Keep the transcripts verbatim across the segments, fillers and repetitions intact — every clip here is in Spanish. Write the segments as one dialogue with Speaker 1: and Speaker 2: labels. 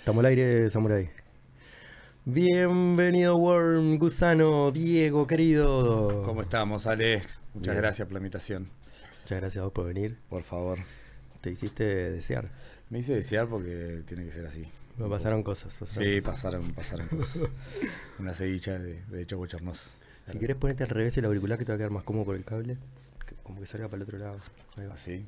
Speaker 1: Estamos al aire, Samurai. Bienvenido, Worm, Gusano, Diego, querido.
Speaker 2: ¿Cómo estamos, Ale? Muchas
Speaker 1: Bien.
Speaker 2: gracias por la invitación.
Speaker 1: Muchas gracias a vos por venir.
Speaker 2: Por favor.
Speaker 1: Te hiciste desear.
Speaker 2: Me hice desear porque tiene que ser así.
Speaker 1: Me pasaron cosas. pasaron
Speaker 2: Sí,
Speaker 1: cosas.
Speaker 2: pasaron, pasaron cosas. Una seguicha de, de hecho bochornoso.
Speaker 1: Si querés ponerte al revés el auricular que te va a quedar más cómodo por el cable. que- Como que salga para el otro lado. Ahí va.
Speaker 2: Así.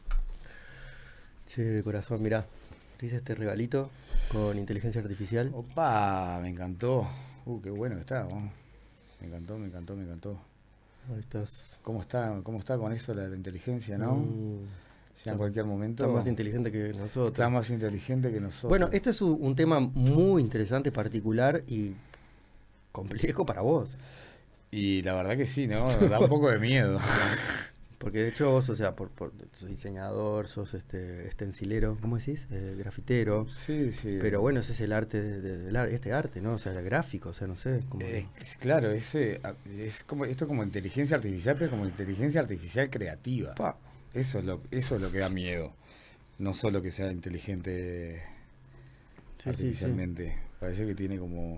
Speaker 1: Che, corazón, mirá. Te hice este regalito con inteligencia artificial.
Speaker 2: Opa, me encantó. Uh, qué bueno que está, ¿no? Me encantó, me encantó, me encantó.
Speaker 1: Ahí estás.
Speaker 2: ¿Cómo está, cómo está con eso la, la inteligencia, no?
Speaker 1: Mm,
Speaker 2: Ya en cualquier momento.
Speaker 1: Está más inteligente que nosotros.
Speaker 2: Está más inteligente que nosotros.
Speaker 1: Bueno, este es un, un tema muy interesante, particular y complejo para vos.
Speaker 2: Y la verdad que sí, ¿no? Da un poco de miedo.
Speaker 1: Porque de hecho vos, o sea, por, por, sos diseñador, sos este estencilero, ¿cómo decís? Eh, grafitero.
Speaker 2: Sí, sí.
Speaker 1: Pero bueno, ese es el arte, de, de- del ar- este arte, ¿no? O sea, el gráfico, o sea, no sé. Como
Speaker 2: Es, es claro, ese, a- es como esto como inteligencia artificial, pero como inteligencia artificial creativa.
Speaker 1: Pa.
Speaker 2: Eso es lo, eso es lo que da miedo. No solo que sea inteligente
Speaker 1: Sí, sí,
Speaker 2: artificialmente. Parece que tiene como.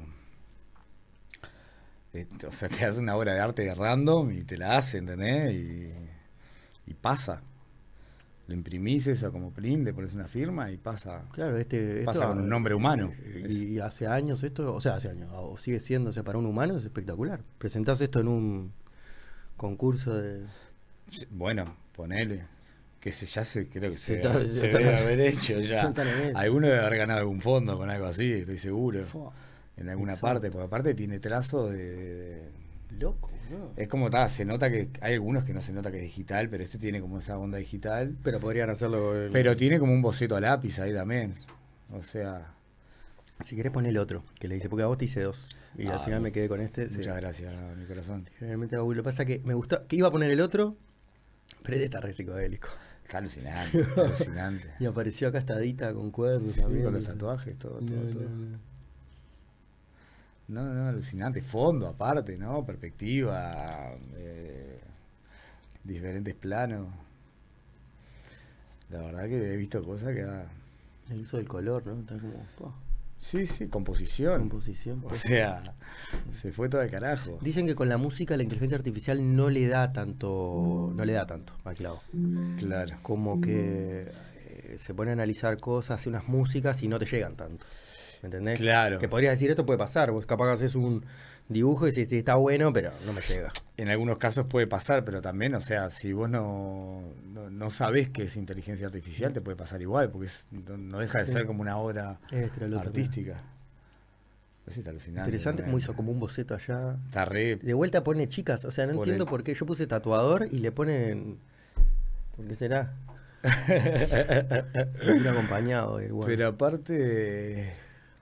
Speaker 2: eh, o sea, te hace una obra de arte de random y te la hace, ¿entendés? Y, y pasa. Lo imprimís eso como print, le pones una firma y pasa.
Speaker 1: Claro, este...
Speaker 2: Pasa
Speaker 1: esto,
Speaker 2: con un nombre humano.
Speaker 1: eh, Y hace años esto, o sea, hace años, o sigue siendo, o sea, para un humano es espectacular. Presentás esto en un concurso de...
Speaker 2: Bueno, ponele. Que se, ya se, creo que
Speaker 1: Se
Speaker 2: se,
Speaker 1: está-
Speaker 2: se
Speaker 1: se está-
Speaker 2: debe haber hecho ya.
Speaker 1: ya están en eso.
Speaker 2: Alguno debe haber ganado algún fondo con algo así, estoy seguro.
Speaker 1: Fua,
Speaker 2: En alguna
Speaker 1: exacto.
Speaker 2: parte, porque aparte tiene trazo de... de-
Speaker 1: Loco, ¿no?
Speaker 2: es como está, se nota que hay algunos que no se nota que es digital, pero este tiene como esa onda digital.
Speaker 1: Pero podrían hacerlo... el-
Speaker 2: Pero tiene como un boceto a lápiz ahí también. O sea,
Speaker 1: Si querés poner el otro, que le dice, porque a vos te hice dos. Y
Speaker 2: Ah,
Speaker 1: al final me quedé con este. sí.
Speaker 2: muchas gracias, mi corazón.
Speaker 1: Generalmente hago- lo que pasa que me gustó, que iba a poner el otro, pero este está re psicodélico.
Speaker 2: Está alucinante, está alucinante.
Speaker 1: Y apareció acá estadita con cuernos
Speaker 2: Sí,
Speaker 1: también.
Speaker 2: con los tatuajes, todo,
Speaker 1: No,
Speaker 2: todo,
Speaker 1: no,
Speaker 2: todo.
Speaker 1: no.
Speaker 2: No, no, alucinante. Fondo aparte, ¿no? Perspectiva, eh, diferentes planos. La verdad que he visto cosas que da...
Speaker 1: El uso del color, ¿no? Está como... pa,
Speaker 2: Sí, sí, composición.
Speaker 1: composición.
Speaker 2: O
Speaker 1: pa.
Speaker 2: sea, se fue todo al carajo.
Speaker 1: Dicen que con la música la inteligencia artificial no le da tanto, no le da tanto al clavo.
Speaker 2: Claro.
Speaker 1: Como que eh, se pone a analizar cosas, hace unas músicas y no te llegan tanto. ¿Me entendés?
Speaker 2: Claro.
Speaker 1: Que podrías decir, esto puede pasar. Vos capaz que haces un dibujo y decís, sí, está bueno, pero no me llega.
Speaker 2: En algunos casos puede pasar, pero también, o sea, si vos no, no, no sabés que es inteligencia artificial, te puede pasar igual, porque es- no, no deja de
Speaker 1: Sí.
Speaker 2: ser como una obra
Speaker 1: Este, el otro,
Speaker 2: artística. Eso está alucinante.
Speaker 1: Interesante,
Speaker 2: también.
Speaker 1: como hizo como un boceto allá.
Speaker 2: Está re...
Speaker 1: De vuelta pone chicas, o sea, no
Speaker 2: Pone-
Speaker 1: entiendo por qué. Yo puse tatuador y le ponen. ¿Por qué será? Ir acompañado del guarda.
Speaker 2: Pero aparte...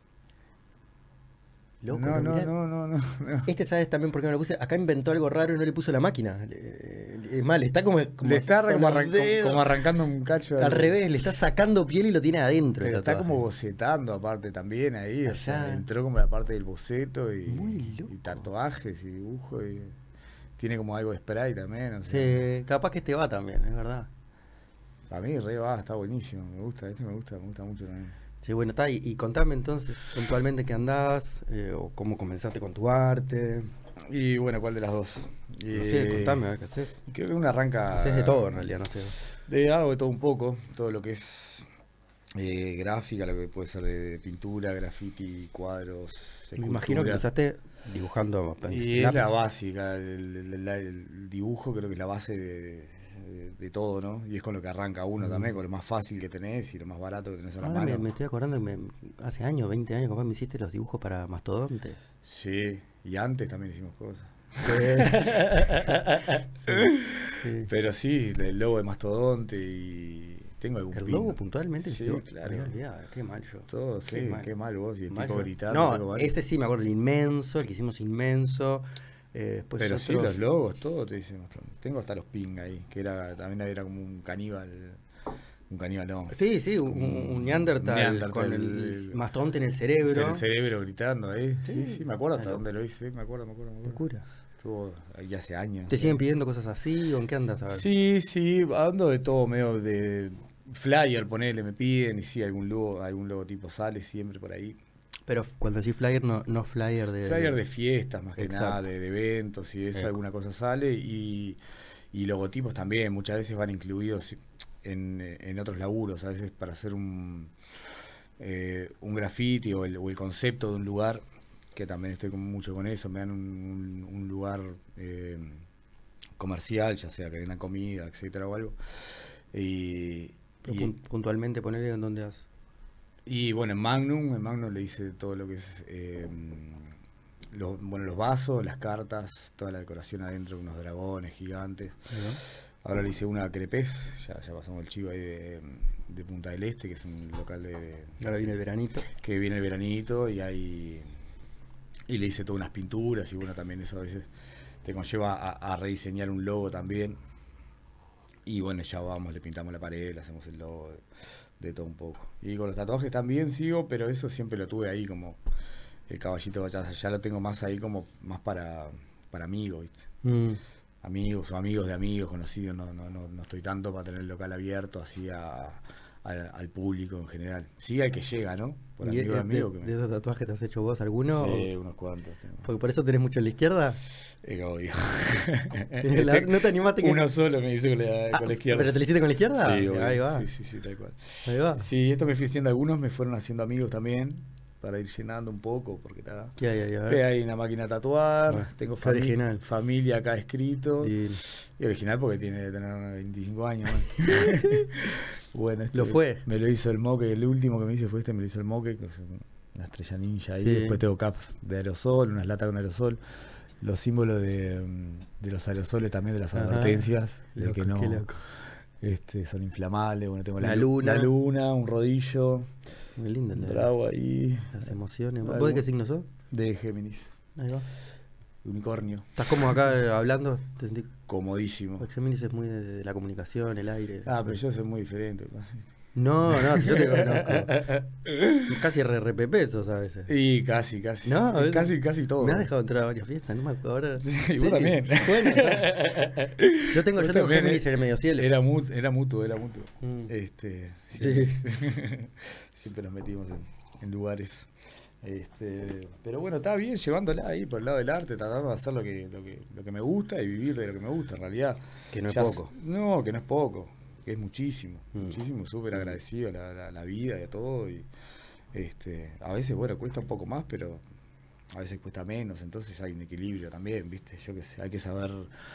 Speaker 1: Loco,
Speaker 2: no, no,
Speaker 1: mirá.
Speaker 2: no, no, no, no.
Speaker 1: Este, ¿sabes también por qué no lo puse? Acá inventó algo raro y no le puso la máquina. Le- le- Es mal, está como. como
Speaker 2: Le está
Speaker 1: con
Speaker 2: como,
Speaker 1: los
Speaker 2: arran-
Speaker 1: dedos.
Speaker 2: como arrancando un cacho.
Speaker 1: Al
Speaker 2: de-
Speaker 1: revés, le está sacando piel y lo tiene adentro.
Speaker 2: Pero
Speaker 1: el
Speaker 2: está
Speaker 1: tatuaje.
Speaker 2: como bocetando aparte también ahí. O sea,
Speaker 1: Allá.
Speaker 2: entró como la parte del boceto y,
Speaker 1: Muy loco.
Speaker 2: y tatuajes y dibujo y tiene como algo de spray también. O sea,
Speaker 1: Sí, capaz que este va también, es verdad.
Speaker 2: para mí re va, está buenísimo. Me gusta, este me gusta, me gusta mucho también.
Speaker 1: Sí, bueno, está. Y, y contame entonces, puntualmente, qué andás, eh, o cómo comenzaste con tu arte.
Speaker 2: Y bueno, ¿cuál de las dos?
Speaker 1: No sé,
Speaker 2: Eh,
Speaker 1: contame, a ver qué haces.
Speaker 2: Creo que una arranca...
Speaker 1: Haces de todo en realidad, no sé.
Speaker 2: De algo de todo un poco, todo lo que es eh, gráfica, lo que puede ser de pintura, graffiti, cuadros,
Speaker 1: Me imagino que
Speaker 2: escultura.
Speaker 1: empezaste dibujando
Speaker 2: Y es la
Speaker 1: lápiz.
Speaker 2: básica, el, el- la- el dibujo creo que es la base de, de- de todo, ¿no? Y es con lo que arranca uno
Speaker 1: Mm.
Speaker 2: también, con lo más fácil que tenés y lo más barato que tenés a la
Speaker 1: Ahora me,
Speaker 2: mano.
Speaker 1: me estoy acordando que me- hace años, veinte años, capaz me hiciste los dibujos para Mastodonte.
Speaker 2: Sí, y antes también hicimos cosas.
Speaker 1: Sí.
Speaker 2: Pero sí, el logo de Mastodonte y tengo algún
Speaker 1: El
Speaker 2: pin.
Speaker 1: logo puntualmente
Speaker 2: Sí,
Speaker 1: yo
Speaker 2: claro.
Speaker 1: me había olvidado, qué mal yo.
Speaker 2: Todo, sí,
Speaker 1: Qué mal.
Speaker 2: qué mal vos, y el
Speaker 1: Mal
Speaker 2: tipo
Speaker 1: yo.
Speaker 2: gritando. tengo
Speaker 1: No,
Speaker 2: varios.
Speaker 1: ese sí me acuerdo, el inmenso, el que hicimos inmenso. eh, después
Speaker 2: Pero sí,
Speaker 1: otros-
Speaker 2: los logos, todo te dicen. Tengo hasta los ping ahí, que era también era como un caníbal. Un caníbal, no.
Speaker 1: Sí, sí, un, un Neandertal,
Speaker 2: Neandertal,
Speaker 1: con el,
Speaker 2: el-
Speaker 1: mastodonte en el
Speaker 2: En
Speaker 1: cerebro.
Speaker 2: el cerebro gritando ahí. Sí,
Speaker 1: Sí,
Speaker 2: sí, me acuerdo hasta
Speaker 1: claro.
Speaker 2: dónde lo hice, me acuerdo, me acuerdo, me acuerdo.
Speaker 1: Locura.
Speaker 2: Estuvo ahí hace años.
Speaker 1: ¿Te siguen pidiendo cosas así o en qué andas a ver?
Speaker 2: Sí, sí, ando de todo, medio de Flyer, ponele, me piden, y sí, algún logo, algún logotipo sale siempre por ahí.
Speaker 1: Pero cuando decís flyer, no, no flyer de...
Speaker 2: Flyer de fiestas, más que
Speaker 1: Exacto.
Speaker 2: nada, de, de eventos y eso,
Speaker 1: Eco.
Speaker 2: alguna cosa sale. Y, y logotipos también, muchas veces van incluidos en, en otros laburos, a veces para hacer un, eh, un graffiti o el, o el concepto de un lugar, que también estoy con, mucho con eso, me dan un, un, un lugar eh, comercial, ya sea que vendan comida, etcétera o algo. Y,
Speaker 1: Pero
Speaker 2: y,
Speaker 1: pun- puntualmente ponerle en dónde has...
Speaker 2: y bueno, en Magnum, en Magnum le hice todo lo que es eh, los, bueno, los vasos, las cartas, toda la decoración adentro, unos dragones gigantes.
Speaker 1: Ahí va.
Speaker 2: Ahora le hice una a Crepes, ya, ya pasamos el chivo ahí de, de Punta del Este, que es un local de, de-
Speaker 1: Ahora viene el veranito.
Speaker 2: que viene el veranito, y ahí y le hice todas unas pinturas, y bueno, también eso a veces te conlleva a, a rediseñar un logo también. Y bueno, ya vamos, le pintamos la pared, le hacemos el logo, de, de todo un poco. Y con los tatuajes también sigo, pero eso siempre lo tuve ahí como el caballito de batalla, ya lo tengo más ahí como más para, para amigos, ¿viste?
Speaker 1: Mm.
Speaker 2: Amigos o amigos de amigos, conocidos, no, no, no, no estoy tanto para tener el local abierto así a, a- al público en general. Sí, al que llega, ¿no? Por
Speaker 1: ¿Y
Speaker 2: amigo
Speaker 1: de,
Speaker 2: de amigo.
Speaker 1: de-
Speaker 2: Que
Speaker 1: de
Speaker 2: me...
Speaker 1: esos tatuajes te has hecho vos alguno?
Speaker 2: Sí,
Speaker 1: o-
Speaker 2: unos cuantos tengo.
Speaker 1: Porque por eso tenés mucho en la izquierda.
Speaker 2: Es que obvio.
Speaker 1: La- ¿No te animaste que...?
Speaker 2: Uno solo me hice con la,
Speaker 1: Ah,
Speaker 2: con la izquierda.
Speaker 1: ¿pero te lo hiciste con la izquierda?
Speaker 2: Sí, obvio.
Speaker 1: Ahí va.
Speaker 2: Sí, sí, sí, tal cual.
Speaker 1: Ahí va.
Speaker 2: Sí, esto me fui haciendo, algunos me fueron haciendo amigos también, para ir llenando un poco, porque nada.
Speaker 1: ¿Qué hay ahí? A
Speaker 2: Que
Speaker 1: ver.
Speaker 2: hay una máquina de tatuar,
Speaker 1: Ah,
Speaker 2: tengo
Speaker 1: qué
Speaker 2: fami-
Speaker 1: original.
Speaker 2: familia acá escrito.
Speaker 1: Divino.
Speaker 2: Y original porque tiene que tener unos veinticinco años. ¿no? Bueno, este
Speaker 1: Lo fue.
Speaker 2: Me lo hizo el Moque, el último que me hice fue este, me lo hizo el Moque, que es una estrella ninja ahí.
Speaker 1: Sí.
Speaker 2: Después tengo caps de aerosol, unas latas con aerosol. Los símbolos de, mm, de los aerosoles también, de las
Speaker 1: Ajá.
Speaker 2: advertencias, de
Speaker 1: Loco,
Speaker 2: que no
Speaker 1: qué loco.
Speaker 2: este, son inflamables. Bueno, tengo la,
Speaker 1: La
Speaker 2: lu-
Speaker 1: luna.
Speaker 2: la luna, un rodillo,
Speaker 1: Muy lindo.
Speaker 2: un
Speaker 1: el-
Speaker 2: drago ahí,
Speaker 1: Las emociones.
Speaker 2: Algo.
Speaker 1: ¿Vos de qué signo sos?
Speaker 2: de Géminis,
Speaker 1: Ahí va.
Speaker 2: unicornio,
Speaker 1: ¿Estás como acá eh, hablando? ¿Te sentís?
Speaker 2: comodísimo.
Speaker 1: Porque Géminis es muy de, de la comunicación, el aire.
Speaker 2: Ah, pero yo soy muy diferente.
Speaker 1: No, no, si yo te conozco. Casi re repepe sos a veces.
Speaker 2: Y casi, casi.
Speaker 1: No, a veces-
Speaker 2: casi, casi todo.
Speaker 1: Me has dejado entrar a varias fiestas, no me acuerdo ahora.
Speaker 2: Sí, vos también.
Speaker 1: Bueno, yo tengo,
Speaker 2: Vos
Speaker 1: yo tengo
Speaker 2: también,
Speaker 1: Géminis
Speaker 2: eh.
Speaker 1: en el medio cielo.
Speaker 2: Era, mu- era mutuo, era mutuo.
Speaker 1: Mm.
Speaker 2: Este,
Speaker 1: Sí.
Speaker 2: siempre, siempre nos metimos en, en lugares. Este, pero bueno, está bien llevándola ahí por el lado del arte, tratando de hacer lo que, lo que, lo que me gusta y vivir de lo que me gusta, en realidad.
Speaker 1: Que no es
Speaker 2: Ya
Speaker 1: poco.
Speaker 2: s- No, que no es poco, que es muchísimo,
Speaker 1: Mm.
Speaker 2: muchísimo, súper agradecido a la, la, la vida y a todo. Y este, a veces, bueno, cuesta un poco más, pero a veces cuesta menos, entonces hay un equilibrio también, ¿viste? Yo que sé, hay que saber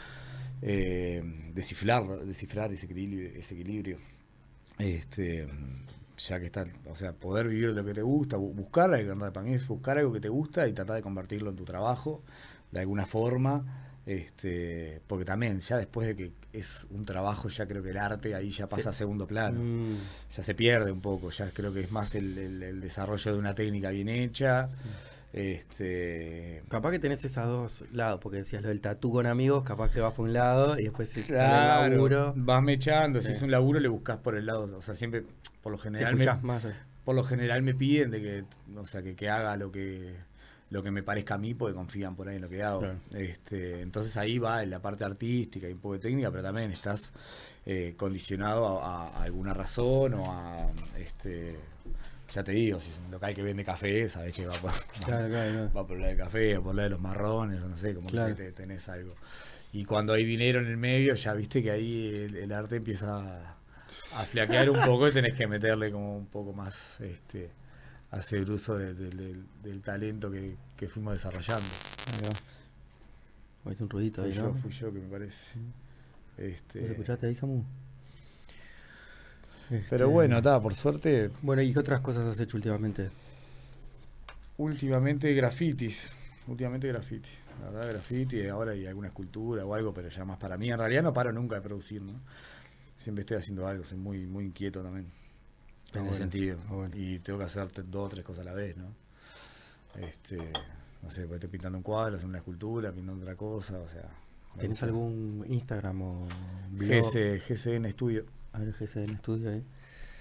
Speaker 2: eh, descifrar, descifrar ese equilibrio, ese equilibrio. Este, ya que está, o sea, poder vivir de lo que te gusta, bu- buscar, algo, para mí es buscar algo que te gusta y tratar de convertirlo en tu trabajo, de alguna forma, este, porque también, ya después de que es un trabajo, ya creo que el arte ahí ya pasa
Speaker 1: Sí.
Speaker 2: a segundo plano,
Speaker 1: Mm,
Speaker 2: ya se pierde un poco, ya creo que es más el, el- el desarrollo de una técnica bien hecha, este...
Speaker 1: Capaz que tenés esos dos lados, porque decías lo del tatú con amigos, capaz que vas por un lado y después si sale el
Speaker 2: Claro,
Speaker 1: laburo,
Speaker 2: vas mechando, si
Speaker 1: Sí.
Speaker 2: es un laburo le buscas por el lado, o sea, siempre, por lo
Speaker 1: si
Speaker 2: general, me,
Speaker 1: escuchás más. eh.
Speaker 2: por lo general me piden de que, o sea, que, que haga lo que lo que me parezca a mí, porque confían por ahí en lo que hago.
Speaker 1: Claro.
Speaker 2: Este, entonces ahí va en la parte artística y un poco de técnica, pero también estás eh, condicionado a, a alguna razón o a, este, ya te digo, si es un local que vende café, sabes que va por,
Speaker 1: Claro, claro, claro.
Speaker 2: va por el lado del café o por el lado de los marrones, o no sé, como
Speaker 1: Claro.
Speaker 2: que te- tenés algo. Y cuando hay dinero en el medio, ya viste que ahí el, el arte empieza a, a flaquear un poco y tenés que meterle como un poco más, este, hacer uso de- de- del- del talento que, que fuimos desarrollando.
Speaker 1: Ahí va. Oíste un ruidito
Speaker 2: Fui
Speaker 1: ahí,
Speaker 2: yo,
Speaker 1: ¿no?
Speaker 2: fui yo que me parece. Este,
Speaker 1: ¿Lo escuchaste ahí, Samu?
Speaker 2: pero
Speaker 1: Este,
Speaker 2: bueno, está, por suerte,
Speaker 1: Bueno, ¿y qué otras cosas has hecho últimamente?
Speaker 2: últimamente grafitis. Últimamente graffiti. La verdad, graffiti, ahora hay alguna escultura o algo, pero ya más para mí. En realidad no paro nunca de producir, ¿no? Siempre estoy haciendo algo, soy muy, muy inquieto también.
Speaker 1: Está
Speaker 2: en
Speaker 1: bueno,
Speaker 2: ese sentido.
Speaker 1: está bueno.
Speaker 2: Y tengo que hacer t- dos o tres cosas a la vez, ¿no? Este, no sé, pues estoy pintando un cuadro, haciendo una escultura, pintando otra cosa, o sea. me
Speaker 1: ¿Tenés
Speaker 2: gusta.
Speaker 1: algún Instagram o blog?
Speaker 2: G C, G C N Studio.
Speaker 1: A ver, G C en estudio ahí.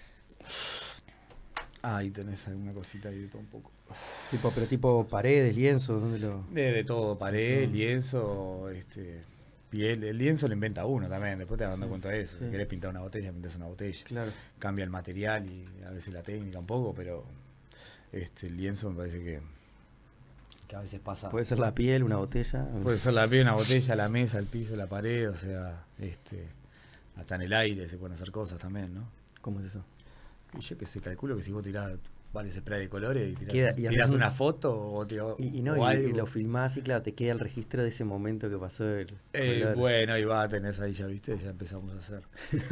Speaker 2: Ah, ahí tenés alguna cosita ahí de todo un poco.
Speaker 1: Tipo, pero tipo paredes, lienzos, ¿dónde lo...?
Speaker 2: De, de todo, pared,
Speaker 1: Mm.
Speaker 2: lienzo, este, piel. El lienzo lo inventa uno también, después te vas dando
Speaker 1: Sí,
Speaker 2: cuenta de eso.
Speaker 1: sí.
Speaker 2: Si querés pintar una botella, pintas una botella.
Speaker 1: Claro.
Speaker 2: Cambia el material y a veces la técnica un poco, pero este el lienzo me parece que, que a veces pasa.
Speaker 1: Puede ser la piel, una botella.
Speaker 2: Puede ser la piel, una botella, la mesa, el piso, la pared, o sea, este hasta en el aire se pueden hacer cosas también, ¿no?
Speaker 1: ¿Cómo es eso?
Speaker 2: Y yo que sé, calculo que si vos tirás varios spray de colores y tirás,
Speaker 1: Queda- y
Speaker 2: tirás
Speaker 1: haces un-
Speaker 2: una foto o, tirás-
Speaker 1: Y, y no,
Speaker 2: o
Speaker 1: y,
Speaker 2: algo.
Speaker 1: y lo filmás y claro, te queda el registro de ese momento que pasó el
Speaker 2: Eh,
Speaker 1: color.
Speaker 2: bueno, ahí va, tenés ahí ya, viste, ya empezamos a hacer.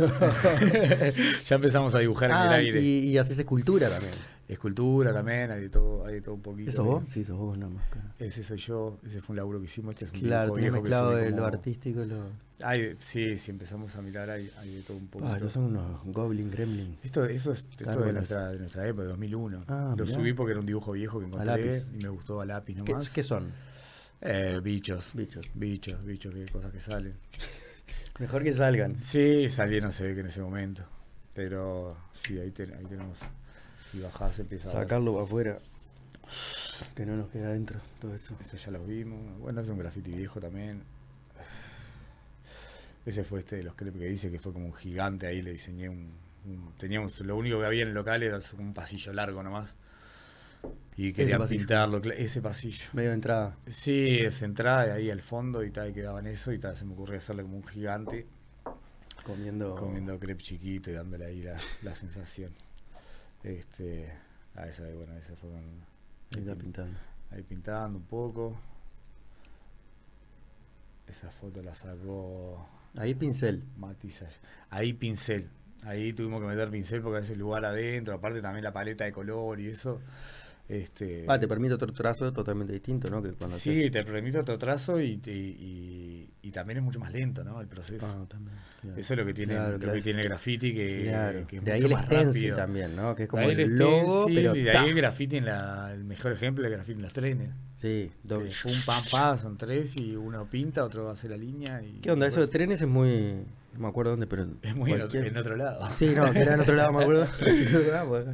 Speaker 2: Ya empezamos a dibujar en el
Speaker 1: Ah,
Speaker 2: aire.
Speaker 1: y, y haces escultura también.
Speaker 2: Escultura también, hay de todo, hay de todo un poquito.
Speaker 1: ¿Eso
Speaker 2: ahí.
Speaker 1: vos? Sí, sos vos nomás. Claro,
Speaker 2: Ese soy yo, ese fue un laburo que hicimos, este es un
Speaker 1: claro
Speaker 2: dibujo
Speaker 1: tenés
Speaker 2: viejo que
Speaker 1: mezclado
Speaker 2: subí
Speaker 1: de
Speaker 2: como-
Speaker 1: lo artístico y lo...
Speaker 2: Hay, sí, si empezamos a mirar hay, hay de todo un poco.
Speaker 1: Ah, estos son unos goblin, gremlin.
Speaker 2: Esto, eso es esto
Speaker 1: Cárbolas.
Speaker 2: de nuestra, de nuestra época, de dos mil uno.
Speaker 1: Ah,
Speaker 2: Lo
Speaker 1: mirá.
Speaker 2: subí porque era un dibujo viejo que encontré
Speaker 1: lápiz.
Speaker 2: y me gustó a lápiz
Speaker 1: ¿Qué,
Speaker 2: nomás.
Speaker 1: qué son?
Speaker 2: Eh, bichos,
Speaker 1: Bichos.
Speaker 2: bichos, bichos, qué cosas que salen.
Speaker 1: Mejor que salgan.
Speaker 2: Sí, salieron, se ve que en ese momento. Pero sí, ahí, ten- ahí tenemos. Si bajás, empieza a ver.
Speaker 1: Sacarlo para afuera. Que no nos quede adentro todo esto.
Speaker 2: Eso ya los vimos. Bueno, es un graffiti viejo también. Ese fue este de los crepes que dice que fue como un gigante. Ahí le diseñé un, un- teníamos, lo único que había en el local era un pasillo largo nomás. Y querían
Speaker 1: pasillo.
Speaker 2: pintarlo, cla- ese pasillo.
Speaker 1: Medio de entrada.
Speaker 2: Sí, es entrada ahí al fondo y tal, y quedaban eso y tal, se me ocurrió hacerle como un gigante
Speaker 1: Comiendo.
Speaker 2: comiendo crepe chiquito y dándole ahí la, la sensación. Este, ah, esa, bueno, esa fue con,
Speaker 1: Ahí está pintando.
Speaker 2: ahí pintando un poco. Esa foto la sacó
Speaker 1: Ahí pincel.
Speaker 2: Matizas. Ahí pincel. Ahí tuvimos que meter pincel porque a veces el lugar adentro, aparte también la paleta de color y eso. Este,
Speaker 1: Ah, te permite otro trazo totalmente distinto, ¿no? Que cuando
Speaker 2: sí,
Speaker 1: haces-
Speaker 2: te permite otro trazo y, te- y, y también es mucho más lento, ¿no? El proceso.
Speaker 1: Ah, también. Claro.
Speaker 2: Eso es lo que tiene,
Speaker 1: Claro,
Speaker 2: lo
Speaker 1: claro.
Speaker 2: que tiene el graffiti, que,
Speaker 1: Claro.
Speaker 2: que es
Speaker 1: De ahí
Speaker 2: mucho
Speaker 1: el
Speaker 2: más
Speaker 1: stencil
Speaker 2: rápido.
Speaker 1: también, ¿no? Que es
Speaker 2: De
Speaker 1: como
Speaker 2: ahí
Speaker 1: el logo,
Speaker 2: stencil,
Speaker 1: pero
Speaker 2: y de
Speaker 1: ¡ta!
Speaker 2: ahí el graffiti en la, el mejor ejemplo es el graffiti en los trenes.
Speaker 1: Sí, doble.
Speaker 2: Que pum, pam, pam, son tres y uno pinta, otro hace la línea. Y,
Speaker 1: ¿Qué onda?
Speaker 2: y
Speaker 1: Eso de
Speaker 2: bueno,
Speaker 1: trenes es muy... No me acuerdo dónde, pero...
Speaker 2: es muy en otro,
Speaker 1: cualquier-
Speaker 2: en otro lado.
Speaker 1: Sí, no, que era en otro lado, me acuerdo. Sí, ¿verdad? Pues,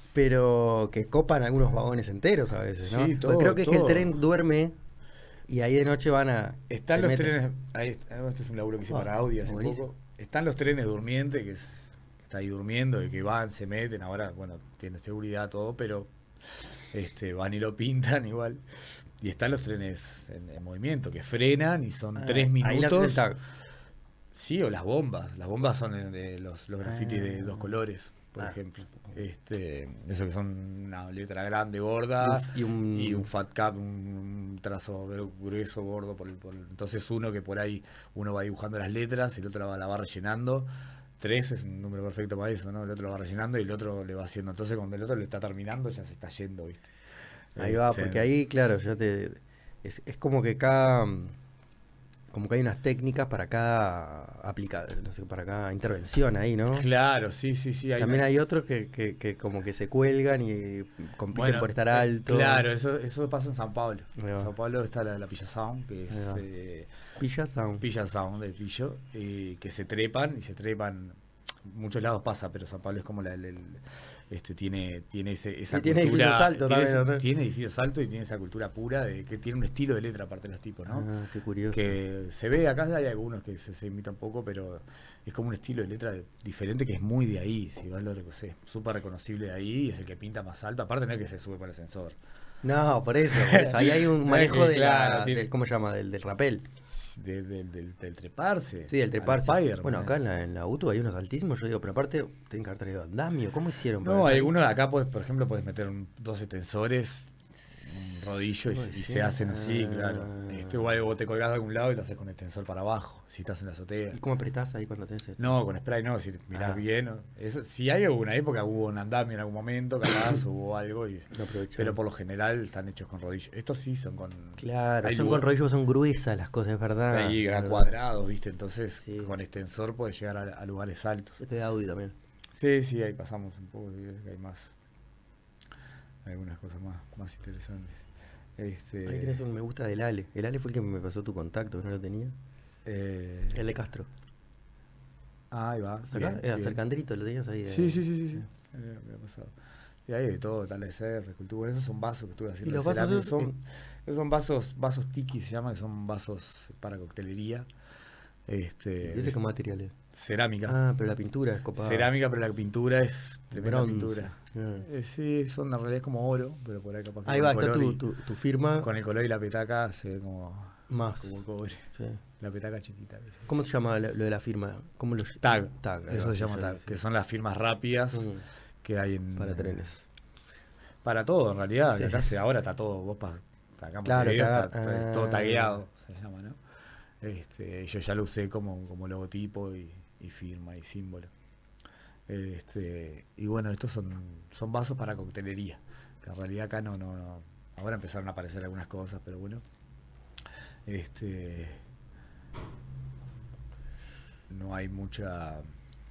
Speaker 1: pero que copan algunos vagones enteros a veces, ¿no?
Speaker 2: Sí,
Speaker 1: Porque
Speaker 2: todo,
Speaker 1: creo que es que el
Speaker 2: todo.
Speaker 1: tren duerme y ahí de noche van a...
Speaker 2: Están
Speaker 1: se
Speaker 2: los
Speaker 1: meten.
Speaker 2: trenes, ahí está, este es un laburo que hice
Speaker 1: Ah,
Speaker 2: para Audi hace
Speaker 1: buenísimo.
Speaker 2: poco. Están los trenes durmientes, que, es, que está ahí durmiendo y que van, se meten, ahora, bueno, tiene seguridad todo, pero este van y lo pintan igual. Y están los trenes en, en movimiento, que frenan y son
Speaker 1: Ah,
Speaker 2: tres
Speaker 1: ahí le haces el
Speaker 2: minutos.
Speaker 1: tag.
Speaker 2: Sí, o las bombas. Las bombas son de, de los, los grafitis de
Speaker 1: Ah.
Speaker 2: dos colores, por
Speaker 1: Ah.
Speaker 2: ejemplo. Este, eso que son una letra grande, gorda,
Speaker 1: Y un-
Speaker 2: y un fat cap, un, un trazo gru- grueso, gordo. Por el, por el- entonces uno que por ahí uno va dibujando las letras, el otro la va, la va rellenando. Tres es un número perfecto para eso, ¿no? El otro lo va rellenando y el otro le va haciendo. Entonces cuando el otro le está terminando ya se está yendo, ¿viste?
Speaker 1: Ahí va,
Speaker 2: Este,
Speaker 1: porque ahí, claro, ya te... Es, es como que cada... Como que hay unas técnicas para cada aplica, no sé, para cada intervención ahí, ¿no?
Speaker 2: Claro, sí, sí, sí.
Speaker 1: También
Speaker 2: una-
Speaker 1: hay otros que, que, que como que se cuelgan y compiten
Speaker 2: Bueno,
Speaker 1: por estar
Speaker 2: eh,
Speaker 1: alto.
Speaker 2: Claro, eso, eso pasa en San Pablo.
Speaker 1: Ahí
Speaker 2: En
Speaker 1: va.
Speaker 2: San Pablo está la, la Pilla Sound, que
Speaker 1: Ahí
Speaker 2: es
Speaker 1: va.
Speaker 2: eh,
Speaker 1: Pilla Sound.
Speaker 2: Pilla Sound de Pillo, eh, que se trepan y se trepan. Muchos lados pasa, pero San Pablo es como la, el, el- este tiene tiene ese, esa
Speaker 1: Y tiene
Speaker 2: cultura,
Speaker 1: edificios altos
Speaker 2: tiene,
Speaker 1: también,
Speaker 2: ese-
Speaker 1: ¿no?
Speaker 2: tiene edificios altos y tiene esa cultura pura de que tiene un estilo de letra aparte de los tipos, ¿no?
Speaker 1: Ah, qué curioso.
Speaker 2: Que se ve, acá hay algunos que se, se imitan un poco, pero es como un estilo de letra de- diferente que es muy de ahí, si vas lo reconoces, súper reconocible de ahí, y es el que pinta más alto, aparte no es que se sube por el ascensor.
Speaker 1: No, por eso, por eso. Ahí hay un
Speaker 2: No es
Speaker 1: manejo
Speaker 2: que,
Speaker 1: de
Speaker 2: claro,
Speaker 1: la,
Speaker 2: tiene-
Speaker 1: del, ¿cómo se llama? Del, del rapel.
Speaker 2: De- del, del, del treparse.
Speaker 1: Sí, el
Speaker 2: al
Speaker 1: treparse.
Speaker 2: Spider-Man.
Speaker 1: Bueno, acá en la, en la U T U hay unos altísimos, yo digo, pero aparte tienen que haber traído andamio. ¿Cómo hicieron? para
Speaker 2: No,
Speaker 1: estar-
Speaker 2: algunos de acá, pues, por ejemplo, puedes meter un, dos extensores, un rodillo y, se- y se hacen así, claro. Este, igual vos te colgás de algún lado y lo haces con extensor para abajo, si estás en la azotea.
Speaker 1: ¿Y cómo apretás ahí cuando tenés esto?
Speaker 2: No, con spray no, si mirás
Speaker 1: Ah.
Speaker 2: bien. ¿no? Eso, si hay alguna época, hubo un andamio en algún momento, capaz, hubo algo, y,
Speaker 1: Lo aprovecharon.
Speaker 2: pero por lo general están hechos con rodillo. Estos sí son con...
Speaker 1: Claro,
Speaker 2: hay
Speaker 1: son
Speaker 2: lugar-
Speaker 1: con rollos, son gruesas las cosas, es verdad.
Speaker 2: Ahí, gran
Speaker 1: Verdad.
Speaker 2: cuadrados, ¿viste? Entonces,
Speaker 1: Sí.
Speaker 2: con extensor puedes llegar a, a lugares altos.
Speaker 1: Este de Audi también.
Speaker 2: Sí, sí, ahí pasamos un poco, y ves que hay más, hay algunas cosas más, más interesantes. Este,
Speaker 1: Ahí tenés un me gusta del Ale. El Ale fue el que me pasó tu contacto, que no lo tenía.
Speaker 2: eh,
Speaker 1: El de Castro.
Speaker 2: ah, ahí va.
Speaker 1: ¿Acá?
Speaker 2: bien,
Speaker 1: Era
Speaker 2: bien.
Speaker 1: Cercandrito, lo tenías ahí. de-
Speaker 2: Sí, sí, sí, sí, sí. Eh, me ha pasado. Y hay de todo, tal vez ser, escultura, esos son vasos que estuve haciendo.
Speaker 1: Y los
Speaker 2: de
Speaker 1: vasos
Speaker 2: cerámica,
Speaker 1: esos,
Speaker 2: son,
Speaker 1: en-
Speaker 2: esos son vasos, vasos tiki se llama, que son vasos para coctelería. Este,
Speaker 1: ¿Y ese qué material es?
Speaker 2: Cerámica.
Speaker 1: Ah, pero la pintura es copada.
Speaker 2: Cerámica, pero la pintura es tremenda
Speaker 1: Bronce.
Speaker 2: pintura.
Speaker 1: Ah.
Speaker 2: Eh, sí, son en realidad como oro, pero por ahí capaz que
Speaker 1: Ahí
Speaker 2: con
Speaker 1: va,
Speaker 2: el
Speaker 1: está
Speaker 2: color
Speaker 1: tu,
Speaker 2: y-
Speaker 1: tu, tu firma
Speaker 2: con el color y la petaca se ve como,
Speaker 1: más.
Speaker 2: como cobre.
Speaker 1: Sí.
Speaker 2: La petaca chiquita. ¿viste?
Speaker 1: ¿Cómo se llama lo lo de la firma? ¿Cómo lo
Speaker 2: Tag.
Speaker 1: Tag, ahí
Speaker 2: Eso
Speaker 1: va,
Speaker 2: se
Speaker 1: sí,
Speaker 2: llama
Speaker 1: yo
Speaker 2: tag,
Speaker 1: vi, sí.
Speaker 2: que son las firmas rápidas
Speaker 1: Mm,
Speaker 2: que hay en
Speaker 1: para trenes.
Speaker 2: Para todo, en realidad.
Speaker 1: Sí.
Speaker 2: Acá se, ahora está todo, vos pa, acá en
Speaker 1: Claro,
Speaker 2: Montevideo
Speaker 1: tagar.
Speaker 2: está, está- es todo
Speaker 1: Ah.
Speaker 2: tagueado, se llama, ¿no? Este, yo ya lo usé como, como logotipo y, y firma y símbolo. Este, y bueno, estos son, son vasos para coctelería. Que en realidad acá no, no, no. Ahora empezaron a aparecer algunas cosas, pero bueno. Este. No hay mucha.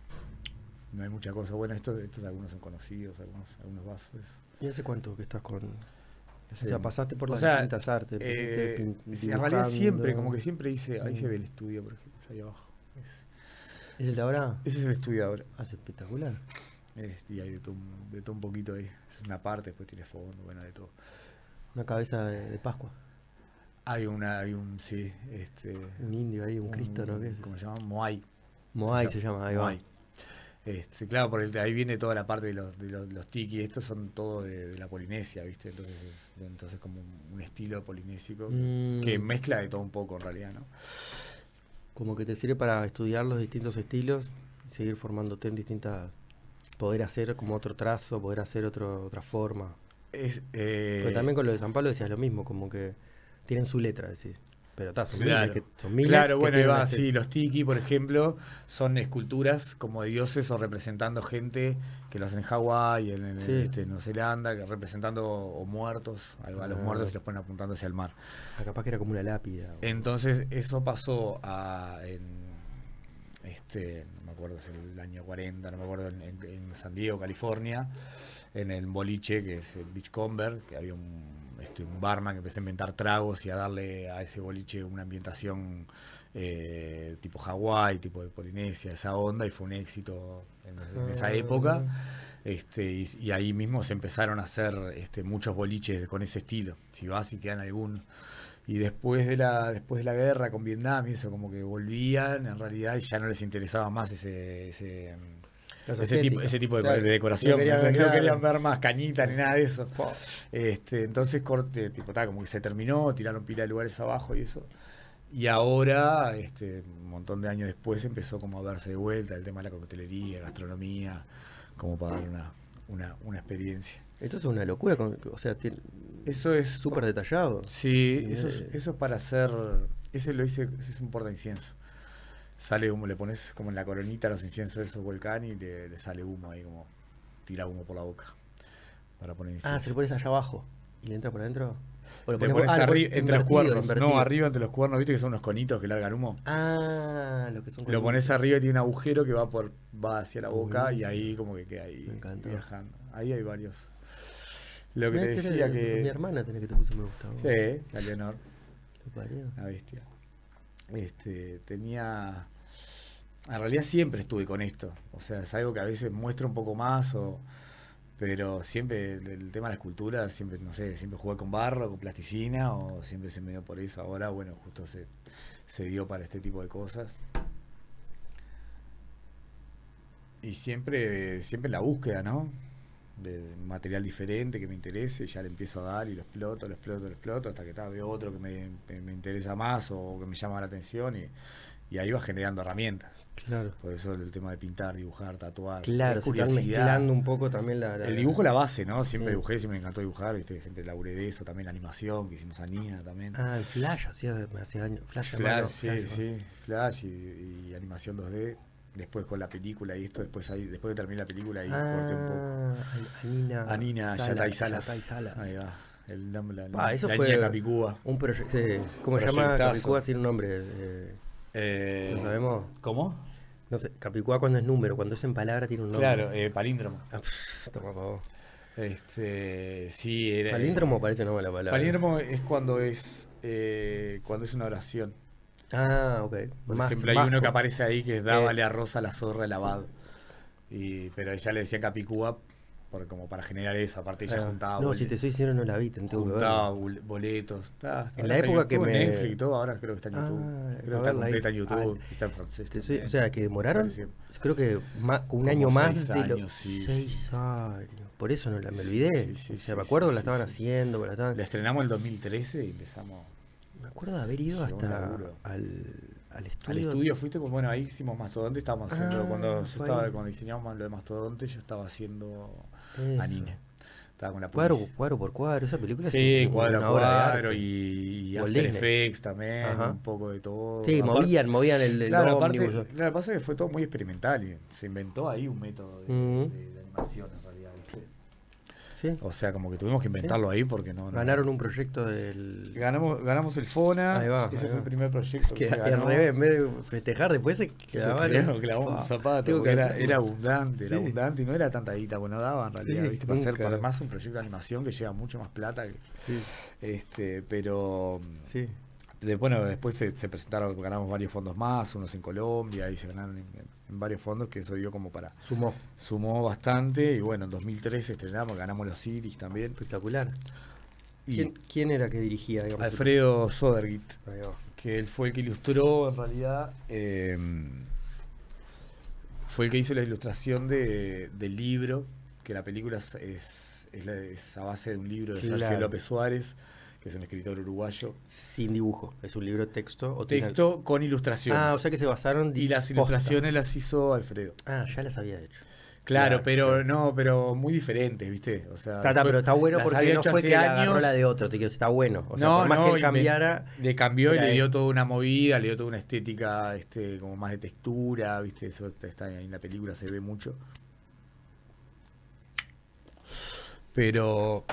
Speaker 2: No hay mucha cosa. Bueno, estos, estos algunos son conocidos, algunos, algunos vasos.
Speaker 1: ¿Y hace cuánto que estás con...?
Speaker 2: Ese-
Speaker 1: O sea, pasaste por
Speaker 2: o
Speaker 1: las
Speaker 2: sea,
Speaker 1: distintas artes.
Speaker 2: Eh,
Speaker 1: pusiste pin-
Speaker 2: sí, en realidad siempre,
Speaker 1: dibujando.
Speaker 2: como que siempre hice, ahí se
Speaker 1: Mm.
Speaker 2: ve el estudio, por ejemplo, ahí abajo. Es-
Speaker 1: ¿Es el de ahora?
Speaker 2: ese es el estudio ahora.
Speaker 1: Ah, es espectacular.
Speaker 2: Es- y hay de todo, un- de todo un poquito ahí. Es una parte, después tiene fondo, bueno, de todo.
Speaker 1: Una cabeza de, de Pascua.
Speaker 2: Hay una, hay un, sí, este.
Speaker 1: Un indio ahí, un Cristo, ¿no? ¿Qué es?
Speaker 2: ¿Cómo se llama? Moai.
Speaker 1: Moai se llama, ahí va.
Speaker 2: Moai. Este, claro, porque ahí viene toda la parte de los, de los, los tiki, estos son todo de, de la Polinesia, ¿viste? Entonces, es, entonces como un, un estilo polinésico
Speaker 1: Mm.
Speaker 2: que mezcla de todo un poco en realidad, ¿no?
Speaker 1: Como que te sirve para estudiar los distintos estilos y seguir formándote en distintas... Poder hacer como otro trazo, poder hacer otro, otra forma.
Speaker 2: Es, eh,
Speaker 1: Pero también con lo de San Pablo decías lo mismo, como que tienen su letra, decís. Pero está, son
Speaker 2: Claro.
Speaker 1: miles, que, son miles
Speaker 2: Claro,
Speaker 1: que
Speaker 2: bueno, ahí
Speaker 1: tienen
Speaker 2: va,
Speaker 1: este-
Speaker 2: sí, los tiki, por ejemplo, son esculturas como de dioses o representando gente que lo hacen en Hawái, en, en,
Speaker 1: Sí.
Speaker 2: este, Nueva Zelanda, que representando o muertos, a, a los
Speaker 1: Ah.
Speaker 2: muertos y los ponen apuntando hacia el mar.
Speaker 1: Ah, capaz que era como una lápida. o-
Speaker 2: Entonces, eso pasó a, en, este, no me acuerdo, es el año cuarenta, no me acuerdo, en, en- en San Diego, California, en el boliche, que es el Beachcomber, que había un, este, un barman que empezó a inventar tragos y a darle a ese boliche una ambientación eh, tipo Hawái, tipo de Polinesia, esa onda, y fue un éxito en, en esa
Speaker 1: Ah.
Speaker 2: época. Este, y, y ahí mismo se empezaron a hacer este, muchos boliches con ese estilo. Si vas y quedan algunos. Y después de la después de la guerra con Vietnam y eso, como que volvían en realidad y ya no les interesaba más ese ese,
Speaker 1: Las
Speaker 2: ese tipo
Speaker 1: estéticas.
Speaker 2: ese tipo de,
Speaker 1: Claro.
Speaker 2: de decoración.
Speaker 1: No querían
Speaker 2: no,
Speaker 1: ver
Speaker 2: no
Speaker 1: nada.
Speaker 2: querían ver más cañitas ni nada de eso.
Speaker 1: Po.
Speaker 2: Este, entonces corte, tipo, ta, como que se terminó, tiraron pila de lugares abajo y eso. Y ahora, este, un montón de años después, empezó como a verse de vuelta el tema de la coctelería, gastronomía, como para dar una, una, una experiencia.
Speaker 1: Esto es una locura, con- o sea, tiene-
Speaker 2: Eso es
Speaker 1: súper detallado.
Speaker 2: Sí,
Speaker 1: Y,
Speaker 2: eso es,
Speaker 1: eh,
Speaker 2: eso es para hacer. Ese lo hice, ese es un porta incienso. Sale humo, le pones como en la coronita los inciensos de esos volcán y le, le sale humo ahí, como tira humo por la boca. Para poner incienso.
Speaker 1: Ah, se lo pones allá abajo y le entra por adentro. O lo
Speaker 2: Le
Speaker 1: pones,
Speaker 2: pones
Speaker 1: ah, lo
Speaker 2: arri-
Speaker 1: pones
Speaker 2: entre los
Speaker 1: invertido,
Speaker 2: cuernos.
Speaker 1: invertido.
Speaker 2: No, arriba entre los cuernos, viste que son unos conitos que largan humo.
Speaker 1: Ah, lo que son
Speaker 2: Lo
Speaker 1: como-
Speaker 2: pones arriba y tiene un agujero que va por va hacia la boca
Speaker 1: Buenísimo.
Speaker 2: y ahí como que queda ahí
Speaker 1: Me encantó.
Speaker 2: viajando. Ahí hay varios. Lo que
Speaker 1: Mirá
Speaker 2: te
Speaker 1: que
Speaker 2: decía
Speaker 1: era-
Speaker 2: que.
Speaker 1: Mi hermana tenés que te puso me gusta. vos.
Speaker 2: Sí, la Leonor.
Speaker 1: Lo parió.
Speaker 2: Una bestia. Este, tenía. En realidad siempre estuve con esto. O sea, es algo que a veces muestro un poco más, o, pero siempre el, el tema de la escultura, siempre, no sé, siempre jugué con barro, con plasticina, o siempre se me dio por eso. Ahora, bueno, justo se, se dio para este tipo de cosas. Y siempre, siempre la búsqueda, ¿no? De material diferente que me interese, ya le empiezo a dar y lo exploto, lo exploto, lo exploto, hasta que tal, veo otro que me, me, me interesa más o que me llama la atención y, y ahí va generando herramientas.
Speaker 1: Claro.
Speaker 2: Por eso el tema de pintar, dibujar, tatuar.
Speaker 1: Claro,
Speaker 2: es
Speaker 1: se están
Speaker 2: curiosidad.
Speaker 1: mezclando un poco también la... la-
Speaker 2: El dibujo es la base, ¿no? Siempre
Speaker 1: Sí.
Speaker 2: dibujé, siempre me encantó dibujar, ¿viste? Siempre laburé de eso, también la animación que hicimos a Nina también.
Speaker 1: Ah, el Flash, hacía hace años. Flash,
Speaker 2: Flash,
Speaker 1: hermano,
Speaker 2: sí,
Speaker 1: Flash, ¿no?
Speaker 2: sí, Flash y, y animación dos D. Después con la película y esto, después ahí, después que terminé la película ahí corté un poco.
Speaker 1: Ah, Anina,
Speaker 2: Anina
Speaker 1: Sala-
Speaker 2: Yatay Salas.
Speaker 1: Yatay Salas.
Speaker 2: Ahí va. El nombre, la,
Speaker 1: Pa, eso
Speaker 2: la
Speaker 1: fue
Speaker 2: niña Capicúa.
Speaker 1: un proyecto. ¿Cómo se llama?
Speaker 2: Proyectazo.
Speaker 1: Capicúa tiene un nombre. eh,
Speaker 2: Eh,
Speaker 1: ¿Lo sabemos?
Speaker 2: ¿Cómo?
Speaker 1: No sé, Capicúa cuando es número, cuando es en palabra tiene un nombre.
Speaker 2: Claro, eh, palíndromo.
Speaker 1: Ah, pff, toma pa' vos.
Speaker 2: Este, sí, era.
Speaker 1: Palíndromo parece no la palabra.
Speaker 2: Palíndromo es cuando es eh, cuando es una oración.
Speaker 1: Ah, ok.
Speaker 2: Por
Speaker 1: Más-
Speaker 2: ejemplo, hay
Speaker 1: más
Speaker 2: uno que
Speaker 1: co-
Speaker 2: aparece ahí que es dábale a Rosa la zorra el lavado. Y, pero ella le decía Capicúa por, como para generar eso. Aparte ella
Speaker 1: Ah,
Speaker 2: juntaba
Speaker 1: no,
Speaker 2: bol-
Speaker 1: si te soy sincero no la vi, tengo que
Speaker 2: juntaba
Speaker 1: verla.
Speaker 2: bol- boletos. Está- está-
Speaker 1: En la
Speaker 2: está
Speaker 1: época que
Speaker 2: YouTube, en
Speaker 1: me-
Speaker 2: Netflix y todo, ahora creo que está en
Speaker 1: Ah,
Speaker 2: YouTube.
Speaker 1: a
Speaker 2: Creo que está
Speaker 1: verla ahí.
Speaker 2: completa en YouTube.
Speaker 1: Ah,
Speaker 2: y está en francés
Speaker 1: Te soy-
Speaker 2: también.
Speaker 1: o sea, que demoraron,
Speaker 2: Parece-
Speaker 1: creo que ma- un
Speaker 2: Como
Speaker 1: año más
Speaker 2: seis
Speaker 1: de los
Speaker 2: años, sí,
Speaker 1: seis
Speaker 2: sí.
Speaker 1: años. Por eso no la me olvidé.
Speaker 2: Sí, sí,
Speaker 1: o sea,
Speaker 2: sí,
Speaker 1: me acuerdo
Speaker 2: sí,
Speaker 1: que la
Speaker 2: sí,
Speaker 1: estaban
Speaker 2: sí.
Speaker 1: haciendo, que la estaban...
Speaker 2: La estrenamos en el dos mil trece y empezamos
Speaker 1: Me acuerdo de haber ido
Speaker 2: Sí, un
Speaker 1: hasta
Speaker 2: laburo.
Speaker 1: al, al estudio.
Speaker 2: al estudio. Fuiste como, bueno, ahí hicimos Mastodonte, estábamos haciendo,
Speaker 1: Ah,
Speaker 2: cuando yo
Speaker 1: fue
Speaker 2: estaba,
Speaker 1: ahí.
Speaker 2: cuando diseñábamos lo de Mastodonte, yo estaba haciendo
Speaker 1: Eso.
Speaker 2: anime. Estaba con la
Speaker 1: Cuadro,
Speaker 2: publici-
Speaker 1: cuadro por cuadro, esa película
Speaker 2: Sí,
Speaker 1: es
Speaker 2: cuadro a
Speaker 1: una obra de
Speaker 2: cuadro
Speaker 1: arte.
Speaker 2: y, y
Speaker 1: Walt
Speaker 2: After
Speaker 1: Disney.
Speaker 2: Effects también,
Speaker 1: Ajá.
Speaker 2: un poco de todo.
Speaker 1: Sí,
Speaker 2: Aparte-
Speaker 1: movían, movían el, el
Speaker 2: Claro,
Speaker 1: ómnibus.
Speaker 2: aparte, claro, pasa que fue todo muy experimental y se inventó ahí un método de,
Speaker 1: Ujú.
Speaker 2: de- de animación en realidad, ¿viste?
Speaker 1: Sí.
Speaker 2: O sea, como que tuvimos que inventarlo ahí porque no... no-
Speaker 1: Ganaron un proyecto del...
Speaker 2: Ganamos, ganamos el FONA,
Speaker 1: Ahí va,
Speaker 2: ese
Speaker 1: ahí
Speaker 2: fue
Speaker 1: va.
Speaker 2: el primer proyecto que,
Speaker 1: Que
Speaker 2: se
Speaker 1: al
Speaker 2: ganó.
Speaker 1: revés, en vez de festejar, después se clavaron.
Speaker 2: Claro, clavamos un
Speaker 1: Fua,
Speaker 2: zapato,
Speaker 1: tengo
Speaker 2: porque
Speaker 1: que
Speaker 2: era,
Speaker 1: hacerlo.
Speaker 2: era abundante, era
Speaker 1: Sí.
Speaker 2: abundante y no era tanta guita, bueno, no daba en realidad,
Speaker 1: Sí,
Speaker 2: ¿viste? Para hacer
Speaker 1: nunca.
Speaker 2: para más un proyecto de animación que lleva mucho más plata que,
Speaker 1: Sí,
Speaker 2: este, pero
Speaker 1: sí.
Speaker 2: de- bueno, después se, se presentaron, ganamos varios fondos más, unos en Colombia y se ganaron en, en varios fondos que eso dio como para,
Speaker 1: Sumó.
Speaker 2: sumó bastante y bueno, en dos mil trece estrenamos, ganamos los Iris también.
Speaker 1: Espectacular.
Speaker 2: Y
Speaker 1: ¿Quién, quién era que dirigía? Digamos,
Speaker 2: Alfredo Sodergit,
Speaker 1: Ahí va.
Speaker 2: que él fue el que ilustró en realidad, eh, fue el que hizo la ilustración de, del libro, que la película es, es, es la- es a base de un libro de
Speaker 1: Sí,
Speaker 2: Sergio
Speaker 1: claro.
Speaker 2: López Suárez, que es un escritor uruguayo.
Speaker 1: Sin dibujo. Es un libro de texto. O tiene-
Speaker 2: Texto con ilustraciones.
Speaker 1: Ah, o sea que se basaron.
Speaker 2: y las
Speaker 1: posta.
Speaker 2: ilustraciones las hizo Alfredo.
Speaker 1: Ah, ya las había hecho.
Speaker 2: Claro,
Speaker 1: Claro,
Speaker 2: pero
Speaker 1: claro.
Speaker 2: no, pero muy diferentes, ¿viste? O sea,
Speaker 1: Está, está, pero está bueno
Speaker 2: las
Speaker 1: porque
Speaker 2: había
Speaker 1: no
Speaker 2: hecho
Speaker 1: fue
Speaker 2: hace
Speaker 1: que agarró
Speaker 2: años.
Speaker 1: la de otro, te quiero decir, está bueno. O sea,
Speaker 2: No,
Speaker 1: por más
Speaker 2: no,
Speaker 1: que él
Speaker 2: inven-
Speaker 1: cambiara.
Speaker 2: Le cambió y
Speaker 1: era
Speaker 2: le dio
Speaker 1: él.
Speaker 2: toda una movida, le dio toda una estética, este, como más de textura, ¿viste? Eso está ahí en la película, se ve mucho. Pero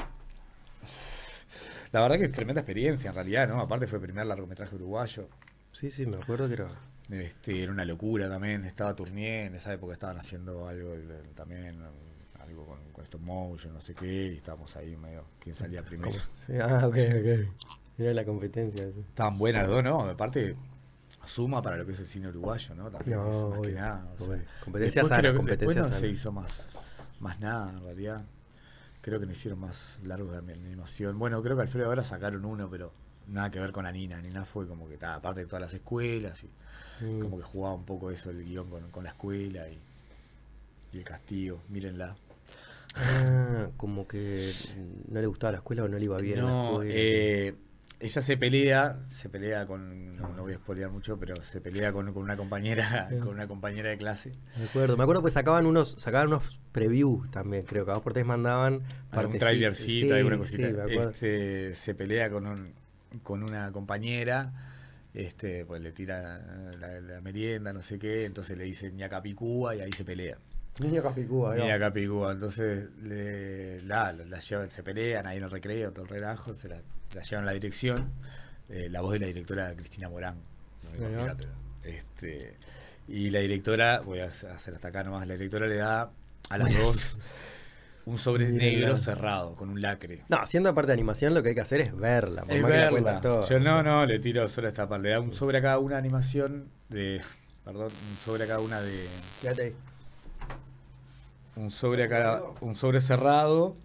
Speaker 2: la verdad que es tremenda experiencia en realidad, ¿no? Aparte fue el primer largometraje uruguayo.
Speaker 1: Sí, sí, me acuerdo que era.
Speaker 2: Este, era una locura también, estaba Tournier, en esa época estaban haciendo algo de- también, algo con, con stop motion, no sé qué, y estábamos ahí medio, quién salía primero.
Speaker 1: Sí, ah, ok, ok. Era la competencia. Sí.
Speaker 2: Estaban buenas las dos, ¿no? Aparte, suma para lo que es el cine uruguayo, ¿no? También,
Speaker 1: No,
Speaker 2: eso, más que
Speaker 1: obvio,
Speaker 2: nada. o sea.
Speaker 1: obvio. Competencia
Speaker 2: Después
Speaker 1: sana,
Speaker 2: creo que-
Speaker 1: competencia
Speaker 2: después no
Speaker 1: sana.
Speaker 2: se hizo más, más nada, en realidad. Creo que no hicieron más largos de animación. Bueno, creo que Alfredo ahora sacaron uno, pero nada que ver con Anina. Anina fue como que, ta, aparte de todas las escuelas, y
Speaker 1: Mm.
Speaker 2: como que jugaba un poco eso, el guión con, con la escuela y, y el castigo. Mírenla.
Speaker 1: Ah, como que no le gustaba la escuela o no le iba bien. en la
Speaker 2: No,
Speaker 1: escuela.
Speaker 2: eh, ella se pelea, se pelea con, no, no voy a spoilear mucho, pero se pelea con, con una compañera, con una compañera de clase.
Speaker 1: Me acuerdo, me acuerdo que sacaban unos, sacaban unos previews también, creo que a vos por tres mandaban
Speaker 2: Algún
Speaker 1: parteci-
Speaker 2: trailercito,
Speaker 1: sí,
Speaker 2: alguna cosita.
Speaker 1: sí, me acuerdo.
Speaker 2: Este, se pelea con un, con una compañera, este, pues le tira la, la merienda, no sé qué, entonces le dice ñaca picúa y ahí se pelea.
Speaker 1: Niña Capicúa, ahí va.
Speaker 2: ñaca picúa, entonces le, la, la, la llevan, se pelean ahí en el recreo, todo el relajo, se la, la llevan a la dirección, eh, la voz de la directora Cristina Morán. No me
Speaker 1: Ahí
Speaker 2: acuerdo,
Speaker 1: va.
Speaker 2: pero, este, y la directora, voy a hacer hasta acá nomás, la directora le da a las dos un sobre
Speaker 1: Mírenla.
Speaker 2: negro cerrado, con un lacre.
Speaker 1: No, siendo aparte de animación, lo que hay que hacer es verla. Por
Speaker 2: Es
Speaker 1: más que la
Speaker 2: verla.
Speaker 1: cuentan todos.
Speaker 2: Yo no, no, le tiro solo esta parte. Le da un sobre a cada una animación de. Perdón, un sobre a cada una de.
Speaker 1: Quédate ahí.
Speaker 2: Un sobre a cada. Un sobre cerrado.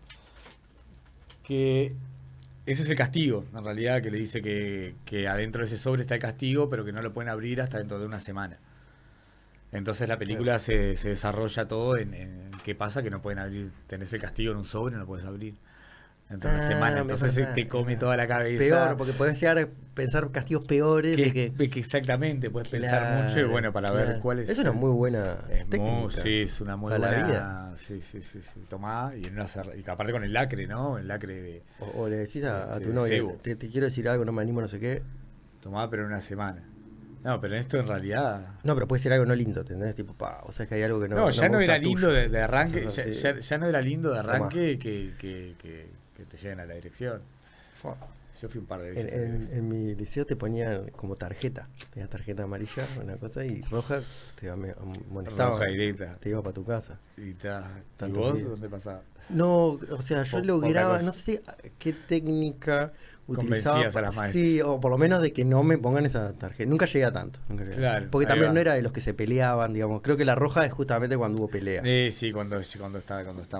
Speaker 2: Que. Ese es el castigo, en realidad, que le dice que, que adentro de ese sobre está el castigo, pero que no lo pueden abrir hasta dentro de una semana. Entonces la película se, se desarrolla todo en, en qué pasa, que no pueden abrir, tenés el castigo en un sobre y no lo puedes abrir dentro de una
Speaker 1: Ah,
Speaker 2: semana.
Speaker 1: me
Speaker 2: Entonces
Speaker 1: pasa-
Speaker 2: te come toda la cabeza.
Speaker 1: Peor, porque podés llegar a pensar castigos peores.
Speaker 2: que,
Speaker 1: de que,
Speaker 2: que exactamente, puedes pensar
Speaker 1: Claro,
Speaker 2: mucho y bueno, para ver
Speaker 1: claro.
Speaker 2: cuál es.
Speaker 1: Es una muy buena
Speaker 2: es
Speaker 1: técnica.
Speaker 2: muy- sí, es una muy
Speaker 1: para la
Speaker 2: buena
Speaker 1: vida.
Speaker 2: Sí, sí, sí, sí, tomada y en una cer- y que aparte con el lacre, ¿no? El lacre de
Speaker 1: O, o le decís a, a
Speaker 2: Este,
Speaker 1: tu novia,
Speaker 2: cebo.
Speaker 1: te, te quiero decir algo, no me animo, no sé qué.
Speaker 2: tomada pero en una semana. No, pero en esto en realidad
Speaker 1: No, pero puede ser algo no lindo, ¿entendés? Tipo, pa, o sea, que hay algo que no.
Speaker 2: no, ya
Speaker 1: me
Speaker 2: no
Speaker 1: gusta
Speaker 2: era
Speaker 1: tuyo.
Speaker 2: lindo de, de arranque,
Speaker 1: Eso
Speaker 2: ya,
Speaker 1: sí.
Speaker 2: ya- ya no era lindo de
Speaker 1: Tomá.
Speaker 2: arranque que, que, que, que te lleguen a la dirección.
Speaker 1: Fua.
Speaker 2: Yo fui un par de
Speaker 1: En,
Speaker 2: veces.
Speaker 1: en- en mi liceo te ponían como tarjeta. Tenías tarjeta amarilla, una cosa, y roja te ame- amonestaban.
Speaker 2: Roja directa.
Speaker 1: Te iba para tu casa.
Speaker 2: Y, ta- ¿y
Speaker 1: Tantos
Speaker 2: vos
Speaker 1: días.
Speaker 2: dónde pasaba?
Speaker 1: No, o sea, yo
Speaker 2: Po-
Speaker 1: lograba,
Speaker 2: poca cosa.
Speaker 1: no sé qué técnica utilizaba.
Speaker 2: Convencías a las maestras.
Speaker 1: Sí, o por lo menos de que no me pongan esa tarjeta. Nunca llegué a tanto. Nunca llegué.
Speaker 2: Claro,
Speaker 1: Porque
Speaker 2: ahí
Speaker 1: también
Speaker 2: va.
Speaker 1: no era de los que se peleaban, digamos. Creo que la roja es justamente cuando hubo pelea.
Speaker 2: Eh, sí, cuando, cuando está cuando está mal.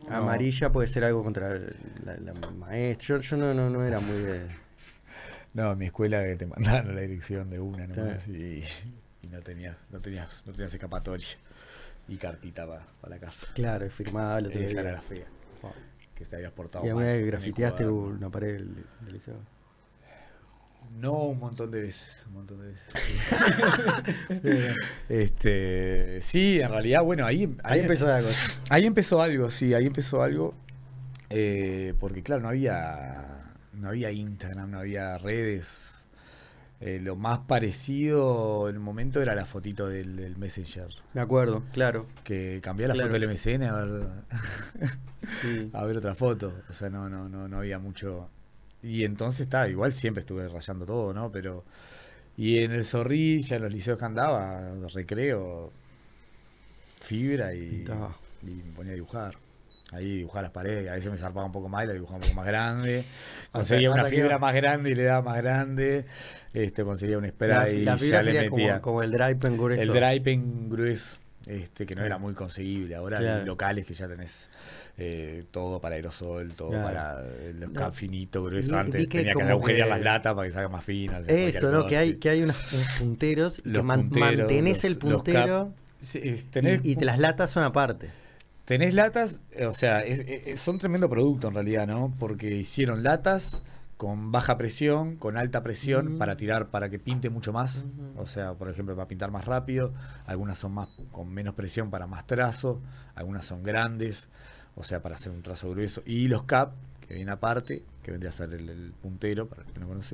Speaker 2: No.
Speaker 1: Amarilla puede ser algo contra la, la maestra. Yo, yo no, no, no era muy de...
Speaker 2: No, en mi escuela que te mandaron la dirección de una nomás y, y no tenías, no tenías, no tenías escapatoria. Y cartita para pa la casa.
Speaker 1: Claro, firmaba el otro
Speaker 2: Esa
Speaker 1: día.
Speaker 2: era la fea. Oh. Que se habías portado
Speaker 1: ¿Y a
Speaker 2: mal.
Speaker 1: mí grafiteaste una pared del, del liceo?
Speaker 2: No, un montón de veces, un montón de veces. este, sí, en realidad, bueno, ahí, ahí,
Speaker 1: ahí empezó algo.
Speaker 2: Ahí empezó algo, sí, ahí empezó algo. Eh, porque claro, no había, no había Instagram, no había redes. Eh, lo más parecido en el momento era la fotito del, del Messenger.
Speaker 1: Me acuerdo, claro.
Speaker 2: Que cambié la
Speaker 1: claro.
Speaker 2: foto del M S N a ver,
Speaker 1: sí.
Speaker 2: a ver otra foto. O sea, no, no, no, no había mucho. Y entonces está, igual siempre estuve rayando todo, ¿no? Pero. Y en el Zorrilla, en los liceos que andaba, recreo, fibra y, y me ponía a dibujar. Ahí dibujaba las paredes, a veces me zarpaba un poco más y la dibujaba un poco más grande. Conseguía una fibra más grande y le daba más grande. Este, conseguía un spray
Speaker 1: la, la
Speaker 2: y ya le metía.
Speaker 1: Como, como el dry pen grueso.
Speaker 2: El dry pen grueso, este, que no era muy conseguible. Ahora claro. Hay locales que ya tenés eh, todo para aerosol, todo claro. Para el cap no. finito, grueso. Antes que tenía que agujerear que... las latas para que salga más finas.
Speaker 1: Eso, ¿no? Que hay, que hay unos punteros y los que man, punteros, mantenés los, el puntero
Speaker 2: sí, tenés,
Speaker 1: y, y te las latas son aparte.
Speaker 2: Tenés latas, o sea, es, es, son tremendo producto en realidad, ¿no? Porque hicieron latas con baja presión, con alta presión, mm. para tirar, para que pinte mucho más. Mm-hmm. O sea, por ejemplo, para pintar más rápido. Algunas son más con menos presión para más trazo. Algunas son grandes, o sea, para hacer un trazo grueso. Y los cap, que viene aparte, que vendría a ser el, el puntero, para el que no conoce.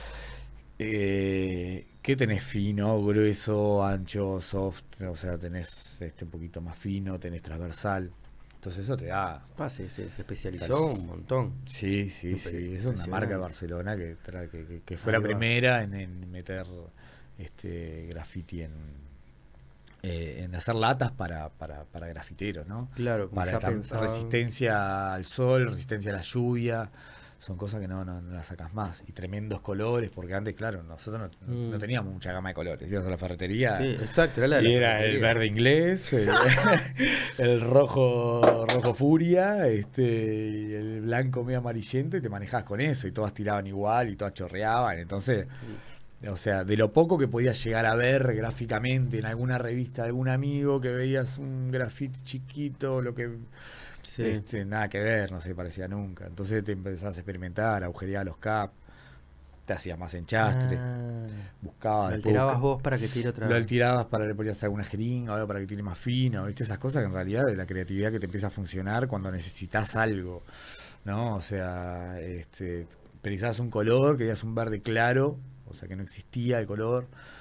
Speaker 2: Eh, ¿Qué tenés? Fino, grueso, ancho, soft. O sea, tenés este un poquito más fino, tenés transversal. Entonces eso te da...
Speaker 1: Ah, se, se, se especializó un montón.
Speaker 2: Sí, sí, sí. Es una marca de Barcelona que, tra- que, que, que fue la primera en, en meter este graffiti en, eh, en hacer latas para, para, para grafiteros, ¿no?
Speaker 1: Claro, como
Speaker 2: para
Speaker 1: ya
Speaker 2: esta
Speaker 1: pensaba...
Speaker 2: resistencia al sol, resistencia a la lluvia. Son cosas que no, no, no las sacas más. Y tremendos colores, porque antes, claro, nosotros no, mm. no teníamos mucha gama de colores. Ibas a la ferretería.
Speaker 1: Sí, exacto, era, la
Speaker 2: y era el verde inglés, el, el rojo rojo furia, este, y el blanco medio amarillento, y te manejabas con eso. Y todas tiraban igual y todas chorreaban. Entonces, sí. O sea, de lo poco que podías llegar a ver gráficamente en alguna revista de algún amigo, que veías un grafiti chiquito, lo que... Sí. Este, nada que ver, no se parecía nunca. Entonces te empezabas a experimentar, agujerear los cap, te hacías más enchastre, ah, buscabas.
Speaker 1: Lo alterabas vos para que tire otra vez.
Speaker 2: Lo alterabas para le ponías alguna jeringa, algo para que tire más fino, ¿viste? Esas cosas que en realidad de la creatividad que te empieza a funcionar cuando necesitas algo, ¿no? O sea, este, pensabas un color, querías un verde claro, o sea que no existía el color.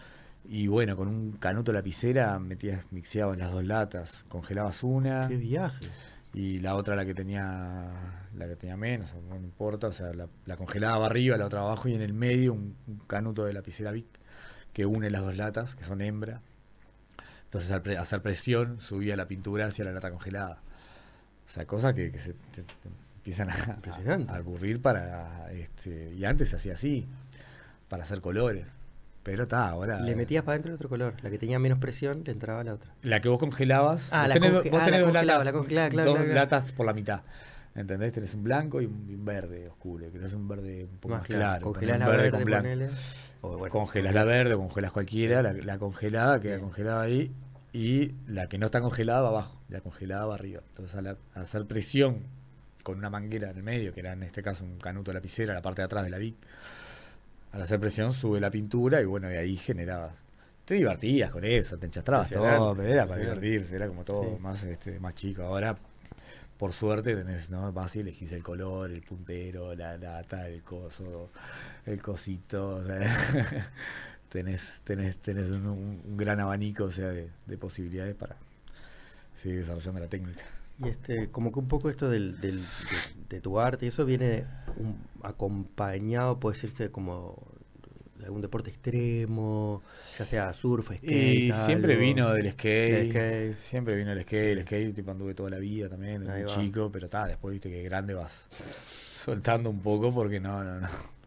Speaker 2: Y bueno, con un canuto lapicera metías, mixeabas las dos latas, congelabas una.
Speaker 1: ¡Qué viaje!
Speaker 2: Y la otra la que tenía la que tenía menos, no importa, o sea, la, la congelaba arriba, la otra abajo, y en el medio un, un canuto de lapicera Bic que une las dos latas, que son hembra. Entonces al pre, hacer presión subía la pintura hacia la lata congelada. O sea, cosas que, que se te, te empiezan a, a, a ocurrir para este, y antes se hacía así, para hacer colores. Pero está, ahora...
Speaker 1: Le metías para adentro el otro color. La que tenía menos presión, le entraba la otra.
Speaker 2: La que vos congelabas...
Speaker 1: Ah,
Speaker 2: vos
Speaker 1: la
Speaker 2: tenés,
Speaker 1: conge
Speaker 2: vos
Speaker 1: ah,
Speaker 2: tenés
Speaker 1: la
Speaker 2: dos
Speaker 1: congelaba,
Speaker 2: latas,
Speaker 1: la congelaba, claro,
Speaker 2: dos
Speaker 1: claro, claro.
Speaker 2: latas por la mitad. ¿Entendés? Tenés un blanco y un, y un verde oscuro. Que te hace un verde un poco más, más claro. claro.
Speaker 1: Congelás la
Speaker 2: verde,
Speaker 1: verde,
Speaker 2: con blanco.
Speaker 1: Ponele, o bueno,
Speaker 2: congelas la verde o congelas cualquiera. La, la congelada queda Bien. congelada ahí. Y la que no está congelada va abajo. La congelada va arriba. Entonces al, al hacer presión con una manguera en el medio, que era en este caso un canuto de lapicera, la parte de atrás de la Bic, al hacer presión sube la pintura y bueno, de ahí generabas. Te divertías con eso, te enchastrabas todo, pero era para divertirse, era como todo sí. más este más chico. Ahora, por suerte, tenés, ¿no? Vas y elegís el color, el puntero, la lata, el coso, el cosito, o sea, tenés, tenés, tenés un, un gran abanico, o sea, de, de posibilidades para seguir desarrollando la técnica.
Speaker 1: Y este, como que un poco esto del, del, de, de tu arte, eso viene un, acompañado, puede decirse como de algún deporte extremo, ya sea surf, skate.
Speaker 2: Y
Speaker 1: algo,
Speaker 2: siempre vino del skate,
Speaker 1: del skate.
Speaker 2: Siempre vino el skate, sí. el skate tipo anduve toda la vida también, desde muy chico, pero está, después viste que grande vas soltando un poco porque no, no, no.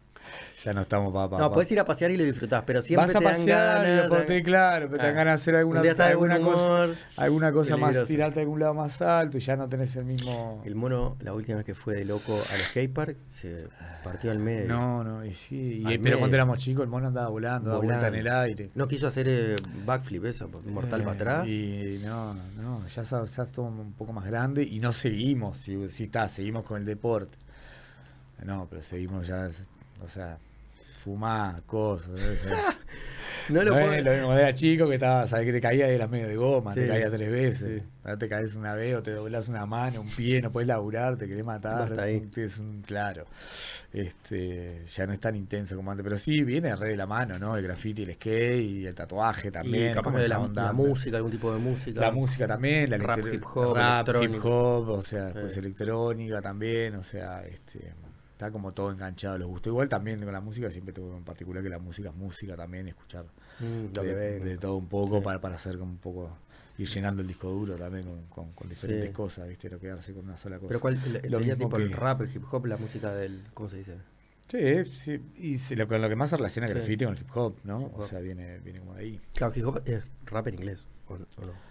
Speaker 2: ya no estamos para... Pa,
Speaker 1: no,
Speaker 2: pa.
Speaker 1: podés ir a pasear y lo disfrutás, pero siempre
Speaker 2: vas a
Speaker 1: te dan
Speaker 2: pasear
Speaker 1: ganas.
Speaker 2: y después te, claro, pero ah, te dan ganas de hacer alguna, alguna cosa, alguna cosa más, tirarte a algún lado más alto y ya no tenés el mismo...
Speaker 1: El mono, la última vez que fue de loco al skatepark, se partió al medio.
Speaker 2: No, no, y sí, y, pero cuando éramos chicos el mono andaba volando, daba vuelta en el aire.
Speaker 1: No quiso hacer eh, backflip, eso, mortal eh, para atrás.
Speaker 2: Y no, no, ya estamos un poco más grande y no seguimos, si, si está, seguimos con el deporte. No, pero seguimos ya, o sea, fumar, cosas. O sea, no lo, no es lo mismo, era chico que estaba, sabes que te caías y eras medio de goma, sí, te caías tres veces. Sí. Ahora te caes una vez o te doblás una mano, un pie, no puedes laburar, te querés matar. Es un, es un, claro, este, ya no es tan intenso como antes, pero sí viene re de la mano, ¿no? El graffiti, el skate y el tatuaje también.
Speaker 1: Y capaz de la, la música, algún tipo de música.
Speaker 2: La música también, la
Speaker 1: rap, hip hop,
Speaker 2: rap, hip hop, o sea, pues sí, electrónica también, o sea, este... está como todo enganchado, les gustó. Igual también con la música, siempre tuve en particular que la música es música también, escuchar mm, de, de todo un poco sí. para, para hacer como un poco, ir llenando el disco duro también con, con, con diferentes sí. cosas, ¿viste? No quedarse con una sola cosa.
Speaker 1: Pero ¿cuál el, sería tipo que... el rap, el hip hop, la música del, ¿cómo se dice?
Speaker 2: Sí, sí, y se, lo, lo que más se relaciona sí. graffiti con el hip hop, ¿no? Hip -hop. O sea, viene, viene como de ahí.
Speaker 1: Claro, hip hop es rap en inglés, ¿o, o no?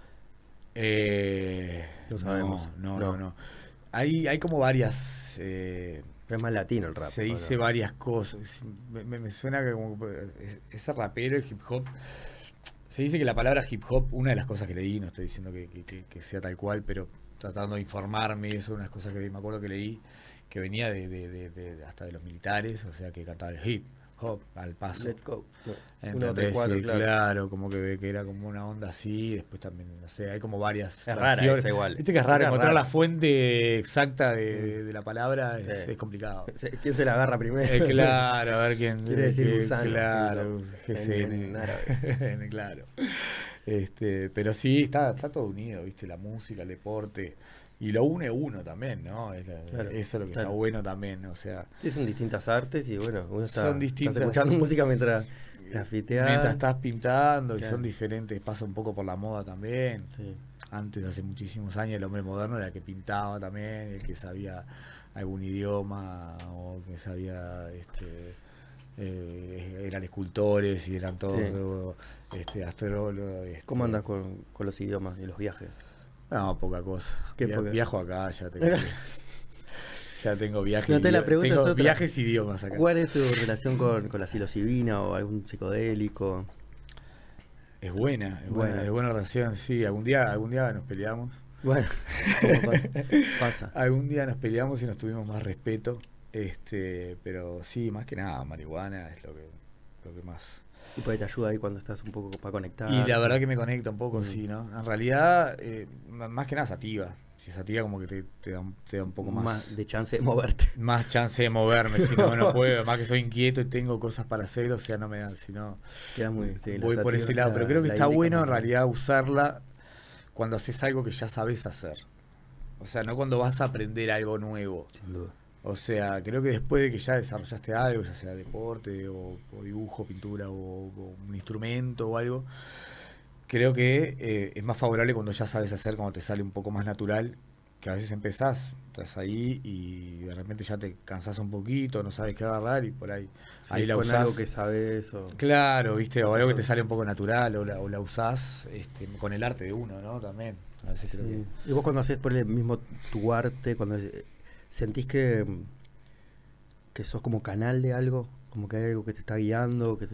Speaker 2: Eh,
Speaker 1: no sabemos.
Speaker 2: No, no, no. no. Hay, hay como varias... Eh,
Speaker 1: Pero es más latino el rap.
Speaker 2: Se dice no? varias cosas. Me, me, me suena que como ese rapero, el hip hop. Se dice que la palabra hip hop, una de las cosas que leí, no estoy diciendo que, que, que sea tal cual, pero tratando de informarme, eso, unas cosas que me acuerdo que leí, que venía de, de, de, de hasta de los militares, o sea, que cantaba el hip hop al paso.
Speaker 1: Let's go.
Speaker 2: No. Uno, tres, cuatro, sí, claro. claro, como que, que era como una onda así, después también, no sé, hay como varias
Speaker 1: es rara esa igual.
Speaker 2: Viste que es raro, encontrar rara. la fuente exacta de, de la palabra sí. es, es complicado.
Speaker 1: ¿Quién se la agarra primero?
Speaker 2: Eh, claro, a ver quién...
Speaker 1: Quiere decir
Speaker 2: que,
Speaker 1: gusano.
Speaker 2: Claro, G C N. En, en árabe. Claro. Este, pero sí, está, está todo unido, viste, la música, el deporte... Y lo une uno también, ¿no? Es la, claro, eso es lo que claro. está bueno también, o sea...
Speaker 1: Sí, son distintas artes y bueno, uno está,
Speaker 2: son distintas,
Speaker 1: estás escuchando música mientras grafiteas.
Speaker 2: Mientras estás pintando claro. y son diferentes, pasa un poco por la moda también.
Speaker 1: Sí.
Speaker 2: Antes, hace muchísimos años, el hombre moderno era el que pintaba también, el que sabía algún idioma o que sabía... este eh, eran escultores y eran todos sí. este, astrólogos. Este,
Speaker 1: ¿Cómo andas con, con los idiomas y los viajes?
Speaker 2: No, poca cosa.
Speaker 1: ¿Qué
Speaker 2: Via
Speaker 1: poca?
Speaker 2: Viajo acá, ya tengo, ya tengo viajes.
Speaker 1: No te la pregunta
Speaker 2: tengo
Speaker 1: es otra.
Speaker 2: Viajes y idiomas acá.
Speaker 1: ¿Cuál es tu relación con, con la psilocibina o algún psicodélico?
Speaker 2: Es buena, es buena, buena, es buena relación, sí. Algún día, algún día nos peleamos.
Speaker 1: Bueno, ¿cómo pasa?
Speaker 2: Algún día nos peleamos y nos tuvimos más respeto. Este, pero sí, más que nada, marihuana es lo que, lo que más.
Speaker 1: Y por ahí te ayuda ahí cuando estás un poco para conectar.
Speaker 2: Y la verdad que me conecta un poco, mm. sí, ¿no? En realidad, eh, más que nada sativa. Si sativa como que te, te, da, un, te da un poco más...
Speaker 1: Más de chance de moverte.
Speaker 2: Más chance de moverme, si no, no puedo. Más que soy inquieto y tengo cosas para hacer, o sea, no me da, si no...
Speaker 1: Queda muy... Sí,
Speaker 2: voy por ese lado, la, pero creo que está bueno en realidad usarla cuando haces algo que ya sabes hacer. O sea, no cuando vas a aprender algo nuevo.
Speaker 1: Sin duda.
Speaker 2: O sea, creo que después de que ya desarrollaste algo, ya sea deporte o, o dibujo, pintura o, o un instrumento o algo, creo que eh, es más favorable cuando ya sabes hacer, cuando te sale un poco más natural, que a veces empezás, estás ahí y de repente ya te cansás un poquito, no sabes qué agarrar y por ahí,
Speaker 1: sí,
Speaker 2: ahí la
Speaker 1: con
Speaker 2: usás.
Speaker 1: Algo que sabes o...
Speaker 2: Claro, viste, o algo que te sale un poco natural o la, o la usás este, con el arte de uno, ¿no? También. A veces
Speaker 1: sí.
Speaker 2: creo que...
Speaker 1: Y vos cuando haces por el mismo tu arte, cuando... ¿Sentís que, que sos como canal de algo? Como que hay algo que te está guiando, que te...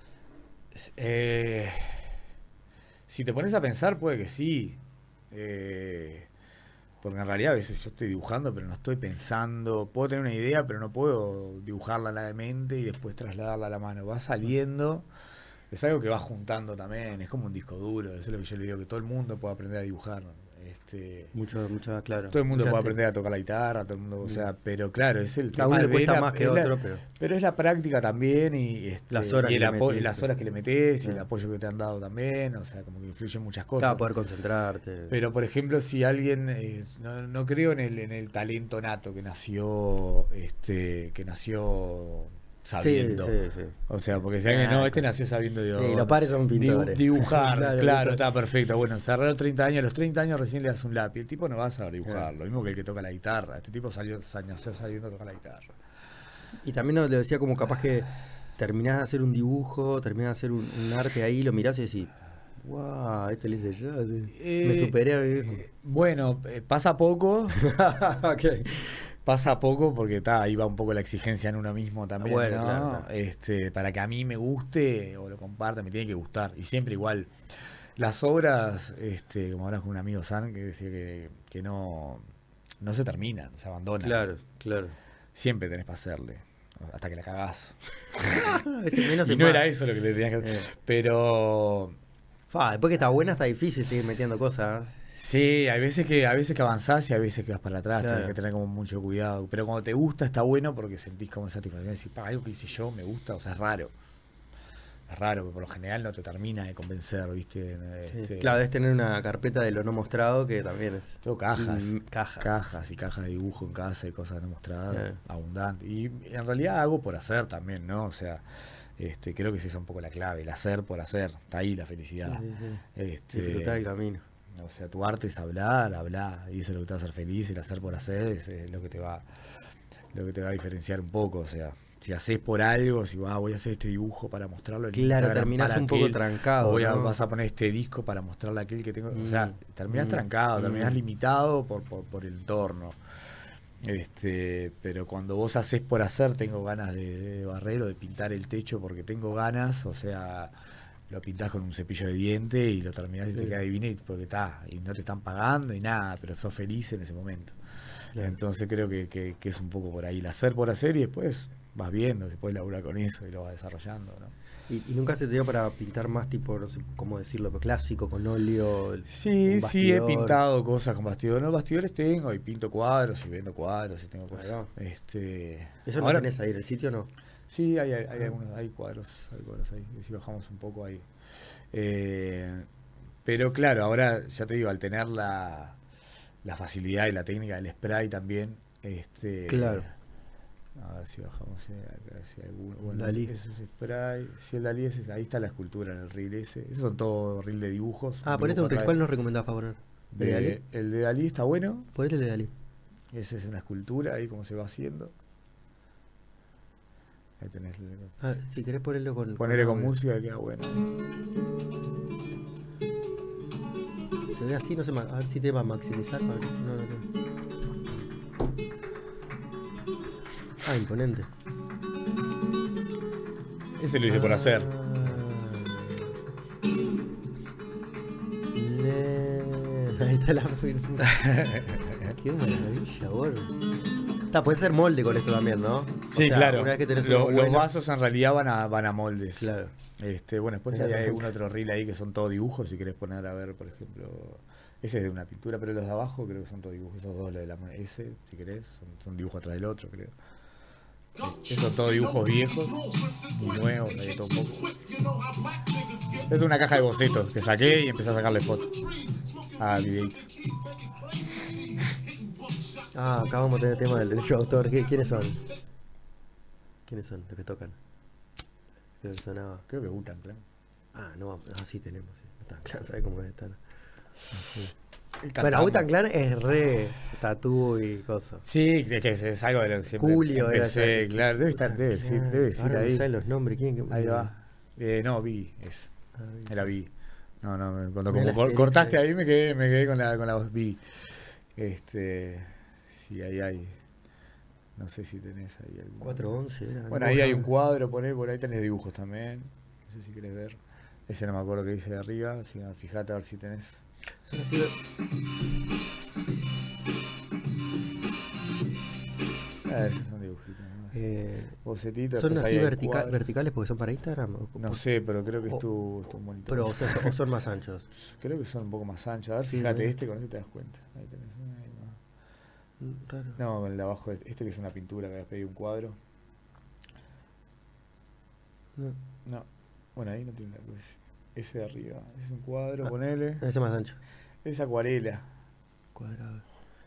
Speaker 2: Eh, si te pones a pensar, puede que sí. Eh, porque en realidad a veces yo estoy dibujando, pero no estoy pensando. Puedo tener una idea, pero no puedo dibujarla a la mente y después trasladarla a la mano. Va saliendo. Es algo que va juntando también. Es como un disco duro. Eso es lo que yo le digo, que todo el mundo puede aprender a dibujar. Este,
Speaker 1: mucho, mucho, claro.
Speaker 2: Todo el mundo
Speaker 1: Mucha
Speaker 2: puede
Speaker 1: te...
Speaker 2: aprender a tocar la guitarra, todo el mundo, o sea, pero claro, es el
Speaker 1: tema. A uno le cuesta la, más que otro,
Speaker 2: la,
Speaker 1: pero...
Speaker 2: pero es la práctica también y, este,
Speaker 1: las horas
Speaker 2: y el
Speaker 1: que
Speaker 2: apo
Speaker 1: metés,
Speaker 2: las horas que le metés
Speaker 1: sí.
Speaker 2: y el apoyo que te han dado también, o sea, como que influyen muchas cosas.
Speaker 1: Claro, poder concentrarte.
Speaker 2: Pero por ejemplo, si alguien eh, no, no creo en el en el talento nato que nació este que nació sabiendo.
Speaker 1: Sí, sí, sí.
Speaker 2: O sea, porque si alguien no, este nació sabiendo de
Speaker 1: sí, los padres son pintores.
Speaker 2: Dibujar, claro, claro, está perfecto. Bueno, cerrar los treinta años, a los treinta años recién le das un lápiz. El tipo no va a saber dibujar, claro. Lo mismo que el que toca la guitarra. Este tipo salió, nació sabiendo tocar la guitarra.
Speaker 1: Y Y también nos lo decía como capaz que terminás de hacer un dibujo, terminás de hacer un, un arte ahí, lo mirás y decís, wow, este lo hice yo, así.
Speaker 2: Eh,
Speaker 1: Me superé a mí mismo.
Speaker 2: eh, bueno, eh, pasa poco.
Speaker 1: Ok.
Speaker 2: Pasa poco porque ta, ahí va un poco la exigencia en uno mismo también,
Speaker 1: Bueno,
Speaker 2: ¿no?
Speaker 1: claro, claro.
Speaker 2: Este, para que a mí me guste o lo comparta, me tiene que gustar. Y siempre igual. Las obras, este, como hablas con un amigo San, que decía que, que no, no se terminan, se abandonan.
Speaker 1: Claro, claro.
Speaker 2: Siempre tenés para hacerle, hasta que la cagás.
Speaker 1: Ese menos
Speaker 2: Y
Speaker 1: es
Speaker 2: no
Speaker 1: más.
Speaker 2: era eso lo que le tenías que hacer.
Speaker 1: Eh.
Speaker 2: Pero
Speaker 1: Fa, después que está buena está difícil seguir metiendo cosas. ¿eh?
Speaker 2: sí, hay veces que hay veces que avanzás y hay veces que vas para atrás,
Speaker 1: Claro.
Speaker 2: tenés que tener como mucho cuidado. Pero cuando te gusta está bueno porque sentís como satisfacción. Decís, pa, algo que hice yo me gusta, o sea, es raro. Es raro, porque por lo general no te termina de convencer, ¿viste?
Speaker 1: Sí.
Speaker 2: Este,
Speaker 1: Claro, debes tener una carpeta de lo no mostrado que también es.
Speaker 2: Tengo cajas,
Speaker 1: Mm, cajas.
Speaker 2: cajas y cajas de dibujo en casa y cosas no mostradas,
Speaker 1: Claro.
Speaker 2: abundantes. Y en realidad hago por hacer también, ¿no? O sea, este, creo que esa es un poco la clave, el hacer por hacer. Está ahí la felicidad.
Speaker 1: Sí, sí, sí.
Speaker 2: Este,
Speaker 1: Disfrutar el camino.
Speaker 2: O sea, tu arte es hablar, hablar, y eso es lo que te va a hacer feliz, el hacer por hacer es, es lo que te va lo que te va a diferenciar un poco, o sea, si haces por algo, si ah, voy a hacer este dibujo para mostrarlo en
Speaker 1: Claro,
Speaker 2: Instagram
Speaker 1: terminás
Speaker 2: para
Speaker 1: un poco
Speaker 2: aquel,
Speaker 1: trancado,
Speaker 2: o voy a,
Speaker 1: ¿no?
Speaker 2: vas a poner este disco para mostrarle a aquel que tengo,
Speaker 1: Mm,
Speaker 2: o sea, terminás
Speaker 1: mm,
Speaker 2: trancado, terminás
Speaker 1: mm.
Speaker 2: limitado por, por, por el entorno. Este, pero cuando vos haces por hacer, tengo ganas de, de barrer o de pintar el techo porque tengo ganas, o sea, lo pintás con un cepillo de diente y lo terminás y
Speaker 1: Sí.
Speaker 2: te queda divino y porque está, y no te están pagando y nada, pero sos feliz en ese momento.
Speaker 1: Claro.
Speaker 2: Entonces creo que, que, que es un poco por ahí, el hacer por hacer y después vas viendo, después laburar con eso y lo vas desarrollando, ¿no?
Speaker 1: ¿Y, y nunca se te dio para pintar más tipo, no sé cómo decirlo, clásico, con óleo? el-
Speaker 2: Sí,
Speaker 1: un
Speaker 2: sí, he
Speaker 1: bastidor?
Speaker 2: pintado cosas con bastidores. No, bastidores tengo y pinto cuadros y vendo cuadros y tengo
Speaker 1: Ahí
Speaker 2: cosas.
Speaker 1: va.
Speaker 2: Este,
Speaker 1: ¿Eso no
Speaker 2: ahora-
Speaker 1: tenés ahí en el sitio no?
Speaker 2: Sí, hay, hay, hay algunos, hay cuadros, hay cuadros ahí. Y si bajamos un poco ahí. Eh, pero claro, ahora ya te digo, al tener la, la facilidad y la técnica del spray también, este,
Speaker 1: Claro.
Speaker 2: a ver si bajamos eh, acá, si hay alguno. Bueno,
Speaker 1: Dalí.
Speaker 2: ese es spray. Si el Dalí ese, ahí está la escultura en el reel ese. Esos son todos reel de dibujos.
Speaker 1: Ah, ponete
Speaker 2: dibujo
Speaker 1: un reel.
Speaker 2: atrás
Speaker 1: ¿Cuál nos recomendás para poner? ¿El de Dalí?
Speaker 2: de- el de Dalí está bueno.
Speaker 1: Ponete el de Dalí.
Speaker 2: Esa es una escultura ahí como se va haciendo. Ahí tenés. el-
Speaker 1: Ah, si querés ponerlo con...
Speaker 2: Ponele con
Speaker 1: audio.
Speaker 2: música queda bueno.
Speaker 1: Se ve así, no sé, ma- a ver si te va a maximizar. para- No, no, no. Ah, imponente.
Speaker 2: Ese lo hice por hacer.
Speaker 1: Le- Ahí está la firma. Qué maravilla, boludo. Está, puede ser molde con esto también, ¿no? O
Speaker 2: Sí,
Speaker 1: sea,
Speaker 2: claro.
Speaker 1: Una vez que tenés
Speaker 2: Lo-
Speaker 1: uno
Speaker 2: los
Speaker 1: bueno-
Speaker 2: vasos en realidad van a, van a moldes.
Speaker 1: Claro.
Speaker 2: Este, bueno, después
Speaker 1: Mirá,
Speaker 2: hay
Speaker 1: por
Speaker 2: algún
Speaker 1: ejemplo.
Speaker 2: otro reel ahí que son todos dibujos, si querés poner a ver, por ejemplo, ese es de una pintura, pero los de abajo creo que son todos dibujos, esos dos, los de la mano- ese, si querés, son, son dibujos atrás del otro, creo. Esos son todos dibujos viejos y nuevos, hay de todo un poco. Esto es una caja de bocetos que saqué y empecé a sacarle fotos. Ah, videito.
Speaker 1: Ah, acá vamos a tener el tema del derecho de autor. ¿Qué- ¿Quiénes son? ¿Quiénes son los que tocan? Creo que sonaba.
Speaker 2: Creo que Wu-Tang Clan.
Speaker 1: Ah, no, ah, sí tenemos. Sí. Wu-Tang Clan, ¿sabes cómo es? Están?
Speaker 2: El
Speaker 1: Bueno,
Speaker 2: Catán.
Speaker 1: Wu-Tang Clan es re tatú y cosas.
Speaker 2: Sí, es que es algo de lo que siempre
Speaker 1: Julio era
Speaker 2: empecé,
Speaker 1: ese-
Speaker 2: claro, debe estar, debe decir, debe decir
Speaker 1: Ahora no
Speaker 2: ahí.
Speaker 1: saben los nombres. ¿Quién? ¿Quién?
Speaker 2: Ahí va. Eh, no, vi, es.
Speaker 1: Ah, sí.
Speaker 2: Era vi. No, no, me- cuando
Speaker 1: Mirá
Speaker 2: como
Speaker 1: las
Speaker 2: cor-
Speaker 1: que
Speaker 2: cortaste
Speaker 1: dice.
Speaker 2: ahí me quedé, me quedé con la con la voz vi. Este, sí, ahí hay. No sé si tenés ahí algún.
Speaker 1: cuatro once era.
Speaker 2: Bueno,
Speaker 1: ¿Cómo
Speaker 2: ahí
Speaker 1: se
Speaker 2: hay
Speaker 1: llama?
Speaker 2: un cuadro, poné, por ahí tenés dibujos también. No sé si querés ver. Ese no me acuerdo qué dice de arriba, así que fíjate a ver si tenés.
Speaker 1: Son así,
Speaker 2: Ah, esos son dibujitos, ¿no?
Speaker 1: eh,
Speaker 2: Bocetitos.
Speaker 1: ¿Son
Speaker 2: después
Speaker 1: así
Speaker 2: ahí hay
Speaker 1: vertica-
Speaker 2: cuadros.
Speaker 1: verticales porque son para Instagram? ¿O-
Speaker 2: No
Speaker 1: o-
Speaker 2: sé, pero creo que es
Speaker 1: o-
Speaker 2: tu, tu monitor.
Speaker 1: Pero, o, sea, o son más anchos.
Speaker 2: Creo que son un poco más anchos. A ver,
Speaker 1: Sí,
Speaker 2: fíjate
Speaker 1: ¿no?
Speaker 2: este, con este te das cuenta. Ahí tenés. Ahí va.
Speaker 1: Mm, Raro.
Speaker 2: No, con el de abajo, este que es una pintura que habías pedido un cuadro.
Speaker 1: No.
Speaker 2: No, bueno, ahí no tiene la luz. Ese de arriba, es un cuadro,
Speaker 1: Ah.
Speaker 2: ponele.
Speaker 1: Ese es más ancho.
Speaker 2: Es acuarela.
Speaker 1: Cuadrado.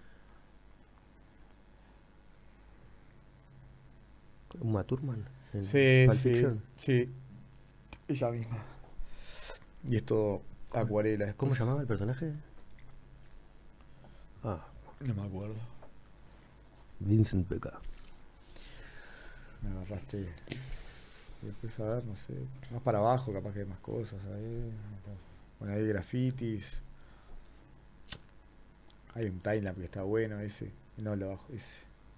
Speaker 1: ¿Uma Thurman? ¿En
Speaker 2: Sí,
Speaker 1: Pulp
Speaker 2: sí,
Speaker 1: Fiction?
Speaker 2: sí. Ella misma. Y es todo acuarela. después.
Speaker 1: ¿Cómo llamaba el personaje? Ah,
Speaker 2: No me acuerdo.
Speaker 1: Vincent Beca.
Speaker 2: me agarraste. Y después, a ver, no sé, más para abajo, capaz que hay más cosas ahí. Bueno, hay grafitis. Hay un timelapse que está bueno ese. No, lo bajo ese.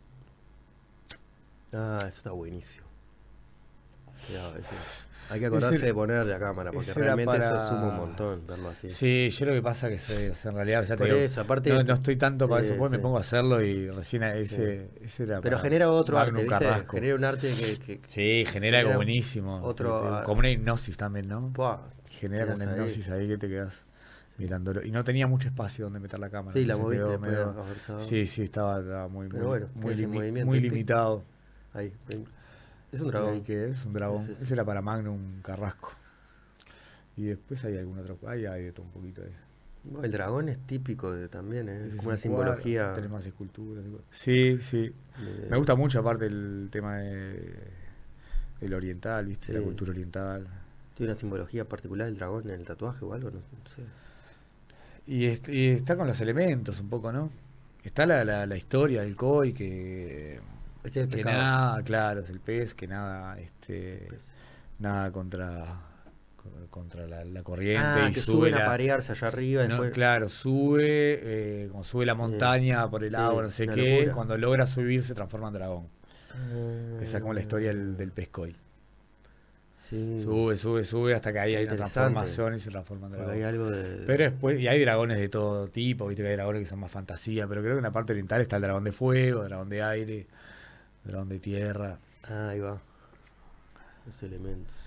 Speaker 1: Ah, eso está buenísimo. Cuidado, ese. Hay que acordarse ese, de poner la cámara, porque realmente para... eso suma un montón verlo así.
Speaker 2: Sí, yo lo que pasa es que soy, o sea, en realidad ya te digo,
Speaker 1: eso, aparte,
Speaker 2: no, no estoy tanto sí, para eso, pues
Speaker 1: sí.
Speaker 2: me pongo a hacerlo y recién ese, sí. ese era
Speaker 1: Pero
Speaker 2: para
Speaker 1: genera otro
Speaker 2: Magnum
Speaker 1: arte,
Speaker 2: Carrasco.
Speaker 1: Genera un arte que... que
Speaker 2: sí, genera algo buenísimo.
Speaker 1: Otro,
Speaker 2: como una hipnosis también, ¿no?
Speaker 1: Buah,
Speaker 2: genera una hipnosis ahí. ahí que te quedas mirándolo. Y no tenía mucho espacio donde meter la cámara.
Speaker 1: Sí, la moviste
Speaker 2: quedó
Speaker 1: medio...
Speaker 2: medio... Sí, sí, estaba, estaba muy, muy,
Speaker 1: bueno,
Speaker 2: muy, limi muy limitado.
Speaker 1: Ahí, es un dragón.
Speaker 2: ¿Qué es? Un dragón. Es ese era para Magnum Carrasco. Y después hay algún otro. Ahí hay de todo un poquito ahí.
Speaker 1: No, el dragón es típico de, también, ¿eh? Es como una simbología.
Speaker 2: Tiene más esculturas. Sí, sí. Eh, Me gusta mucho, aparte, el tema de, el oriental, ¿viste? Sí. La cultura oriental.
Speaker 1: ¿Tiene una simbología particular el dragón en el tatuaje o algo? No, no sé.
Speaker 2: Y, est y está con los elementos un poco, ¿no? Está la, la, la historia del koi que.
Speaker 1: Es el
Speaker 2: que
Speaker 1: pescado.
Speaker 2: Nada, claro, es el pez, que nada, este, nada contra contra la, la corriente
Speaker 1: ah,
Speaker 2: y
Speaker 1: que
Speaker 2: sube
Speaker 1: suben
Speaker 2: la,
Speaker 1: a parearse allá arriba.
Speaker 2: No,
Speaker 1: después...
Speaker 2: Claro, sube, eh, como sube la montaña sí, por el sí, agua, no sé qué, locura. Cuando logra subir se transforma en dragón. Uh, Esa es como la historia del, del pez koi. Sí. Sube, sube, sube hasta que ahí hay una transformación y se transforma en dragón.
Speaker 1: Hay algo de...
Speaker 2: Pero después, y hay dragones de todo tipo, viste que hay dragones que son más fantasía, pero creo que en la parte oriental está el dragón de fuego, el dragón de aire, el dragón de tierra.
Speaker 1: Ah, ahí va. Los elementos.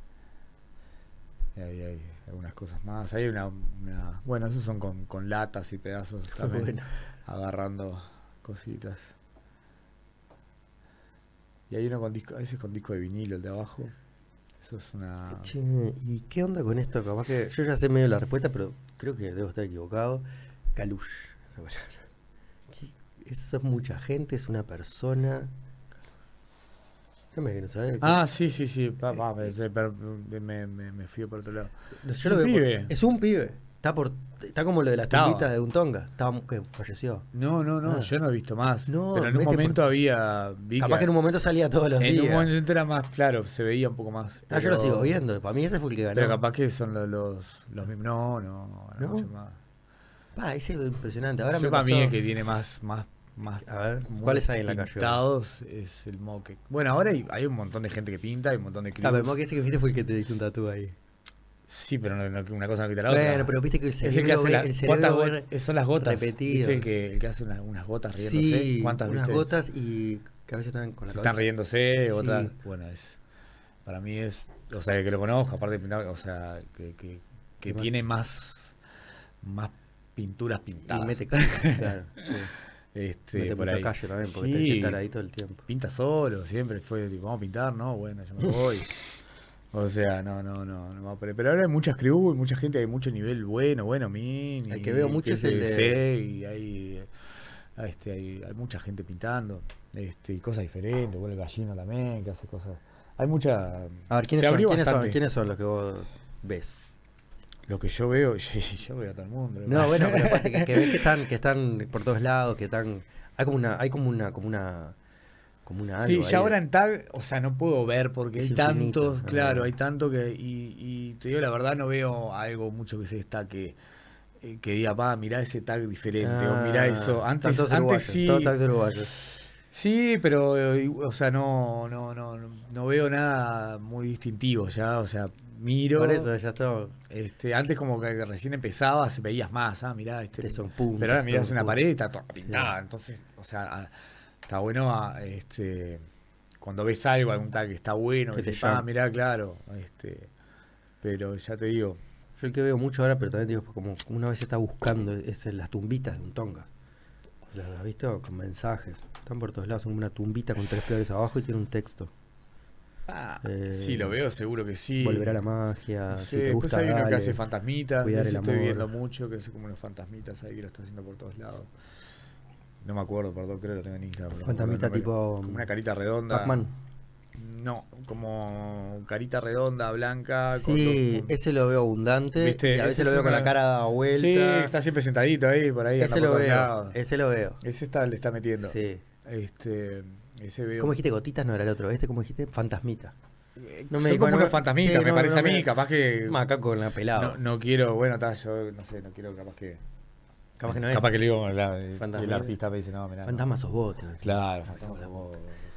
Speaker 2: Y ahí hay algunas cosas más. Hay una, una bueno, esos son con, con latas y pedazos también, bueno. Agarrando cositas. Y hay uno con disco, a veces con disco de vinilo, el de abajo. Eso es una...
Speaker 1: Che, ¿y qué onda con esto? Capaz que yo ya sé medio la respuesta, pero creo que debo estar equivocado. Calush, esa palabra. Eso es mucha gente, es una persona... No me no sabía
Speaker 2: ah, sí, sí, sí. Pa, pa, me, me, me, me fui por otro lado.
Speaker 1: Yo es, lo un veo pibe. Por, es un pibe. Está por está como lo de las tumbitas de Untonga. Estaba que falleció.
Speaker 2: No, no, no. Ah. Yo no he visto más.
Speaker 1: No,
Speaker 2: pero en un momento por... había. Vi
Speaker 1: capaz que, que en un momento salía todos los
Speaker 2: en
Speaker 1: días.
Speaker 2: En un momento era más claro, se veía un poco más.
Speaker 1: Ah, pero... yo lo sigo viendo. Para mí ese fue el que ganó.
Speaker 2: Pero capaz que son los los, los mismos. No, no, no,
Speaker 1: ¿No?
Speaker 2: Mucho más.
Speaker 1: Pa, ese es impresionante. Ahora
Speaker 2: yo
Speaker 1: me
Speaker 2: para
Speaker 1: pasó...
Speaker 2: mí el que tiene más, más más
Speaker 1: a ver, ¿cuáles hay en la calle?
Speaker 2: Pintados es el Moque. Bueno, ahora hay, hay un montón de gente que pinta, hay un montón de
Speaker 1: crews. Ah, el Moque ese que viste fue el que te hizo un tatu ahí.
Speaker 2: Sí, pero no, no, una cosa no quita la
Speaker 1: bueno,
Speaker 2: otra.
Speaker 1: Bueno, pero viste que el cerebro,
Speaker 2: es el que hace
Speaker 1: ve,
Speaker 2: la,
Speaker 1: el cerebro
Speaker 2: ver, son las gotas.
Speaker 1: Repetido.
Speaker 2: ¿Viste el que, el que hace unas, unas gotas riéndose?
Speaker 1: Sí,
Speaker 2: ¿Cuántas
Speaker 1: unas
Speaker 2: viste?
Speaker 1: gotas y que a veces están con la
Speaker 2: Se
Speaker 1: cabeza.
Speaker 2: están riéndose,
Speaker 1: sí.
Speaker 2: Otras. Bueno, es para mí es, o sea, que lo conozco, aparte de pintar, o sea, que, que, que tiene más más pinturas pintadas.
Speaker 1: Y mete claro, sí.
Speaker 2: Este,
Speaker 1: mete
Speaker 2: por
Speaker 1: mucha
Speaker 2: ahí.
Speaker 1: calle también, porque
Speaker 2: sí,
Speaker 1: tenés que estar ahí todo el tiempo.
Speaker 2: Pinta solo, siempre fue tipo, vamos a pintar, no, bueno, yo me voy. O sea, no, no, no, no pero, pero ahora hay muchas crew, mucha gente, hay mucho nivel bueno, bueno, mini.
Speaker 1: El que veo mucho
Speaker 2: que
Speaker 1: es el de...
Speaker 2: C, y hay, este, hay, hay mucha gente pintando, este, y cosas diferentes, bueno, el gallino también, que hace cosas. Hay mucha.
Speaker 1: A ver, ¿quiénes, son, ¿quiénes, son, ¿quiénes son los que vos ves?
Speaker 2: Lo que yo veo, yo, yo veo a todo el mundo.
Speaker 1: No, bueno, pero aparte que, que ves que están, que están por todos lados, que están. Hay como una, hay como una, como una. Como una
Speaker 2: sí, ya
Speaker 1: ahí.
Speaker 2: ahora en tag, o sea, no puedo ver porque es hay infinito, tantos, claro, no. hay tanto que. Y, y te digo la verdad, no veo algo mucho que se destaque. Eh, que diga, pa, mirá ese tag diferente, ah, o mirá eso. Antes, antes sí.
Speaker 1: Todos tags uruguayos.
Speaker 2: Sí, pero, o sea, no, no, no, no veo nada muy distintivo ya, o sea, miro.
Speaker 1: Por eso, ya está.
Speaker 2: Este, antes como que recién empezaba, se veías más, ah, mirá, este.
Speaker 1: Son puntos,
Speaker 2: pero ahora mirás una
Speaker 1: puntos.
Speaker 2: pared y está toda pintada, sí. Entonces, o sea, está bueno, este, cuando ves algo, algún tag que está bueno, que dices, ah, mirá, claro, este, pero ya te digo.
Speaker 1: Yo el que veo mucho ahora, pero también digo, como una vez está buscando, es en las tumbitas de Untonga. ¿Las has visto? Con mensajes. Están por todos lados, son como una tumbita con tres flores abajo y tiene un texto.
Speaker 2: Ah, eh, sí, lo veo, seguro que sí.
Speaker 1: Volver a la magia.
Speaker 2: No sé,
Speaker 1: si te gusta,
Speaker 2: hay uno
Speaker 1: dale,
Speaker 2: que hace fantasmitas.
Speaker 1: Cuidar el
Speaker 2: estoy
Speaker 1: amor.
Speaker 2: viendo mucho, que hace como unos fantasmitas ahí que lo está haciendo por todos lados. No me acuerdo, perdón, creo que lo tengo en Instagram.
Speaker 1: Fantasmita no, tipo.
Speaker 2: Como una carita redonda.
Speaker 1: Pac-Man.
Speaker 2: No, como carita redonda, blanca.
Speaker 1: Sí,
Speaker 2: con dos, con...
Speaker 1: ese lo veo abundante.
Speaker 2: ¿Viste?
Speaker 1: Y a veces
Speaker 2: ese
Speaker 1: lo veo
Speaker 2: una...
Speaker 1: con la cara dada vuelta.
Speaker 2: Sí, está siempre sentadito ahí, por ahí.
Speaker 1: Ese lo
Speaker 2: por
Speaker 1: veo.
Speaker 2: lados.
Speaker 1: Ese lo veo.
Speaker 2: Ese está, le está metiendo.
Speaker 1: Sí.
Speaker 2: Este, Ese veo.
Speaker 1: ¿Cómo dijiste gotitas? No era el otro. Este, ¿cómo dijiste? Fantasmita.
Speaker 2: No me, Son como
Speaker 1: bueno,
Speaker 2: unos fantasmitas,
Speaker 1: sí,
Speaker 2: me
Speaker 1: no,
Speaker 2: parece
Speaker 1: no
Speaker 2: a mí,
Speaker 1: me-
Speaker 2: capaz que...
Speaker 1: Macaco en la pelada.
Speaker 2: No, no quiero, bueno, está, yo no sé, no quiero, capaz que...
Speaker 1: Capaz que no
Speaker 2: capaz
Speaker 1: es.
Speaker 2: que le digo, la- y
Speaker 1: Fantasma.
Speaker 2: el artista me dice, no, mirá.
Speaker 1: Fantasma
Speaker 2: no.
Speaker 1: sos vos, tío.
Speaker 2: Claro, fantasma sos vos,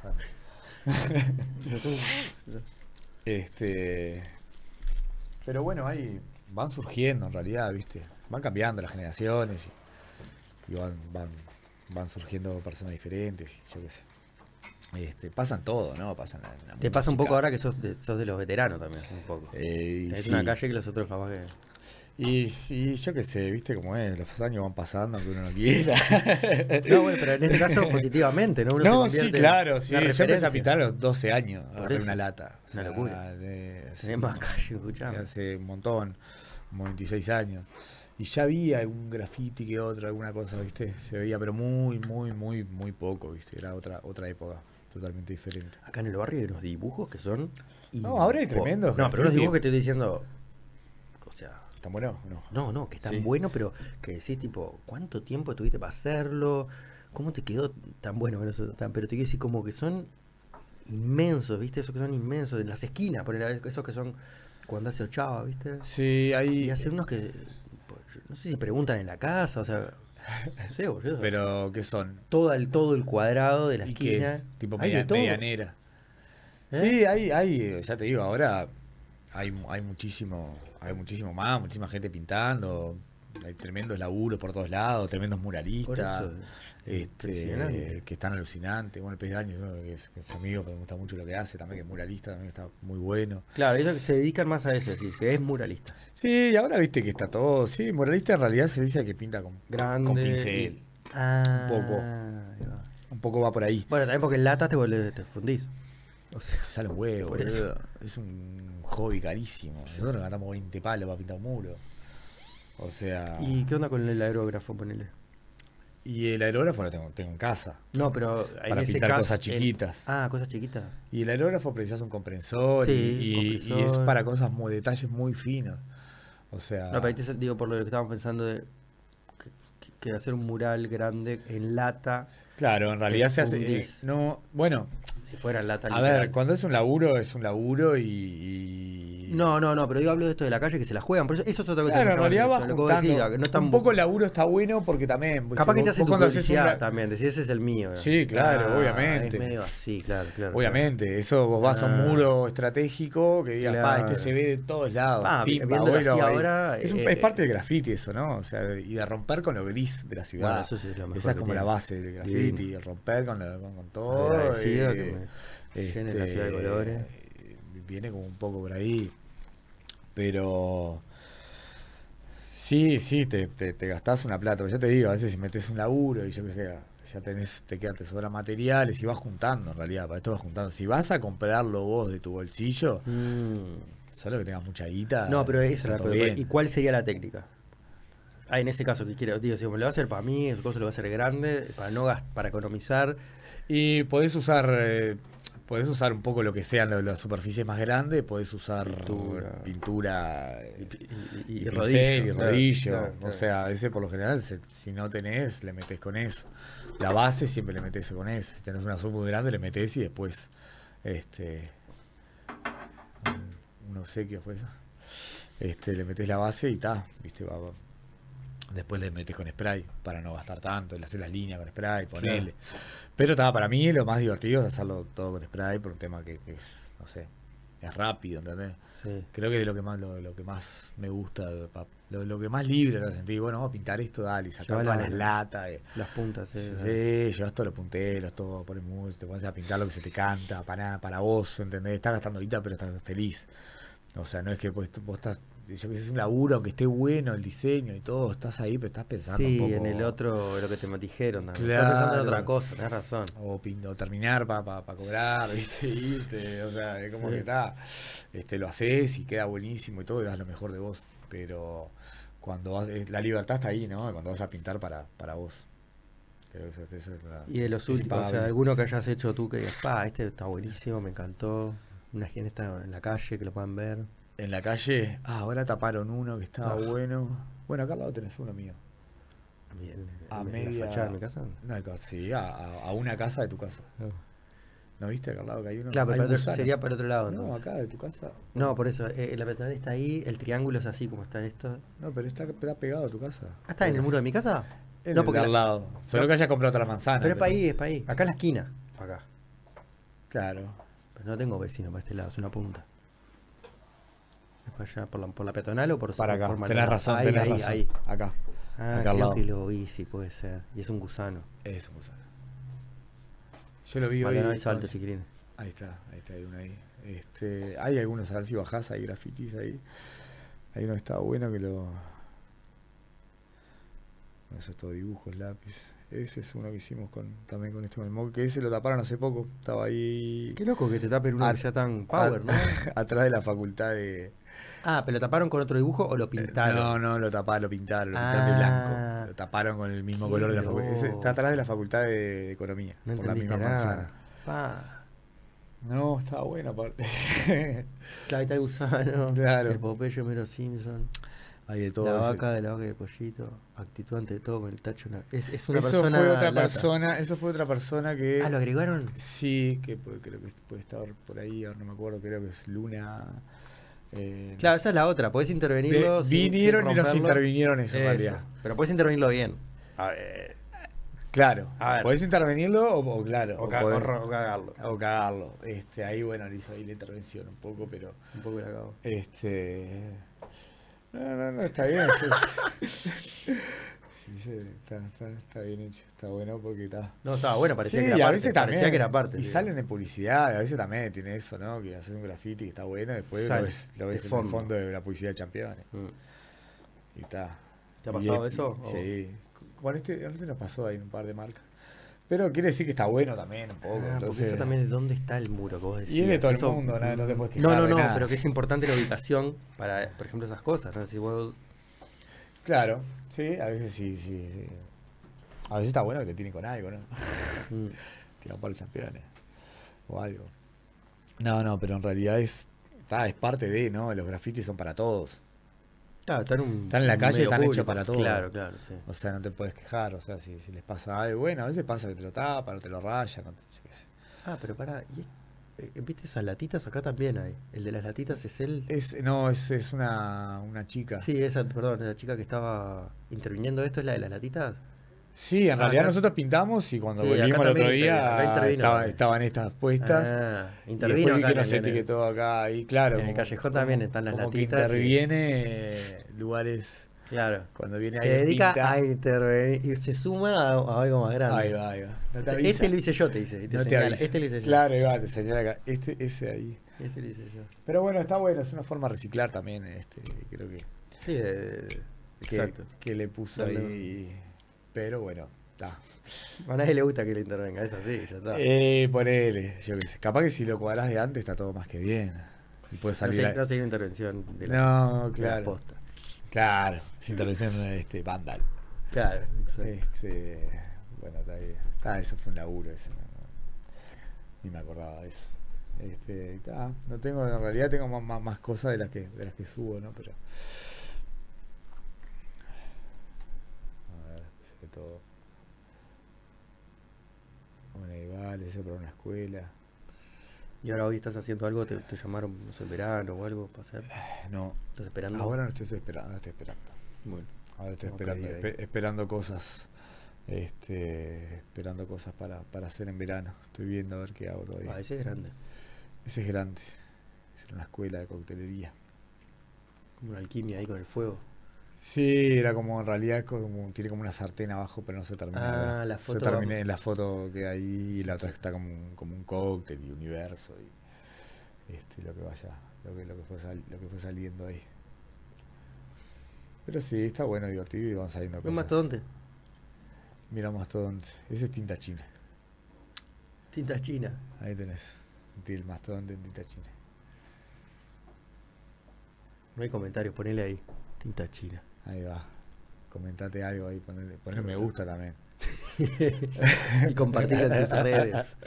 Speaker 2: ¿sabes? Este... Pero bueno, ahí van surgiendo en realidad, ¿viste? Van cambiando las generaciones y, y van, van, van surgiendo personas diferentes, y yo qué sé. Este, pasan todo, ¿no? Pasan la, la
Speaker 1: Te pasa un
Speaker 2: música.
Speaker 1: poco ahora que sos de, sos de los veteranos también, un poco.
Speaker 2: Eh,
Speaker 1: Es
Speaker 2: sí.
Speaker 1: una calle que los otros capaz que...
Speaker 2: Y sí, yo qué sé, viste cómo es, los años van pasando aunque uno no quiera.
Speaker 1: No, bueno, pero en este caso positivamente, ¿no? Uno se
Speaker 2: No,
Speaker 1: convierte
Speaker 2: sí, claro,
Speaker 1: en
Speaker 2: sí.
Speaker 1: una
Speaker 2: Yo empecé a
Speaker 1: referencia.
Speaker 2: pintar a los doce años,
Speaker 1: Por
Speaker 2: agarré
Speaker 1: eso.
Speaker 2: una lata.
Speaker 1: Una locura.
Speaker 2: de- sí,
Speaker 1: Tenés más calle, escuchame.
Speaker 2: hace un montón, como veintiséis años. Y ya había algún graffiti que otro, alguna cosa, viste, se veía, pero muy, muy, muy, muy poco, viste, era otra, otra época, totalmente diferente.
Speaker 1: Acá en el barrio hay unos dibujos que son...
Speaker 2: No, ahora hay tremendos
Speaker 1: No, pero los
Speaker 2: graffiti.
Speaker 1: dibujos que te estoy diciendo... O sea...
Speaker 2: ¿Están buenos o no?
Speaker 1: No, no, que están
Speaker 2: Sí.
Speaker 1: buenos, pero que decís tipo, ¿cuánto tiempo tuviste para hacerlo? ¿Cómo te quedó tan bueno? Bueno, eso tan- pero te quiero decir como que son inmensos, ¿viste? Esos que son inmensos, en las esquinas, poner esos que son cuando hace ochava, ¿viste?
Speaker 2: Sí, hay...
Speaker 1: Y hace unos que, no sé si preguntan en la casa, o sea, no sé, boludo.
Speaker 2: Pero, ¿qué son?
Speaker 1: todo el, todo el cuadrado de la
Speaker 2: ¿Y qué
Speaker 1: esquina.
Speaker 2: es? Tipo
Speaker 1: Hay de
Speaker 2: media-
Speaker 1: todo.
Speaker 2: medianera.
Speaker 1: ¿Eh?
Speaker 2: Sí, hay, hay, ya te digo, ahora hay, hay muchísimo, hay muchísimo más, muchísima gente pintando, hay tremendos laburos por todos lados, tremendos
Speaker 1: Por
Speaker 2: muralistas,
Speaker 1: eso,
Speaker 2: este,
Speaker 1: impresionante.
Speaker 2: que están alucinantes. Bueno, el Pez de Años, ¿no? que, es, que es amigo, que me gusta mucho lo que hace, también que es muralista, también está muy bueno.
Speaker 1: Claro, ellos que se dedican más a eso, sí, que es muralista.
Speaker 2: Sí, y ahora viste que está todo, sí, muralista en realidad se dice que pinta con,
Speaker 1: Grande.
Speaker 2: con pincel,
Speaker 1: y- Ah,
Speaker 2: Un poco.
Speaker 1: ahí va.
Speaker 2: un poco va por ahí.
Speaker 1: Bueno, también porque en lata te, volvés- te fundís. O sea,
Speaker 2: Sale un huevo,
Speaker 1: Por eso.
Speaker 2: boludo. Es un hobby carísimo. Nosotros gastamos veinte palos para pintar un muro. O sea.
Speaker 1: ¿y qué onda con el aerógrafo, ponele?
Speaker 2: Y el aerógrafo lo tengo, tengo en casa.
Speaker 1: No, pero en
Speaker 2: Para
Speaker 1: ese
Speaker 2: pintar
Speaker 1: caso,
Speaker 2: cosas
Speaker 1: el-
Speaker 2: chiquitas.
Speaker 1: Ah, cosas chiquitas.
Speaker 2: Y el aerógrafo precisas un compresor,
Speaker 1: Sí,
Speaker 2: y, y-
Speaker 1: compresor.
Speaker 2: y es para cosas muy, detalles muy finos. O sea.
Speaker 1: No, pero ahí te sal- digo por lo que estábamos pensando de que, que- que hacer un mural grande en lata,
Speaker 2: Claro, en realidad
Speaker 1: te
Speaker 2: se hace. eh,
Speaker 1: fundís.
Speaker 2: no, bueno,
Speaker 1: si fuera en lata
Speaker 2: a
Speaker 1: literal.
Speaker 2: ver, cuando es un laburo, es un laburo y. y-
Speaker 1: No, no, no, pero yo hablo de esto de la calle que se la juegan, por eso, eso es otra cosa.
Speaker 2: Claro,
Speaker 1: que
Speaker 2: en
Speaker 1: me llama
Speaker 2: realidad
Speaker 1: la
Speaker 2: va
Speaker 1: atención, lo que vos
Speaker 2: juntando.
Speaker 1: decís, que no es tan-
Speaker 2: Un poco el laburo está bueno porque también. ¿viste?
Speaker 1: Capaz que te
Speaker 2: Vos-
Speaker 1: hace
Speaker 2: vos
Speaker 1: tu
Speaker 2: cuando haces un
Speaker 1: publicidad
Speaker 2: la-
Speaker 1: también, decís ese es el mío.
Speaker 2: Sí, claro,
Speaker 1: Ah,
Speaker 2: obviamente.
Speaker 1: Es medio así, claro, claro.
Speaker 2: Obviamente, eso vos vas a un
Speaker 1: Ah.
Speaker 2: muro estratégico que digas, pa,
Speaker 1: Claro.
Speaker 2: este se ve de todos lados.
Speaker 1: Pa,
Speaker 2: pimba,
Speaker 1: viéndolo
Speaker 2: bueno,
Speaker 1: así
Speaker 2: ahí.
Speaker 1: ahora,
Speaker 2: es, un-
Speaker 1: eh,
Speaker 2: es parte del graffiti eso, ¿no? O sea, y de romper con lo gris de la ciudad.
Speaker 1: Bueno, eso sí es lo mejor
Speaker 2: Esa es
Speaker 1: que
Speaker 2: como la
Speaker 1: tiene.
Speaker 2: base del graffiti,
Speaker 1: Divino.
Speaker 2: el romper con, la- con, con todo.
Speaker 1: Agradecido
Speaker 2: y,
Speaker 1: que me llene la ciudad de colores.
Speaker 2: Viene como un poco por ahí. Pero sí, sí, te, te, te gastás una plata. Pero yo te digo, a veces si metes un laburo y yo qué sé, ya tenés, te quedan, te sobran materiales y vas juntando en realidad, para esto vas juntando. Si vas a comprarlo vos de tu bolsillo,
Speaker 1: Mm.
Speaker 2: solo que tengas mucha guita.
Speaker 1: No, pero esa es
Speaker 2: está
Speaker 1: la
Speaker 2: todo
Speaker 1: pregunta.
Speaker 2: bien.
Speaker 1: ¿Y cuál sería la técnica? Ah, en ese caso que quiero, digo, si me lo va a hacer para mí, esa cosa lo va a hacer grande, para no gast- para economizar.
Speaker 2: Y podés usar eh, podés usar un poco lo que sean las, las superficies más grandes, podés usar
Speaker 1: Pintura.
Speaker 2: pintura,
Speaker 1: Y,
Speaker 2: eh,
Speaker 1: y- y-
Speaker 2: y
Speaker 1: y
Speaker 2: pincel
Speaker 1: rodillo.
Speaker 2: y
Speaker 1: claro,
Speaker 2: rodillo.
Speaker 1: claro,
Speaker 2: O
Speaker 1: claro.
Speaker 2: sea, ese por lo general, se- si no tenés, le metés con eso. La base siempre le metés con eso. Si tenés una sub muy grande, le metés y después este un, un obsequio fue eso. Este, le metés la base y está, viste, va, va. Después le metes con spray para no gastar tanto, le haces las líneas con spray, ponele. Pero está, para mí lo más divertido es hacerlo todo con spray por un tema que, que es, no sé, es rápido, ¿entendés?
Speaker 1: Sí.
Speaker 2: Creo que es lo que más, lo, lo que más me gusta, pa- lo, lo que más libre te hace sentir. Bueno, vamos a pintar esto, dale, sacar
Speaker 1: Lleva
Speaker 2: todas
Speaker 1: la-
Speaker 2: las latas. eh.
Speaker 1: Las puntas, sí.
Speaker 2: Sí,
Speaker 1: ¿sabes?
Speaker 2: llevas todos los punteros, todo, pones música, te pones a pintar lo que se te canta, para nada, para vos, ¿entendés? Estás gastando guita, pero estás feliz. O sea, no es que vos, vos estás, yo que sé, es un laburo, aunque esté bueno el diseño y todo, estás ahí, pero estás pensando
Speaker 1: Sí,
Speaker 2: un poco.
Speaker 1: en el otro, lo que te dijeron también.
Speaker 2: Claro.
Speaker 1: Estás pensando en otra cosa, tenés razón.
Speaker 2: O, pin- o terminar para pa, pa cobrar, ¿viste? Irte, o sea, es como
Speaker 1: Sí.
Speaker 2: que está, este, lo haces y queda buenísimo y todo, y das lo mejor de vos. Pero cuando vas, eh, la libertad está ahí, ¿no? Cuando vas a pintar para, para vos. Creo que eso- eso es la-
Speaker 1: Y de los
Speaker 2: es
Speaker 1: últimos, o
Speaker 2: impagable.
Speaker 1: sea, alguno que hayas hecho tú que digas, pa, este está buenísimo, me encantó. Una gente está en la calle, que lo puedan ver.
Speaker 2: En la calle, ah, ahora taparon uno que estaba
Speaker 1: Ah.
Speaker 2: bueno. Bueno, acá al lado tenés uno mío.
Speaker 1: Bien,
Speaker 2: A
Speaker 1: en
Speaker 2: media-
Speaker 1: la fachada de mi casa.
Speaker 2: Una ca- sí, a, a- a una casa de tu casa. ¿No viste acá al lado que hay uno?
Speaker 1: Claro,
Speaker 2: Hay
Speaker 1: pero
Speaker 2: un
Speaker 1: para otro-
Speaker 2: gusano.
Speaker 1: sería para otro lado,
Speaker 2: No,
Speaker 1: entonces.
Speaker 2: acá de tu casa.
Speaker 1: No, por eso, eh, la peatonal está ahí, el triángulo es así como está esto.
Speaker 2: No, pero está, está pegado a tu casa.
Speaker 1: Ah, ¿está en el muro de mi casa?
Speaker 2: En
Speaker 1: No,
Speaker 2: el
Speaker 1: porque
Speaker 2: de al
Speaker 1: la-
Speaker 2: lado. Solo
Speaker 1: no.
Speaker 2: que haya comprado otra manzana.
Speaker 1: Pero es para ahí, es para ahí. Acá en la esquina. Acá.
Speaker 2: Claro.
Speaker 1: Pero no tengo vecino para este lado, es una punta. ¿Es para allá, por la, por la peatonal o por
Speaker 2: Para acá.
Speaker 1: por
Speaker 2: Tenés
Speaker 1: Maldonado?
Speaker 2: razón,
Speaker 1: Ahí,
Speaker 2: tenés
Speaker 1: ahí,
Speaker 2: razón.
Speaker 1: ahí.
Speaker 2: Acá.
Speaker 1: Ah,
Speaker 2: Acá al
Speaker 1: creo
Speaker 2: lado.
Speaker 1: que lo vi, sí, puede ser. Y es un gusano.
Speaker 2: Es un gusano. Yo lo vi
Speaker 1: Maldonado
Speaker 2: hoy.
Speaker 1: y Salto,
Speaker 2: no,
Speaker 1: chiquilín.
Speaker 2: Ahí está, ahí está, hay uno ahí. Este, hay algunos, a ver si bajás, hay grafitis ahí. Hay uno que está bueno que lo... Eso es todo dibujos, lápiz. Ese es uno que hicimos con también con este Malmog, que ese lo taparon hace poco. Estaba ahí...
Speaker 1: Qué loco que te tapen uno
Speaker 2: Ah,
Speaker 1: que sea tan power, ¿no?
Speaker 2: atrás de la facultad de...
Speaker 1: Ah, ¿pero lo taparon con otro dibujo o lo pintaron?
Speaker 2: No, no, lo taparon, lo pintaron, lo pintaron de blanco.
Speaker 1: Ah.
Speaker 2: Lo taparon con el mismo
Speaker 1: Qué
Speaker 2: color de la facultad. Ese
Speaker 1: loco.
Speaker 2: está atrás de la facultad de, de Economía,
Speaker 1: No
Speaker 2: por la
Speaker 1: entendiste
Speaker 2: misma
Speaker 1: nada.
Speaker 2: manzana.
Speaker 1: Pa.
Speaker 2: No, estaba bueno aparte.
Speaker 1: Claro, ahí está el gusano.
Speaker 2: Claro.
Speaker 1: El Popeye, Homero Simpson.
Speaker 2: Hay de todo.
Speaker 1: La
Speaker 2: ese-
Speaker 1: vaca de la vaca y el pollito. Actitud ante todo con el tacho. una- Es, es una
Speaker 2: Eso
Speaker 1: persona.
Speaker 2: fue otra
Speaker 1: lata.
Speaker 2: persona, eso fue otra persona que...
Speaker 1: Ah, ¿lo agregaron?
Speaker 2: Sí, que puede- creo que puede estar por ahí, ahora no me acuerdo, creo que es Luna. eh, no
Speaker 1: Claro,
Speaker 2: sé.
Speaker 1: esa es la otra. Podés intervenirlo.
Speaker 2: Ve-
Speaker 1: sin-
Speaker 2: vinieron
Speaker 1: sin
Speaker 2: y nos
Speaker 1: romperlo.
Speaker 2: intervinieron eso, en
Speaker 1: Eso.
Speaker 2: realidad.
Speaker 1: Pero podés intervenirlo bien. A ver.
Speaker 2: Claro,
Speaker 1: A ver.
Speaker 2: podés intervenirlo o, o claro,
Speaker 1: O,
Speaker 2: o
Speaker 1: ca-
Speaker 2: podés-
Speaker 1: o ro- o cagarlo.
Speaker 2: o cagarlo. Este, ahí bueno, le hizo ahí la intervención un poco, pero
Speaker 1: Un poco la cago.
Speaker 2: este no, no, no, está bien. sí. Sí, sí, está, está, está bien hecho, está bueno porque está.
Speaker 1: No, estaba bueno, parecía
Speaker 2: Sí,
Speaker 1: que
Speaker 2: y
Speaker 1: era
Speaker 2: a
Speaker 1: parte.
Speaker 2: veces
Speaker 1: Parecía
Speaker 2: también.
Speaker 1: que era parte.
Speaker 2: Y
Speaker 1: digo.
Speaker 2: salen en publicidad, y a veces también tiene eso, ¿no? Que haces un graffiti que está bueno, después
Speaker 1: Sale,
Speaker 2: lo ves, lo ves
Speaker 1: de
Speaker 2: en
Speaker 1: fondo.
Speaker 2: el fondo de la publicidad de Campeones.
Speaker 1: Mm.
Speaker 2: Y está.
Speaker 1: ¿Te ha
Speaker 2: Y
Speaker 1: pasado
Speaker 2: es-
Speaker 1: eso?
Speaker 2: Sí. Con este, con este nos pasó ahí en un par de marcas. Pero quiere decir que está bueno también un poco.
Speaker 1: Ah, porque
Speaker 2: entonces,
Speaker 1: eso también es dónde está el muro que vos decías.
Speaker 2: y es de todo el
Speaker 1: Eso-
Speaker 2: mundo, ¿no? No te puedes
Speaker 1: No,
Speaker 2: quejar
Speaker 1: no,
Speaker 2: de
Speaker 1: no,
Speaker 2: nada.
Speaker 1: pero que es importante la ubicación para, por ejemplo, esas cosas, ¿no? Si vos...
Speaker 2: Claro, sí, a veces sí, sí, sí. A veces está bueno que te tienen con algo, ¿no?
Speaker 1: Mm.
Speaker 2: Tiran para los campeones. O algo. No, no, pero en realidad es, está, es parte de, ¿no? Los grafitis son para todos.
Speaker 1: Claro, están, un,
Speaker 2: Están en la
Speaker 1: un
Speaker 2: calle,
Speaker 1: medio
Speaker 2: están hechos
Speaker 1: público.
Speaker 2: para todo.
Speaker 1: Claro, claro, sí.
Speaker 2: O sea, no te puedes quejar. O sea, si, si les pasa algo, bueno, a veces pasa que te lo tapan, o te lo rayan, o te- yo qué sé.
Speaker 1: Ah, pero pará, ¿y es- eh, ¿viste esas latitas? Acá también hay. El de las latitas es él.
Speaker 2: Es, no, es, es una, una chica.
Speaker 1: Sí, esa, perdón, la chica que estaba interviniendo esto es la de las latitas.
Speaker 2: Sí, en
Speaker 1: Ah,
Speaker 2: realidad
Speaker 1: acá-
Speaker 2: nosotros pintamos y cuando
Speaker 1: Sí,
Speaker 2: volvimos
Speaker 1: acá
Speaker 2: el otro
Speaker 1: también intervino, acá
Speaker 2: día
Speaker 1: intervino,
Speaker 2: estaba-
Speaker 1: eh.
Speaker 2: estaban estas puestas.
Speaker 1: Ah,
Speaker 2: Y
Speaker 1: intervino
Speaker 2: después vi
Speaker 1: acá
Speaker 2: que
Speaker 1: en
Speaker 2: nos
Speaker 1: el- en el-
Speaker 2: etiquetó acá y claro.
Speaker 1: en el
Speaker 2: como-
Speaker 1: callejón también
Speaker 2: como-
Speaker 1: están las
Speaker 2: como que
Speaker 1: latitas y-
Speaker 2: interviene lugares
Speaker 1: Claro.
Speaker 2: cuando viene
Speaker 1: Se
Speaker 2: alguien
Speaker 1: dedica
Speaker 2: pinta.
Speaker 1: a intervenir y se suma a, a algo más grande.
Speaker 2: Ahí va, ahí va. No te avisa.
Speaker 1: Este lo hice yo, te dice. y te
Speaker 2: No te
Speaker 1: señala,
Speaker 2: avisa.
Speaker 1: Este lo hice yo.
Speaker 2: Claro, ahí va, te señala acá. Este, ese ahí.
Speaker 1: Este lo hice yo.
Speaker 2: Pero bueno, está bueno, es una forma de reciclar también, este, creo que,
Speaker 1: Sí, de- de-
Speaker 2: que,
Speaker 1: exacto.
Speaker 2: que le puso
Speaker 1: Darle
Speaker 2: ahí. Pero bueno, está.
Speaker 1: A nadie le gusta que le intervenga, es así, ya está.
Speaker 2: Eh, ponele, yo qué sé. Capaz que si lo cuadrás de antes está todo más que bien. Y puede
Speaker 1: no,
Speaker 2: salir.
Speaker 1: sé,
Speaker 2: la-
Speaker 1: no sé una intervención de la,
Speaker 2: No,
Speaker 1: de la
Speaker 2: claro.
Speaker 1: posta.
Speaker 2: Claro, es intervención este, Vandal.
Speaker 1: Claro, exacto.
Speaker 2: Este, bueno, está bien. Ah, eso fue un laburo ese. no, no, ni me acordaba de eso. Este, está, no tengo, en realidad tengo más, más, más cosas de las que de las que subo, ¿no? Pero. A ver, ese todo. Bueno, igual, ese para una escuela.
Speaker 1: Y ahora hoy estás haciendo algo, te, te llamaron, no sé, el verano o algo para hacer.
Speaker 2: No,
Speaker 1: ¿Estás esperando?
Speaker 2: ahora no estoy, estoy esperando, ahora estoy esperando.
Speaker 1: Bueno,
Speaker 2: Ahora estoy
Speaker 1: Vamos
Speaker 2: esperando,
Speaker 1: perdido ahí.
Speaker 2: espe- esperando cosas, este, esperando cosas para, para hacer en verano. Estoy viendo a ver qué hago todavía.
Speaker 1: ah, ese es grande.
Speaker 2: Ese es grande. Es una escuela de coctelería.
Speaker 1: Como una alquimia ahí con el fuego.
Speaker 2: Sí, era como en realidad como, tiene como una sartén abajo, pero no se termina. de
Speaker 1: Ah,
Speaker 2: ver.
Speaker 1: la
Speaker 2: Se
Speaker 1: foto
Speaker 2: termina
Speaker 1: va-
Speaker 2: en la foto que hay y la otra está como un, como un cóctel y universo y este, lo que vaya, lo que, lo que fue sal- lo que fue saliendo ahí. Pero sí, está bueno, divertido y van saliendo
Speaker 1: ¿Un
Speaker 2: cosas.
Speaker 1: mastodonte?
Speaker 2: Mira mastodonte. Ese es tinta china.
Speaker 1: Tinta china.
Speaker 2: Ahí tenés. El mastodonte en tinta china.
Speaker 1: No hay comentarios, ponele ahí. Tinta china.
Speaker 2: Ahí va. Comentate algo ahí, ponele, ponele me gusta también.
Speaker 1: Y compartirlo en tus redes.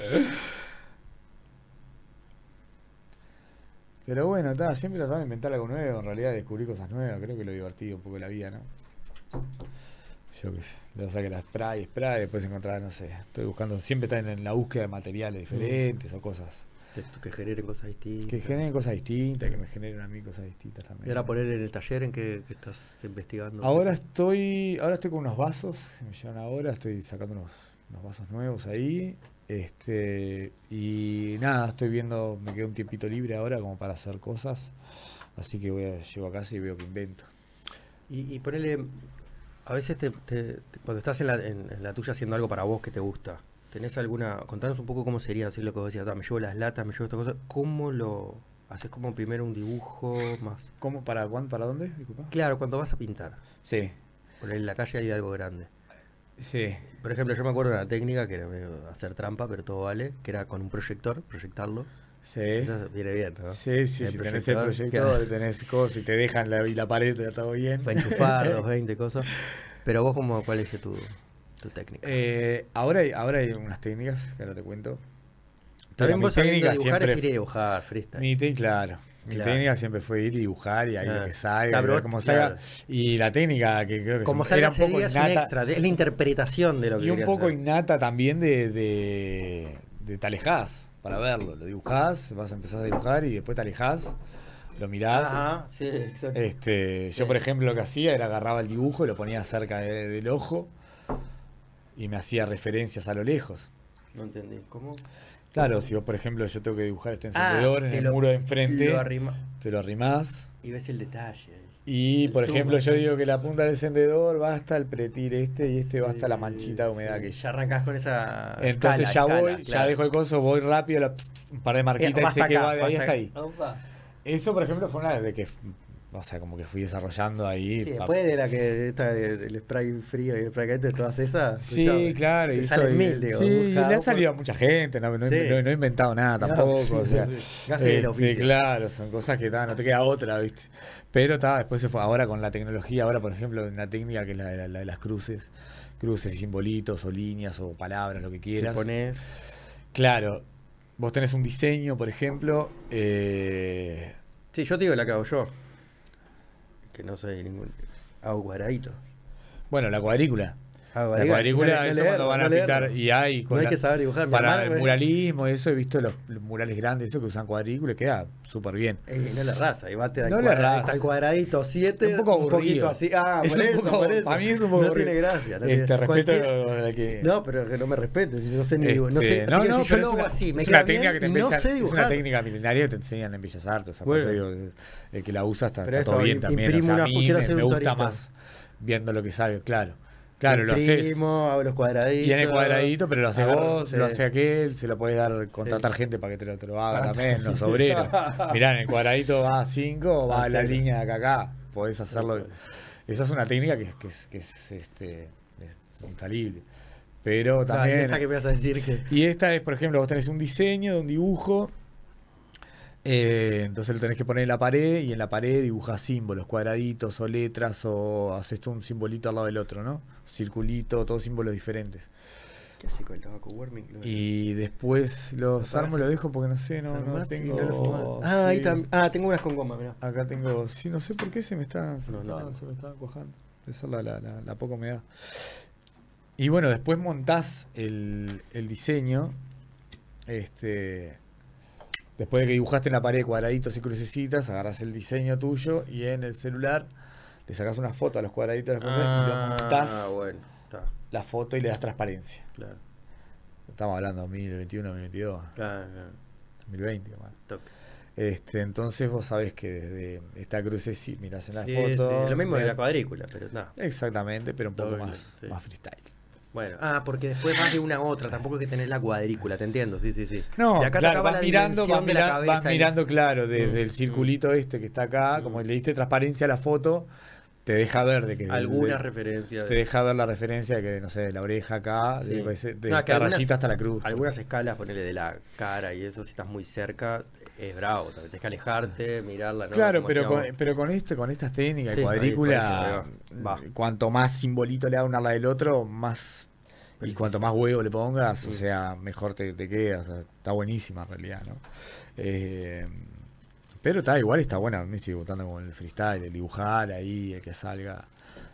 Speaker 2: Pero bueno, está, siempre tratando de inventar algo nuevo, en realidad descubrir cosas nuevas, creo que lo divertido un poco de la vida, ¿no? yo qué sé, le saqué la spray, spray, después encontrar, no sé, estoy buscando, siempre están en la búsqueda de materiales diferentes mm. o cosas.
Speaker 1: Que, que generen cosas distintas.
Speaker 2: Que generen cosas distintas, que me generen a mí cosas distintas también.
Speaker 1: ¿Y ahora poner en el taller en qué, qué estás investigando?
Speaker 2: Ahora estoy, ahora estoy con unos vasos, que me llevan ahora, estoy sacando unos, unos vasos nuevos ahí. Este, y nada, estoy viendo, me queda un tiempito libre ahora como para hacer cosas. Así que voy a, llego a casa y veo que invento.
Speaker 1: Y, y ponele, a veces te, te, te, cuando estás en la, en, en la tuya haciendo algo para vos que te gusta, ¿tenés alguna, contanos un poco cómo sería así lo que vos decías, me llevo las latas, me llevo esta cosa, ¿cómo lo haces como primero un dibujo más?
Speaker 2: ¿Cómo? ¿Para cuándo? ¿Para dónde? Disculpa.
Speaker 1: Claro, cuando vas a pintar.
Speaker 2: Sí.
Speaker 1: Por en la calle hay algo grande.
Speaker 2: Sí.
Speaker 1: Por ejemplo, yo me acuerdo de una técnica que era medio hacer trampa, pero todo vale, que era con un proyector, proyectarlo.
Speaker 2: Sí.
Speaker 1: Eso viene bien, ¿no?
Speaker 2: Sí, sí, si tenés el proyector, tenés cosas, y te dejan la, y la pared, te todo bien.
Speaker 1: Para enchufar, dos veinte cosas. Pero vos, como, ¿cuál es tu, tu técnica?
Speaker 2: Eh, ahora, hay, ahora hay unas técnicas que ahora te cuento.
Speaker 1: También vos sabiendo dibujar es ir a dibujar, freestyle.
Speaker 2: Mi te, claro. Mi claro. técnica siempre fue ir y dibujar y ahí ah. lo que salga,
Speaker 1: claro,
Speaker 2: como
Speaker 1: claro.
Speaker 2: salga. Y la técnica que creo que
Speaker 1: como
Speaker 2: se, era un poco
Speaker 1: innata. Un extra, es la interpretación de lo que
Speaker 2: y un poco
Speaker 1: hacer.
Speaker 2: innata también de, de, de te alejás para verlo. Lo dibujás, vas a empezar a dibujar y después te alejás, lo mirás.
Speaker 1: Ajá, sí, exacto.
Speaker 2: Este,
Speaker 1: sí.
Speaker 2: Yo, por ejemplo, lo que hacía era agarraba el dibujo y lo ponía cerca de, del ojo y me hacía referencias a lo lejos.
Speaker 1: No entendí. ¿Cómo?
Speaker 2: Claro, si vos, por ejemplo, yo tengo que dibujar este encendedor
Speaker 1: ah,
Speaker 2: en el
Speaker 1: lo,
Speaker 2: muro de enfrente,
Speaker 1: lo arrima.
Speaker 2: te lo arrimás.
Speaker 1: Y ves el detalle.
Speaker 2: Y,
Speaker 1: el
Speaker 2: por
Speaker 1: zoom,
Speaker 2: ejemplo, yo
Speaker 1: ¿no?
Speaker 2: digo que la punta del encendedor va hasta el pretil este y este va hasta
Speaker 1: sí,
Speaker 2: la manchita de humedad
Speaker 1: sí.
Speaker 2: que
Speaker 1: ya arrancás con esa
Speaker 2: entonces
Speaker 1: escala,
Speaker 2: ya
Speaker 1: escala,
Speaker 2: voy,
Speaker 1: claro.
Speaker 2: ya dejo el coso, voy rápido, la, pss, pss, un par de marquitas
Speaker 1: eh,
Speaker 2: y sé que
Speaker 1: acá,
Speaker 2: va de ahí hasta ahí.
Speaker 1: Opa.
Speaker 2: Eso, por ejemplo, fue una de que, o sea, como que fui desarrollando ahí.
Speaker 1: Sí, después de la que esta del spray frío y el spray caliente, todas esas.
Speaker 2: Sí,
Speaker 1: escuchame,
Speaker 2: claro.
Speaker 1: Te
Speaker 2: y
Speaker 1: salen
Speaker 2: soy,
Speaker 1: mil, digo.
Speaker 2: Sí, le ha
Speaker 1: por...
Speaker 2: salido a mucha gente, no, no, sí. no, no he inventado nada tampoco.
Speaker 1: No,
Speaker 2: o sea,
Speaker 1: sí, sí. Este,
Speaker 2: sí, claro, son cosas que ta, no te queda otra, ¿viste? Pero ta, después se fue, ahora con la tecnología, ahora por ejemplo, una técnica que es la de, la, la de las cruces, cruces y simbolitos o líneas o palabras, lo que quieras.
Speaker 1: Pones...
Speaker 2: Claro, vos tenés un diseño, por ejemplo. Eh...
Speaker 1: Sí, yo te digo la que hago yo. Que no soy ningún. Hago cuadradito.
Speaker 2: Bueno, la cuadrícula.
Speaker 1: Ah,
Speaker 2: la cuadrícula, no, no eso leerlo, cuando van a no pintar. Leerlo. Y hay.
Speaker 1: No hay
Speaker 2: la,
Speaker 1: que saber dibujar.
Speaker 2: Para el muralismo, eso he visto los, los murales grandes, eso que usan cuadrícula, queda súper bien.
Speaker 1: Eh, no le raza, y va te da
Speaker 2: no
Speaker 1: cuadradito, el cuadradito siete,
Speaker 2: un poco aburrido.
Speaker 1: Un poquito así. Ah,
Speaker 2: es
Speaker 1: por
Speaker 2: un
Speaker 1: eso,
Speaker 2: poco,
Speaker 1: por eso.
Speaker 2: Para mí es un poco
Speaker 1: no
Speaker 2: aburrido.
Speaker 1: Tiene gracia. No
Speaker 2: este,
Speaker 1: tiene
Speaker 2: respeto
Speaker 1: cualquier...
Speaker 2: a que...
Speaker 1: No, pero que no me respetes. No sé ni
Speaker 2: este,
Speaker 1: dibujar. No sé,
Speaker 2: no, no,
Speaker 1: si yo
Speaker 2: pero
Speaker 1: lo hago
Speaker 2: una,
Speaker 1: así. Me
Speaker 2: es
Speaker 1: queda
Speaker 2: una técnica
Speaker 1: bien
Speaker 2: que te
Speaker 1: y
Speaker 2: empieza,
Speaker 1: no sé dibujar.
Speaker 2: es una técnica milenaria que te enseñan en Bellas Artes. O sea,
Speaker 1: bueno.
Speaker 2: por eso digo, el que la usa está,
Speaker 1: pero
Speaker 2: está todo
Speaker 1: eso,
Speaker 2: bien también. O sea,
Speaker 1: una,
Speaker 2: a mí me, me gusta
Speaker 1: torito.
Speaker 2: más viendo lo que sale, claro. Claro, lo
Speaker 1: haces.
Speaker 2: haces.
Speaker 1: Hago los cuadraditos.
Speaker 2: Y en el cuadradito, pero lo haces vos,
Speaker 1: sí.
Speaker 2: lo hace aquel, se lo puedes dar, contratar sí. gente para que te lo, te lo haga ah, también, los obreros. Mirá, en el cuadradito va a cinco, va a la línea de acá acá. Podés hacerlo. Sí, esa es una técnica que, que es, que es, este, es infalible. Pero también.
Speaker 1: Ah, ¿y esta que me vas a decir que?
Speaker 2: Y esta es, por ejemplo, vos tenés un diseño de un dibujo. Eh, entonces lo tenés que poner en la pared y en la pared dibujás símbolos, cuadraditos o letras o haces un simbolito al lado del otro, ¿no? Circulito, todos símbolos diferentes.
Speaker 1: ¿Qué hace con el tabaco warming?
Speaker 2: Y después los armo, lo dejo porque no sé, no, no tengo...
Speaker 1: No ah, sí. Ahí también. Ah, tengo unas con goma, mirá.
Speaker 2: Acá tengo, sí, no sé por qué se me está, se
Speaker 1: no,
Speaker 2: me,
Speaker 1: no,
Speaker 2: está,
Speaker 1: no.
Speaker 2: se me está cuajando. Esa es la, la, la, la poca humedad. Y bueno, después montás el, el diseño, este... Después de que dibujaste en la pared cuadraditos y crucecitas, agarras el diseño tuyo y en el celular le sacas una foto a los cuadraditos de las cosas ah, y lo montás
Speaker 1: ah, bueno, está.
Speaker 2: la foto y le das transparencia.
Speaker 1: Claro.
Speaker 2: Estamos hablando de dos mil veintiuno, dos mil veintidós.
Speaker 1: Claro, claro.
Speaker 2: dos mil veinte, man. Este, entonces vos sabés que desde esta crucecita mirás en la
Speaker 1: sí,
Speaker 2: foto.
Speaker 1: Sí. Lo mismo
Speaker 2: de
Speaker 1: la cuadrícula, pero no.
Speaker 2: Exactamente, pero un poco
Speaker 1: Doble,
Speaker 2: más,
Speaker 1: sí.
Speaker 2: más freestyle.
Speaker 1: Bueno, ah, porque después vas de una a otra, tampoco es que tenés la cuadrícula, te entiendo, sí, sí, sí.
Speaker 2: No,
Speaker 1: y acá
Speaker 2: claro,
Speaker 1: vas
Speaker 2: la mirando, vas, mira, vas
Speaker 1: y...
Speaker 2: mirando, claro, desde
Speaker 1: mm,
Speaker 2: el circulito mm. este que está acá, mm. como le diste transparencia a la foto, te deja ver de que...
Speaker 1: Alguna
Speaker 2: de,
Speaker 1: referencia.
Speaker 2: Te deja ver la referencia de que, no sé, de la oreja acá, sí. de, de, de
Speaker 1: no,
Speaker 2: esta
Speaker 1: algunas,
Speaker 2: rayita hasta la cruz.
Speaker 1: Algunas escalas, ponele de la cara y eso, si estás muy cerca, es bravo, tienes que alejarte, mirarla, ¿no?
Speaker 2: Claro, pero con, pero con esto, con estas técnicas, sí, cuadrícula, ahí, cuanto más simbolito le da una a la del otro, más... Y cuanto más huevo le pongas, o sea, mejor te, te queda. O sea, está buenísima en realidad, ¿no? Eh, pero está igual, está buena. Me sigue gustando con el freestyle, el dibujar ahí, el que salga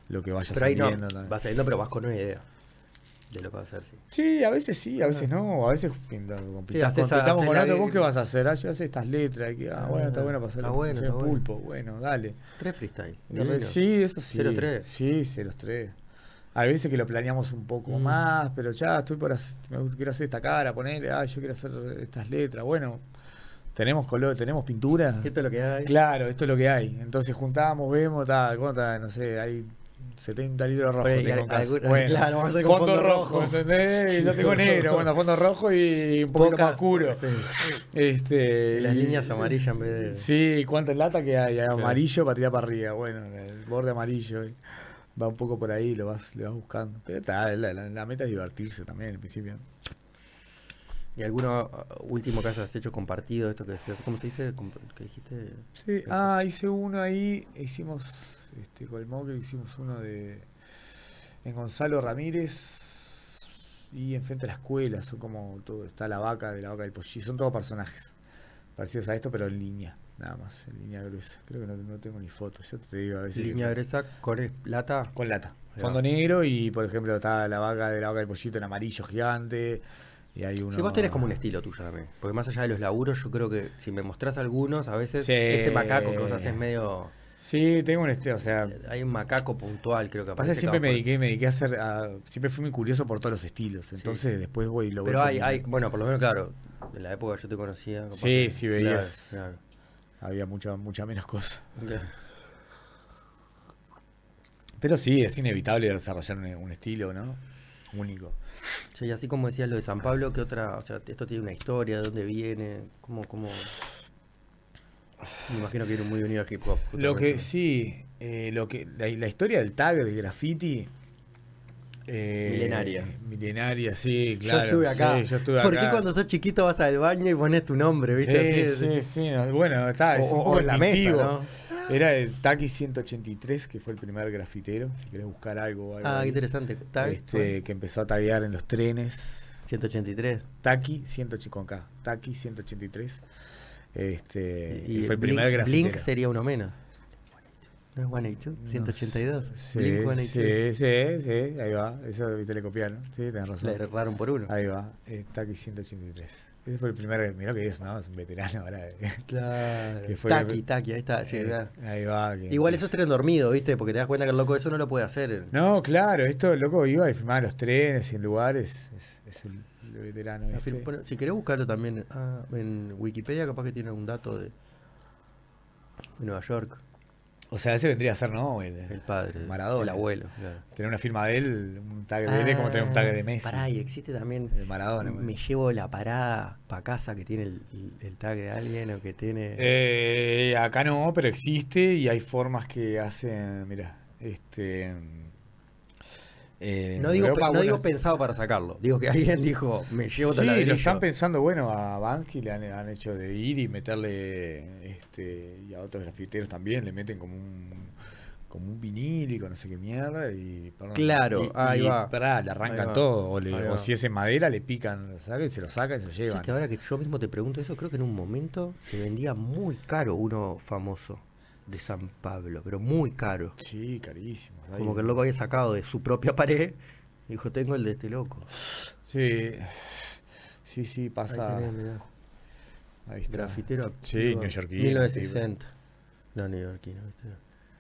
Speaker 2: lo que vaya
Speaker 1: Pero ahí no,
Speaker 2: saliendo. también.
Speaker 1: vas saliendo, pero vas con una idea de lo que vas a hacer, sí.
Speaker 2: Sí, a veces sí, a veces no, a veces pintamos,
Speaker 1: Sí, haces-
Speaker 2: pintamos
Speaker 1: haces
Speaker 2: con
Speaker 1: la
Speaker 2: otro.
Speaker 1: que-
Speaker 2: ¿Vos qué vas a hacer? Ah, yo hacer estas letras. Y que, ah,
Speaker 1: Ah,
Speaker 2: bueno, está bueno para hacer
Speaker 1: está bueno,
Speaker 2: hacer
Speaker 1: está bueno.
Speaker 2: pulpo. Bueno, dale.
Speaker 1: Re freestyle.
Speaker 2: Y re-
Speaker 1: divino.
Speaker 2: Sí, eso sí.
Speaker 1: cero tres.
Speaker 2: Sí, cero tres. Hay veces que lo planeamos un poco
Speaker 1: Mm.
Speaker 2: más, pero ya estoy por hacer, me gusta- quiero hacer esta cara, ponerle, ah, yo quiero hacer estas letras. Bueno, tenemos color, tenemos pintura.
Speaker 1: Esto es lo que hay.
Speaker 2: Claro, esto es lo que hay. Entonces juntamos, vemos, tal, ¿cómo está? No sé, hay setenta litros rojos.
Speaker 1: Oye, y
Speaker 2: tengo
Speaker 1: al-
Speaker 2: en casa.
Speaker 1: algún-
Speaker 2: Bueno,
Speaker 1: claro, vamos a hacer con
Speaker 2: fondo,
Speaker 1: fondo
Speaker 2: rojo,
Speaker 1: rojo.
Speaker 2: ¿entendés? Y yo tengo negro, bueno, fondo rojo y un poquito
Speaker 1: Poca-
Speaker 2: más oscuro.
Speaker 1: sí.
Speaker 2: Este,
Speaker 1: Las
Speaker 2: y-
Speaker 1: líneas amarillas en vez de.
Speaker 2: Sí, ¿cuántas latas que hay? Hay amarillo para tirar para arriba. Bueno, el borde amarillo. eh. Va un poco por ahí, lo vas, le vas buscando. Pero está, la, la- la meta es divertirse también al principio.
Speaker 1: ¿Y alguno uh, último que hayas hecho compartido? Esto que decías, ¿cómo se dice? Com- ¿Qué dijiste?
Speaker 2: Sí, ah, hice uno ahí, hicimos, este, con el Moque hicimos uno de, en Gonzalo Ramírez y enfrente a la escuela, son como todo, está la vaca de la vaca del pollillo, son todos personajes parecidos a esto, pero en línea, nada más, en línea gruesa. Creo que no, no tengo ni fotos, yo te digo a veces.
Speaker 1: Línea
Speaker 2: que-
Speaker 1: gruesa con el- lata.
Speaker 2: Con lata.
Speaker 1: Ahí
Speaker 2: Fondo
Speaker 1: va.
Speaker 2: negro y, por ejemplo, está la vaca de la vaca del pollito en amarillo gigante. Y hay uno.
Speaker 1: Si vos tenés como un estilo tuyo también. Porque más allá de los laburos, yo creo que si me mostrás algunos, a veces
Speaker 2: Sí.
Speaker 1: ese macaco que vos haces medio.
Speaker 2: Sí, tengo un estilo, o sea.
Speaker 1: Hay un macaco puntual, creo que
Speaker 2: Pasa que
Speaker 1: aparece
Speaker 2: siempre me
Speaker 1: cada-
Speaker 2: dediqué, me dediqué a hacer. a- siempre fui muy curioso por todos los estilos. Entonces después voy y lo voy.
Speaker 1: Pero hay,
Speaker 2: como-
Speaker 1: hay, bueno, por lo menos, claro, en la época que yo te conocía. capaz
Speaker 2: Sí,
Speaker 1: que-
Speaker 2: sí veías.
Speaker 1: Claro, claro.
Speaker 2: Había mucha, mucha menos cosas.
Speaker 1: Ok.
Speaker 2: Pero sí, es inevitable desarrollar un, un estilo, ¿no? Único.
Speaker 1: Sí, y así como decías lo de San Pablo, ¿qué otra? O sea, esto tiene una historia, de dónde viene, cómo, cómo. Me imagino que viene muy unido al hip hop.
Speaker 2: Lo que
Speaker 1: justamente.
Speaker 2: sí, eh, lo que la, la historia del tag de graffiti. eh,
Speaker 1: Milenaria.
Speaker 2: Milenaria, sí, claro.
Speaker 1: yo estuve acá.
Speaker 2: sí, yo estuve
Speaker 1: ¿Por qué
Speaker 2: acá.
Speaker 1: cuando sos chiquito vas al baño y pones tu nombre, viste?
Speaker 2: Sí,
Speaker 1: Así,
Speaker 2: sí, sí, no, bueno, está, es
Speaker 1: O-
Speaker 2: un
Speaker 1: o
Speaker 2: poco
Speaker 1: en la mesa,
Speaker 2: instintivo.
Speaker 1: ¿no?
Speaker 2: Era el Taki ciento ochenta y tres, que fue el primer grafitero, si querés buscar algo. algo
Speaker 1: Ah,
Speaker 2: ahí.
Speaker 1: qué interesante. Tag,
Speaker 2: Este, que empezó a taguear en los trenes.
Speaker 1: ciento ochenta y tres.
Speaker 2: Taki ciento ochenta con K, Taki ciento ochenta y tres. Este, y,
Speaker 1: Y
Speaker 2: fue el
Speaker 1: Blink,
Speaker 2: primer grafitero.
Speaker 1: Blink sería uno menos. ¿No es ciento ochenta y dos? ciento ochenta y dos.
Speaker 2: Sí,
Speaker 1: Blink ciento ochenta y dos.
Speaker 2: sí, sí, sí, ahí va. Eso viste, le copiaron. Sí, tenés razón.
Speaker 1: Le erraron por uno.
Speaker 2: Ahí va, eh, Taki ciento ochenta y tres. Ese fue el primer, mirá lo que es, ¿no? Es un veterano ahora.
Speaker 1: Claro.
Speaker 2: Que fue-
Speaker 1: Taki, Taki, ahí está. Sí,
Speaker 2: Eh,
Speaker 1: verdad.
Speaker 2: ahí va. que-
Speaker 1: Igual eso es tren dormido, ¿viste? Porque te das cuenta que el loco eso no lo puede hacer.
Speaker 2: No, claro, esto loco iba y filmaba los trenes y en lugares. Es, es el, el veterano.
Speaker 1: La
Speaker 2: este.
Speaker 1: fil- bueno, si querés buscarlo también ah, en Wikipedia, capaz que tiene algún dato de, de Nueva York.
Speaker 2: O sea, ese vendría a ser, ¿no? El,
Speaker 1: El padre,
Speaker 2: Maradona.
Speaker 1: el abuelo. Claro.
Speaker 2: Tener una firma de él, un tag de él es como tener un tag de Messi.
Speaker 1: Pará, y existe también.
Speaker 2: De Maradona.
Speaker 1: Me
Speaker 2: bueno.
Speaker 1: llevo la parada para casa que tiene el, el- el tag de alguien o que tiene.
Speaker 2: Eh, acá no, pero existe y hay formas que hacen, mira, este... eh,
Speaker 1: no digo,
Speaker 2: Europa,
Speaker 1: pe- no
Speaker 2: bueno,
Speaker 1: digo pensado para sacarlo. Digo que alguien dijo, me llevo
Speaker 2: sí,
Speaker 1: todo el
Speaker 2: lo
Speaker 1: ladrillo.
Speaker 2: están pensando, bueno, a Banksy le han, han hecho de ir y meterle, este, y a otros grafiteros también, le meten como un como un vinílico, no sé qué mierda, y perdón,
Speaker 1: Claro,
Speaker 2: y-
Speaker 1: ahí
Speaker 2: y,
Speaker 1: va.
Speaker 2: pará, le
Speaker 1: Ahí
Speaker 2: arrancan
Speaker 1: va.
Speaker 2: todo, o, le-
Speaker 1: Ahí
Speaker 2: o
Speaker 1: va.
Speaker 2: si es en madera, le pican, lo sacan, se lo sacan y se lo
Speaker 1: Sí,
Speaker 2: llevan.
Speaker 1: que ahora que yo mismo te pregunto eso, creo que en un momento se vendía muy caro uno famoso de San Pablo, pero muy caro.
Speaker 2: Sí, carísimos. ahí.
Speaker 1: Como que el loco había sacado de su propia pared y dijo, tengo el de este loco.
Speaker 2: Sí, sí, sí,
Speaker 1: Ahí
Speaker 2: pasa.
Speaker 1: tenés, mirá.
Speaker 2: Ahí está.
Speaker 1: Grafitero
Speaker 2: Sí,
Speaker 1: activo,
Speaker 2: neoyorquino,
Speaker 1: mil novecientos sesenta. No, neoyorquino, ¿viste?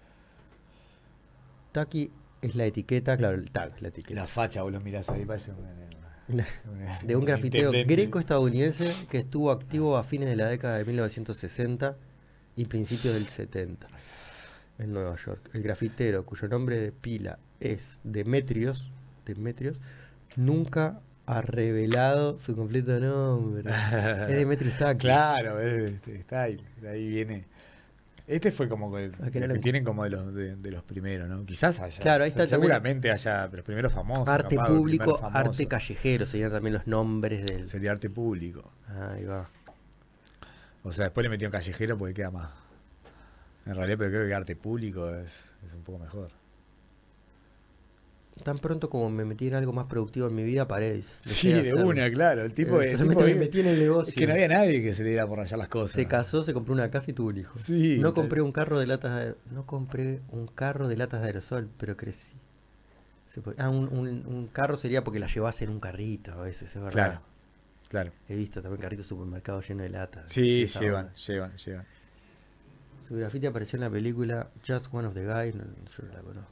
Speaker 1: Taki es la etiqueta, claro, el tag, la etiqueta.
Speaker 2: La facha, vos lo mirás ahí, parece una, una-
Speaker 1: De un grafitero
Speaker 2: intendente.
Speaker 1: greco-estadounidense que estuvo activo a fines de la década de mil novecientos sesenta y principios del setenta en Nueva York. El grafitero, cuyo nombre de pila es Demetrios, Demetrios, nunca ha revelado su completo nombre. Es Demetrios Taki.
Speaker 2: Claro, es- está ahí, de ahí viene. Este fue como que,
Speaker 1: Ah, que no
Speaker 2: que
Speaker 1: lo-
Speaker 2: tienen como de los de, de los primeros, ¿no? Quizás haya.
Speaker 1: Claro, ahí está también-
Speaker 2: seguramente haya los primeros famosos.
Speaker 1: Arte
Speaker 2: capaz, el
Speaker 1: público,
Speaker 2: primer famoso.
Speaker 1: arte callejero, serían también los nombres del...
Speaker 2: Sería arte público.
Speaker 1: Ahí va.
Speaker 2: O sea, después le metieron callejero porque queda más. En realidad, pero creo que arte público es, es un poco mejor.
Speaker 1: tan pronto como me metí en algo más productivo en mi vida, paré. Dejé
Speaker 2: Sí, de
Speaker 1: hacerlo.
Speaker 2: una, claro. El tipo,
Speaker 1: Eh,
Speaker 2: el
Speaker 1: totalmente
Speaker 2: tipo
Speaker 1: me metí en el negocio.
Speaker 2: es que no había nadie que se le diera por rayar las cosas.
Speaker 1: Se casó, se compró una casa y tuvo un hijo.
Speaker 2: Sí.
Speaker 1: No compré un carro de latas de, no compré un carro de latas de aerosol, pero crecí. Se puede- ah, un, un- un carro sería porque la llevas en un carrito a veces, es verdad.
Speaker 2: Claro, claro.
Speaker 1: He visto también carritos de supermercado llenos de latas.
Speaker 2: Sí,
Speaker 1: Esa
Speaker 2: llevan,
Speaker 1: onda.
Speaker 2: llevan, llevan.
Speaker 1: Su grafiti apareció en la película Just One of the Guys, no, yo no la conozco.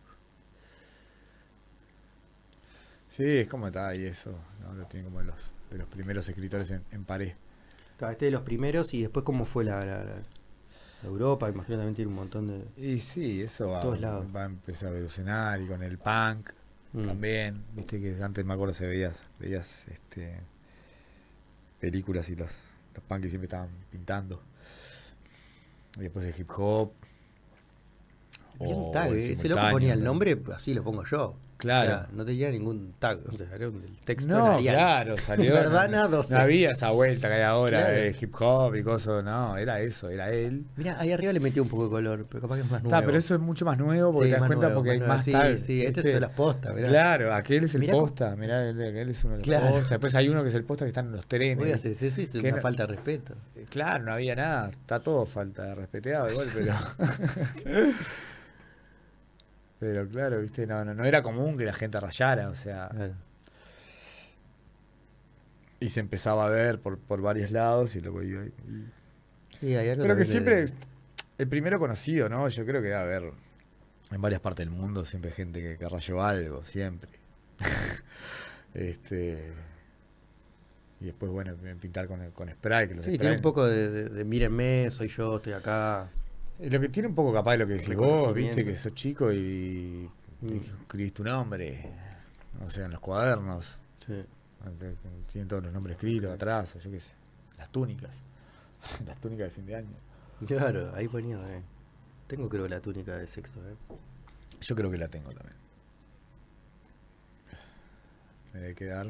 Speaker 2: Sí, es como está ahí eso, ¿no? Lo tiene como de los, de los primeros escritores en, en pared.
Speaker 1: Claro, este de los primeros y después cómo fue la, la- la- la Europa, imagino también tiene un montón de...
Speaker 2: Y sí, eso va,
Speaker 1: Todos lados.
Speaker 2: va a empezar a evolucionar y con el punk
Speaker 1: Mm.
Speaker 2: también. Viste que antes me acuerdo se veías, veías este películas y los, los punkies siempre estaban pintando. Y después el hip hop.
Speaker 1: Bien
Speaker 2: o
Speaker 1: tag,
Speaker 2: el
Speaker 1: eh, ese loco
Speaker 2: simultáneo,
Speaker 1: ponía el
Speaker 2: ¿no?
Speaker 1: nombre, así lo pongo yo.
Speaker 2: Claro.
Speaker 1: O sea, no tenía ningún tag, o sea, era un- el texto en
Speaker 2: No,
Speaker 1: Arial.
Speaker 2: claro, salió.
Speaker 1: ¿Verdad,
Speaker 2: no,
Speaker 1: Nado?
Speaker 2: no había esa vuelta que hay ahora,
Speaker 1: Claro.
Speaker 2: eh, hip hop y cosas, no, era eso, era él.
Speaker 1: Mira, ahí arriba le metió un poco de color, pero capaz que es más nuevo.
Speaker 2: Está, pero eso es mucho más nuevo porque
Speaker 1: Sí,
Speaker 2: te das
Speaker 1: más
Speaker 2: cuenta
Speaker 1: nuevo,
Speaker 2: porque hay
Speaker 1: nuevo.
Speaker 2: más
Speaker 1: Sí,
Speaker 2: tags,
Speaker 1: sí, este
Speaker 2: ¿viste?
Speaker 1: es las postas, mirá.
Speaker 2: Claro, aquel es el
Speaker 1: Mirá cómo-
Speaker 2: posta, mirá, él, él es uno de los
Speaker 1: Claro.
Speaker 2: postas. Después hay uno que es el posta que está en los trenes.
Speaker 1: Voy a hacer eso, es
Speaker 2: Que
Speaker 1: una
Speaker 2: no-
Speaker 1: falta de respeto.
Speaker 2: Eh, Claro, no había nada, está todo falta de respeteado igual, pero. Pero claro, viste, no, no, no era común que la gente rayara, o sea.
Speaker 1: Claro.
Speaker 2: Y se empezaba a ver por, por varios lados y luego iba. y-
Speaker 1: Sí, hay algo
Speaker 2: Pero que
Speaker 1: también
Speaker 2: siempre,
Speaker 1: de-
Speaker 2: el primero conocido, ¿no? Yo creo que debe haber en varias partes del mundo siempre hay gente que, que rayó algo, siempre. este Y después, bueno, pintar con, con spray, que los
Speaker 1: Sí,
Speaker 2: spray-
Speaker 1: tiene un poco de, de- de mírenme, soy yo, estoy acá.
Speaker 2: Eh, Lo que tiene un poco capaz de lo que decís vos, viste,
Speaker 1: Reconocimiento.
Speaker 2: que sos chico y
Speaker 1: Mm.
Speaker 2: escribís tu nombre, o sea, en los cuadernos,
Speaker 1: Sí.
Speaker 2: tienen todos los nombres escritos atrás, o yo qué sé, las túnicas, las túnicas de fin de año.
Speaker 1: Claro, ahí ponía. eh. Tengo creo la túnica de sexto, ¿eh?
Speaker 2: Yo creo que la tengo también. Me debe quedar.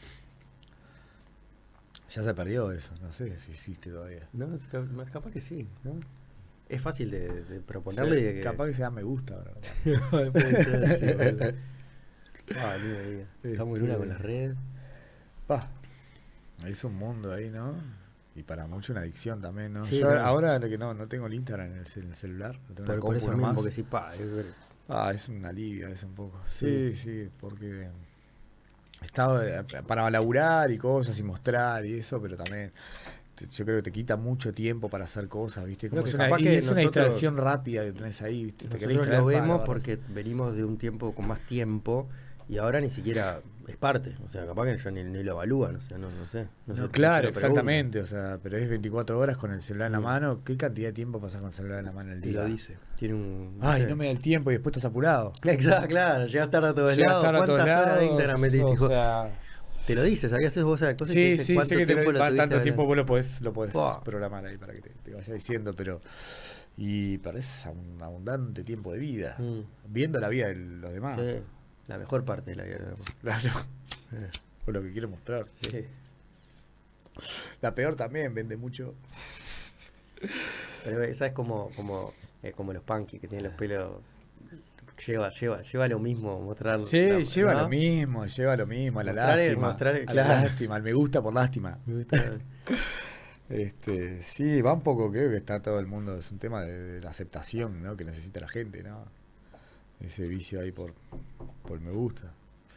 Speaker 2: Ya se perdió eso, no sé si existe todavía.
Speaker 1: No, es cap- más capaz que sí, ¿no? Es fácil de, de proponerle y de que...
Speaker 2: Capaz que sea me gusta ahora.
Speaker 1: Puede ser, sí, boludo. Ah, ni me digas. Estamos en una
Speaker 2: Este-
Speaker 1: con las redes.
Speaker 2: Pa, es un mundo ahí, ¿no? Y para mucho una adicción también, ¿no?
Speaker 1: Sí,
Speaker 2: Yo
Speaker 1: claro.
Speaker 2: ahora lo que no, no tengo el Instagram en el, cel- en el celular, no tengo
Speaker 1: Por,
Speaker 2: la
Speaker 1: por eso
Speaker 2: compu
Speaker 1: mismo,
Speaker 2: nomás.
Speaker 1: porque sí, pa, es ver-
Speaker 2: Ah, es un alivio, es un poco.
Speaker 1: Sí.
Speaker 2: Sí, sí, porque estaba eh, para laburar y cosas y mostrar y eso, pero también te- yo creo que te quita mucho tiempo para hacer cosas, ¿viste? Como
Speaker 1: Creo
Speaker 2: es
Speaker 1: que
Speaker 2: una,
Speaker 1: capaz
Speaker 2: y
Speaker 1: que
Speaker 2: es una
Speaker 1: nosotros-
Speaker 2: distracción rápida que tenés ahí, ¿viste? Te querés
Speaker 1: nosotros
Speaker 2: distraer
Speaker 1: lo
Speaker 2: para-
Speaker 1: vemos
Speaker 2: para-
Speaker 1: porque venimos de un tiempo con más tiempo y ahora ni siquiera es parte. O sea, capaz que ya ni, ni lo evalúan, o sea, no, no sé. No
Speaker 2: No,
Speaker 1: sé,
Speaker 2: claro,
Speaker 1: no se lo preguntan.
Speaker 2: exactamente, o sea, pero es veinticuatro horas con el celular en la
Speaker 1: Mm.
Speaker 2: mano. ¿Qué cantidad de tiempo pasas con el celular en la mano el
Speaker 1: Y
Speaker 2: día?
Speaker 1: lo dice. Tiene un...
Speaker 2: Ay,
Speaker 1: sé.
Speaker 2: no me da el tiempo y después estás apurado.
Speaker 1: Exacto, claro. Llegas tarde a todos
Speaker 2: Llegas
Speaker 1: lados.
Speaker 2: tarde a
Speaker 1: ¿Cuántas
Speaker 2: todos
Speaker 1: horas de
Speaker 2: lados,
Speaker 1: Instagram metiste?
Speaker 2: o
Speaker 1: Tipo,
Speaker 2: sea,
Speaker 1: te lo dice, ¿sabías eso? Vos sabés cosas que
Speaker 2: sí,
Speaker 1: dice
Speaker 2: sí,
Speaker 1: cuánto
Speaker 2: sé que te lo,
Speaker 1: tiempo lo
Speaker 2: va-
Speaker 1: tuviste
Speaker 2: tanto
Speaker 1: hablando.
Speaker 2: tiempo vos lo podés, lo podés
Speaker 1: Fua.
Speaker 2: programar ahí para que te, te vaya diciendo, pero. Y perdés un abundante tiempo de vida,
Speaker 1: Mm,
Speaker 2: viendo la vida de los demás.
Speaker 1: sí, la mejor parte de la vida.
Speaker 2: Claro,
Speaker 1: Eh,
Speaker 2: por lo que quiero mostrar.
Speaker 1: sí.
Speaker 2: La peor también, vende mucho.
Speaker 1: Pero esa es como, como, eh, como los punky que tienen los pelos. Lleva, lleva, lleva lo mismo mostrar.
Speaker 2: Sí,
Speaker 1: la-
Speaker 2: lleva
Speaker 1: ¿no?
Speaker 2: lo mismo, lleva lo mismo, a la
Speaker 1: Mostrar el-
Speaker 2: lástima.
Speaker 1: mostrar el-
Speaker 2: a la
Speaker 1: claro.
Speaker 2: lástima, al me gusta por lástima.
Speaker 1: Me gusta.
Speaker 2: Este, sí, va un poco, creo que está todo el mundo, es un tema de, de la aceptación, ¿no? Que necesita la gente, ¿no? Ese vicio ahí por, por me gusta.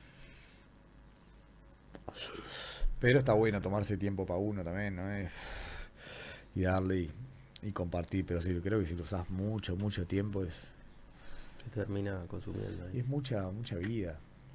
Speaker 2: Pero está bueno tomarse tiempo para uno también, ¿no? Eh, y darle y, y compartir, pero sí, creo que si lo usas mucho, mucho tiempo es,
Speaker 1: Se termina consumiendo ahí.
Speaker 2: es mucha, mucha vida.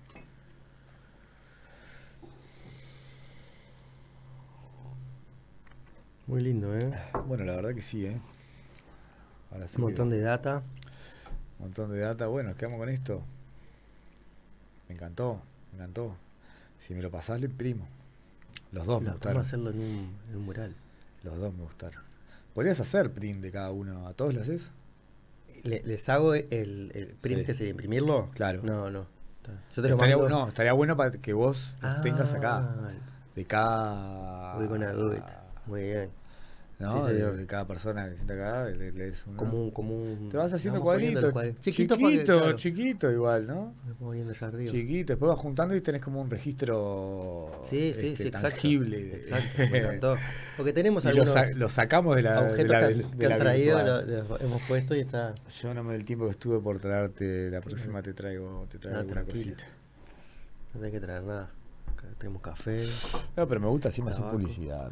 Speaker 1: Muy lindo, ¿eh?
Speaker 2: Bueno, la verdad que sí, ¿eh? Ahora sí
Speaker 1: Un montón
Speaker 2: que-
Speaker 1: de data.
Speaker 2: Un montón de data. Bueno, nos quedamos con esto. Me encantó, me encantó. Si me lo pasás, lo imprimo. Los dos me
Speaker 1: La,
Speaker 2: gustaron.
Speaker 1: vamos a hacerlo en un, en un mural.
Speaker 2: Los dos me gustaron. Podrías hacer print de cada uno. ¿A todos lo haces?
Speaker 1: Le- ¿Les hago el, el print
Speaker 2: Sí.
Speaker 1: que sería imprimirlo?
Speaker 2: Claro.
Speaker 1: No, no. Está. Yo te lo
Speaker 2: Estaría,
Speaker 1: mando.
Speaker 2: no, estaría bueno para que vos los
Speaker 1: Ah,
Speaker 2: tengas acá. De cada.
Speaker 1: Voy con Adobe. Muy bien.
Speaker 2: ¿no?
Speaker 1: Sí, sí.
Speaker 2: Digo, que cada persona que se sienta acá le, le es un-
Speaker 1: Como un, como un.
Speaker 2: Te vas haciendo
Speaker 1: vamos poniendo
Speaker 2: cuadritos.
Speaker 1: el cuadri-
Speaker 2: Chiquito,
Speaker 1: Chiquito,
Speaker 2: chiquito,
Speaker 1: para que,
Speaker 2: chiquito igual, ¿no?
Speaker 1: claro, lo poniendo allá arriba.
Speaker 2: Chiquito, después vas juntando y tenés como un registro
Speaker 1: Sí, sí,
Speaker 2: este,
Speaker 1: sí, exacto.
Speaker 2: tangible. de-
Speaker 1: Exacto, me encantó. Porque tenemos
Speaker 2: y lo,
Speaker 1: algunos
Speaker 2: sa- lo sacamos de la, de
Speaker 1: objetos
Speaker 2: la,
Speaker 1: que,
Speaker 2: de
Speaker 1: han- que
Speaker 2: la
Speaker 1: han traído,
Speaker 2: virtual.
Speaker 1: lo- los hemos puesto y está.
Speaker 2: Yo no me doy el tiempo que estuve por traerte, la próxima te traigo, te traigo
Speaker 1: Ah,
Speaker 2: alguna
Speaker 1: tranquilo.
Speaker 2: cosita.
Speaker 1: No hay que traer nada. Acá tenemos café.
Speaker 2: No, pero me gusta siempre hacer
Speaker 1: Tabaco.
Speaker 2: publicidad.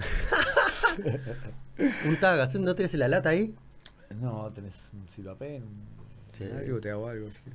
Speaker 1: Un tag, ¿no tienes la lata ahí?
Speaker 2: No, tenés un silvapen, un
Speaker 1: Sí.
Speaker 2: algo, te hago algo si quieres.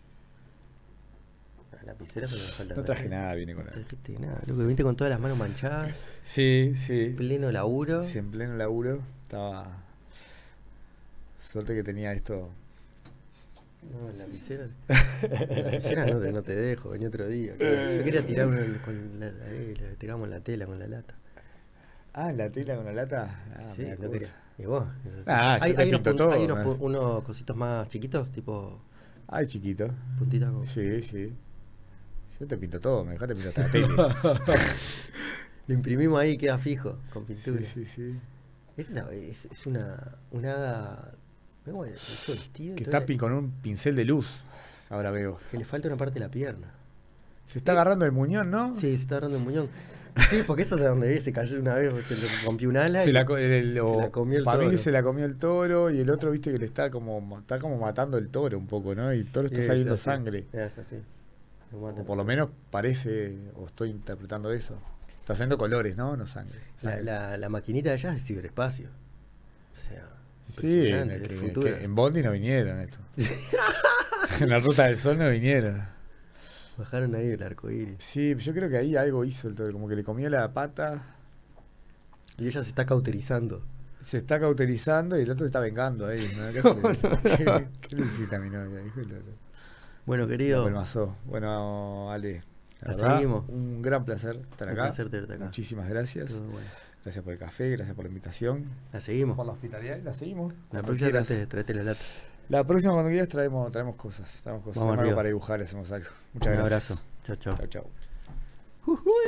Speaker 1: La lapicera, pero me falta.
Speaker 2: No traje nada, vine con
Speaker 1: No
Speaker 2: él.
Speaker 1: trajiste nada, loco. Viniste con todas las manos manchadas,
Speaker 2: Sí, sí.
Speaker 1: pleno laburo.
Speaker 2: Sí, en pleno laburo. Estaba. Suerte que tenía esto.
Speaker 1: No, la lapicera. La lapicera no te, no te dejo, vení otro día. claro. Yo quería tirar una- con la, ahí, la tiramos la tela con la lata.
Speaker 2: Ah, la tela con la lata. Ah,
Speaker 1: sí,
Speaker 2: me da
Speaker 1: no
Speaker 2: cosa.
Speaker 1: quería. ¿Y vos?
Speaker 2: Ah,
Speaker 1: hay
Speaker 2: yo te
Speaker 1: hay, unos,
Speaker 2: pinto
Speaker 1: pun-
Speaker 2: todo,
Speaker 1: hay unos,
Speaker 2: ¿eh?
Speaker 1: pu- unos cositos más chiquitos, tipo
Speaker 2: Ay, chiquito.
Speaker 1: puntitas con...
Speaker 2: Sí, sí. Yo te pinto todo, me dejaste pintar hasta la tele.
Speaker 1: Lo imprimimos ahí y queda fijo, con pintura.
Speaker 2: Sí, sí, sí.
Speaker 1: Es una, es, es una, una hada... ¿Ves cómo hizo vestido?
Speaker 2: Que
Speaker 1: y
Speaker 2: está
Speaker 1: todo?
Speaker 2: pin- con un pincel de luz. Ahora veo.
Speaker 1: Que le falta una parte de la pierna.
Speaker 2: Se está agarrando el muñón, ¿no?
Speaker 1: Sí, se está agarrando el muñón. Sí, porque eso es de donde vi, se cayó una vez, se le rompió un ala
Speaker 2: Se
Speaker 1: y
Speaker 2: la, co- el- el- o-
Speaker 1: la comió el
Speaker 2: para mí
Speaker 1: toro.
Speaker 2: que se la comió el toro y el otro, viste, que le está como está como matando el toro un poco, ¿no? Y el toro está
Speaker 1: es
Speaker 2: saliendo
Speaker 1: así,
Speaker 2: sangre.
Speaker 1: Es así. Lo mata.
Speaker 2: O por lo menos parece, o estoy interpretando eso. Está haciendo colores, ¿no? No sangre.
Speaker 1: La,
Speaker 2: Sangre.
Speaker 1: la, la maquinita de allá es de ciberespacio. O sea,
Speaker 2: Sí,
Speaker 1: impresionante,
Speaker 2: que,
Speaker 1: del
Speaker 2: que-
Speaker 1: futuro.
Speaker 2: que en Bondi no vinieron esto. En la Ruta del Sol no vinieron.
Speaker 1: Bajaron ahí el arco iris.
Speaker 2: Sí, yo creo que ahí algo hizo el toro, como que le comió la pata,
Speaker 1: Y ella se está cauterizando.
Speaker 2: se está cauterizando y el otro se está vengando ahí. ¿No? ¿Qué, hace? ¿Qué, qué le hiciste a mi novia? Hijo de la-
Speaker 1: Bueno,
Speaker 2: la
Speaker 1: querido,
Speaker 2: pelmazó. Bueno, Ale, la
Speaker 1: La
Speaker 2: verdad,
Speaker 1: seguimos.
Speaker 2: un gran placer estar
Speaker 1: un
Speaker 2: acá.
Speaker 1: placer tenerte acá.
Speaker 2: Muchísimas gracias.
Speaker 1: Todo bueno.
Speaker 2: Gracias por el café, gracias por la invitación.
Speaker 1: La seguimos.
Speaker 2: Por la hospitalidad, la seguimos.
Speaker 1: La
Speaker 2: Cuando
Speaker 1: próxima
Speaker 2: quieras.
Speaker 1: traete, traete la lata.
Speaker 2: La próxima cuando quieras traemos, traemos cosas. Traemos cosas.
Speaker 1: Vamos
Speaker 2: Traemos algo
Speaker 1: arriba.
Speaker 2: para dibujar, hacemos algo. Muchas
Speaker 1: Un
Speaker 2: gracias.
Speaker 1: abrazo. Chao, chao.
Speaker 2: Chao, chao.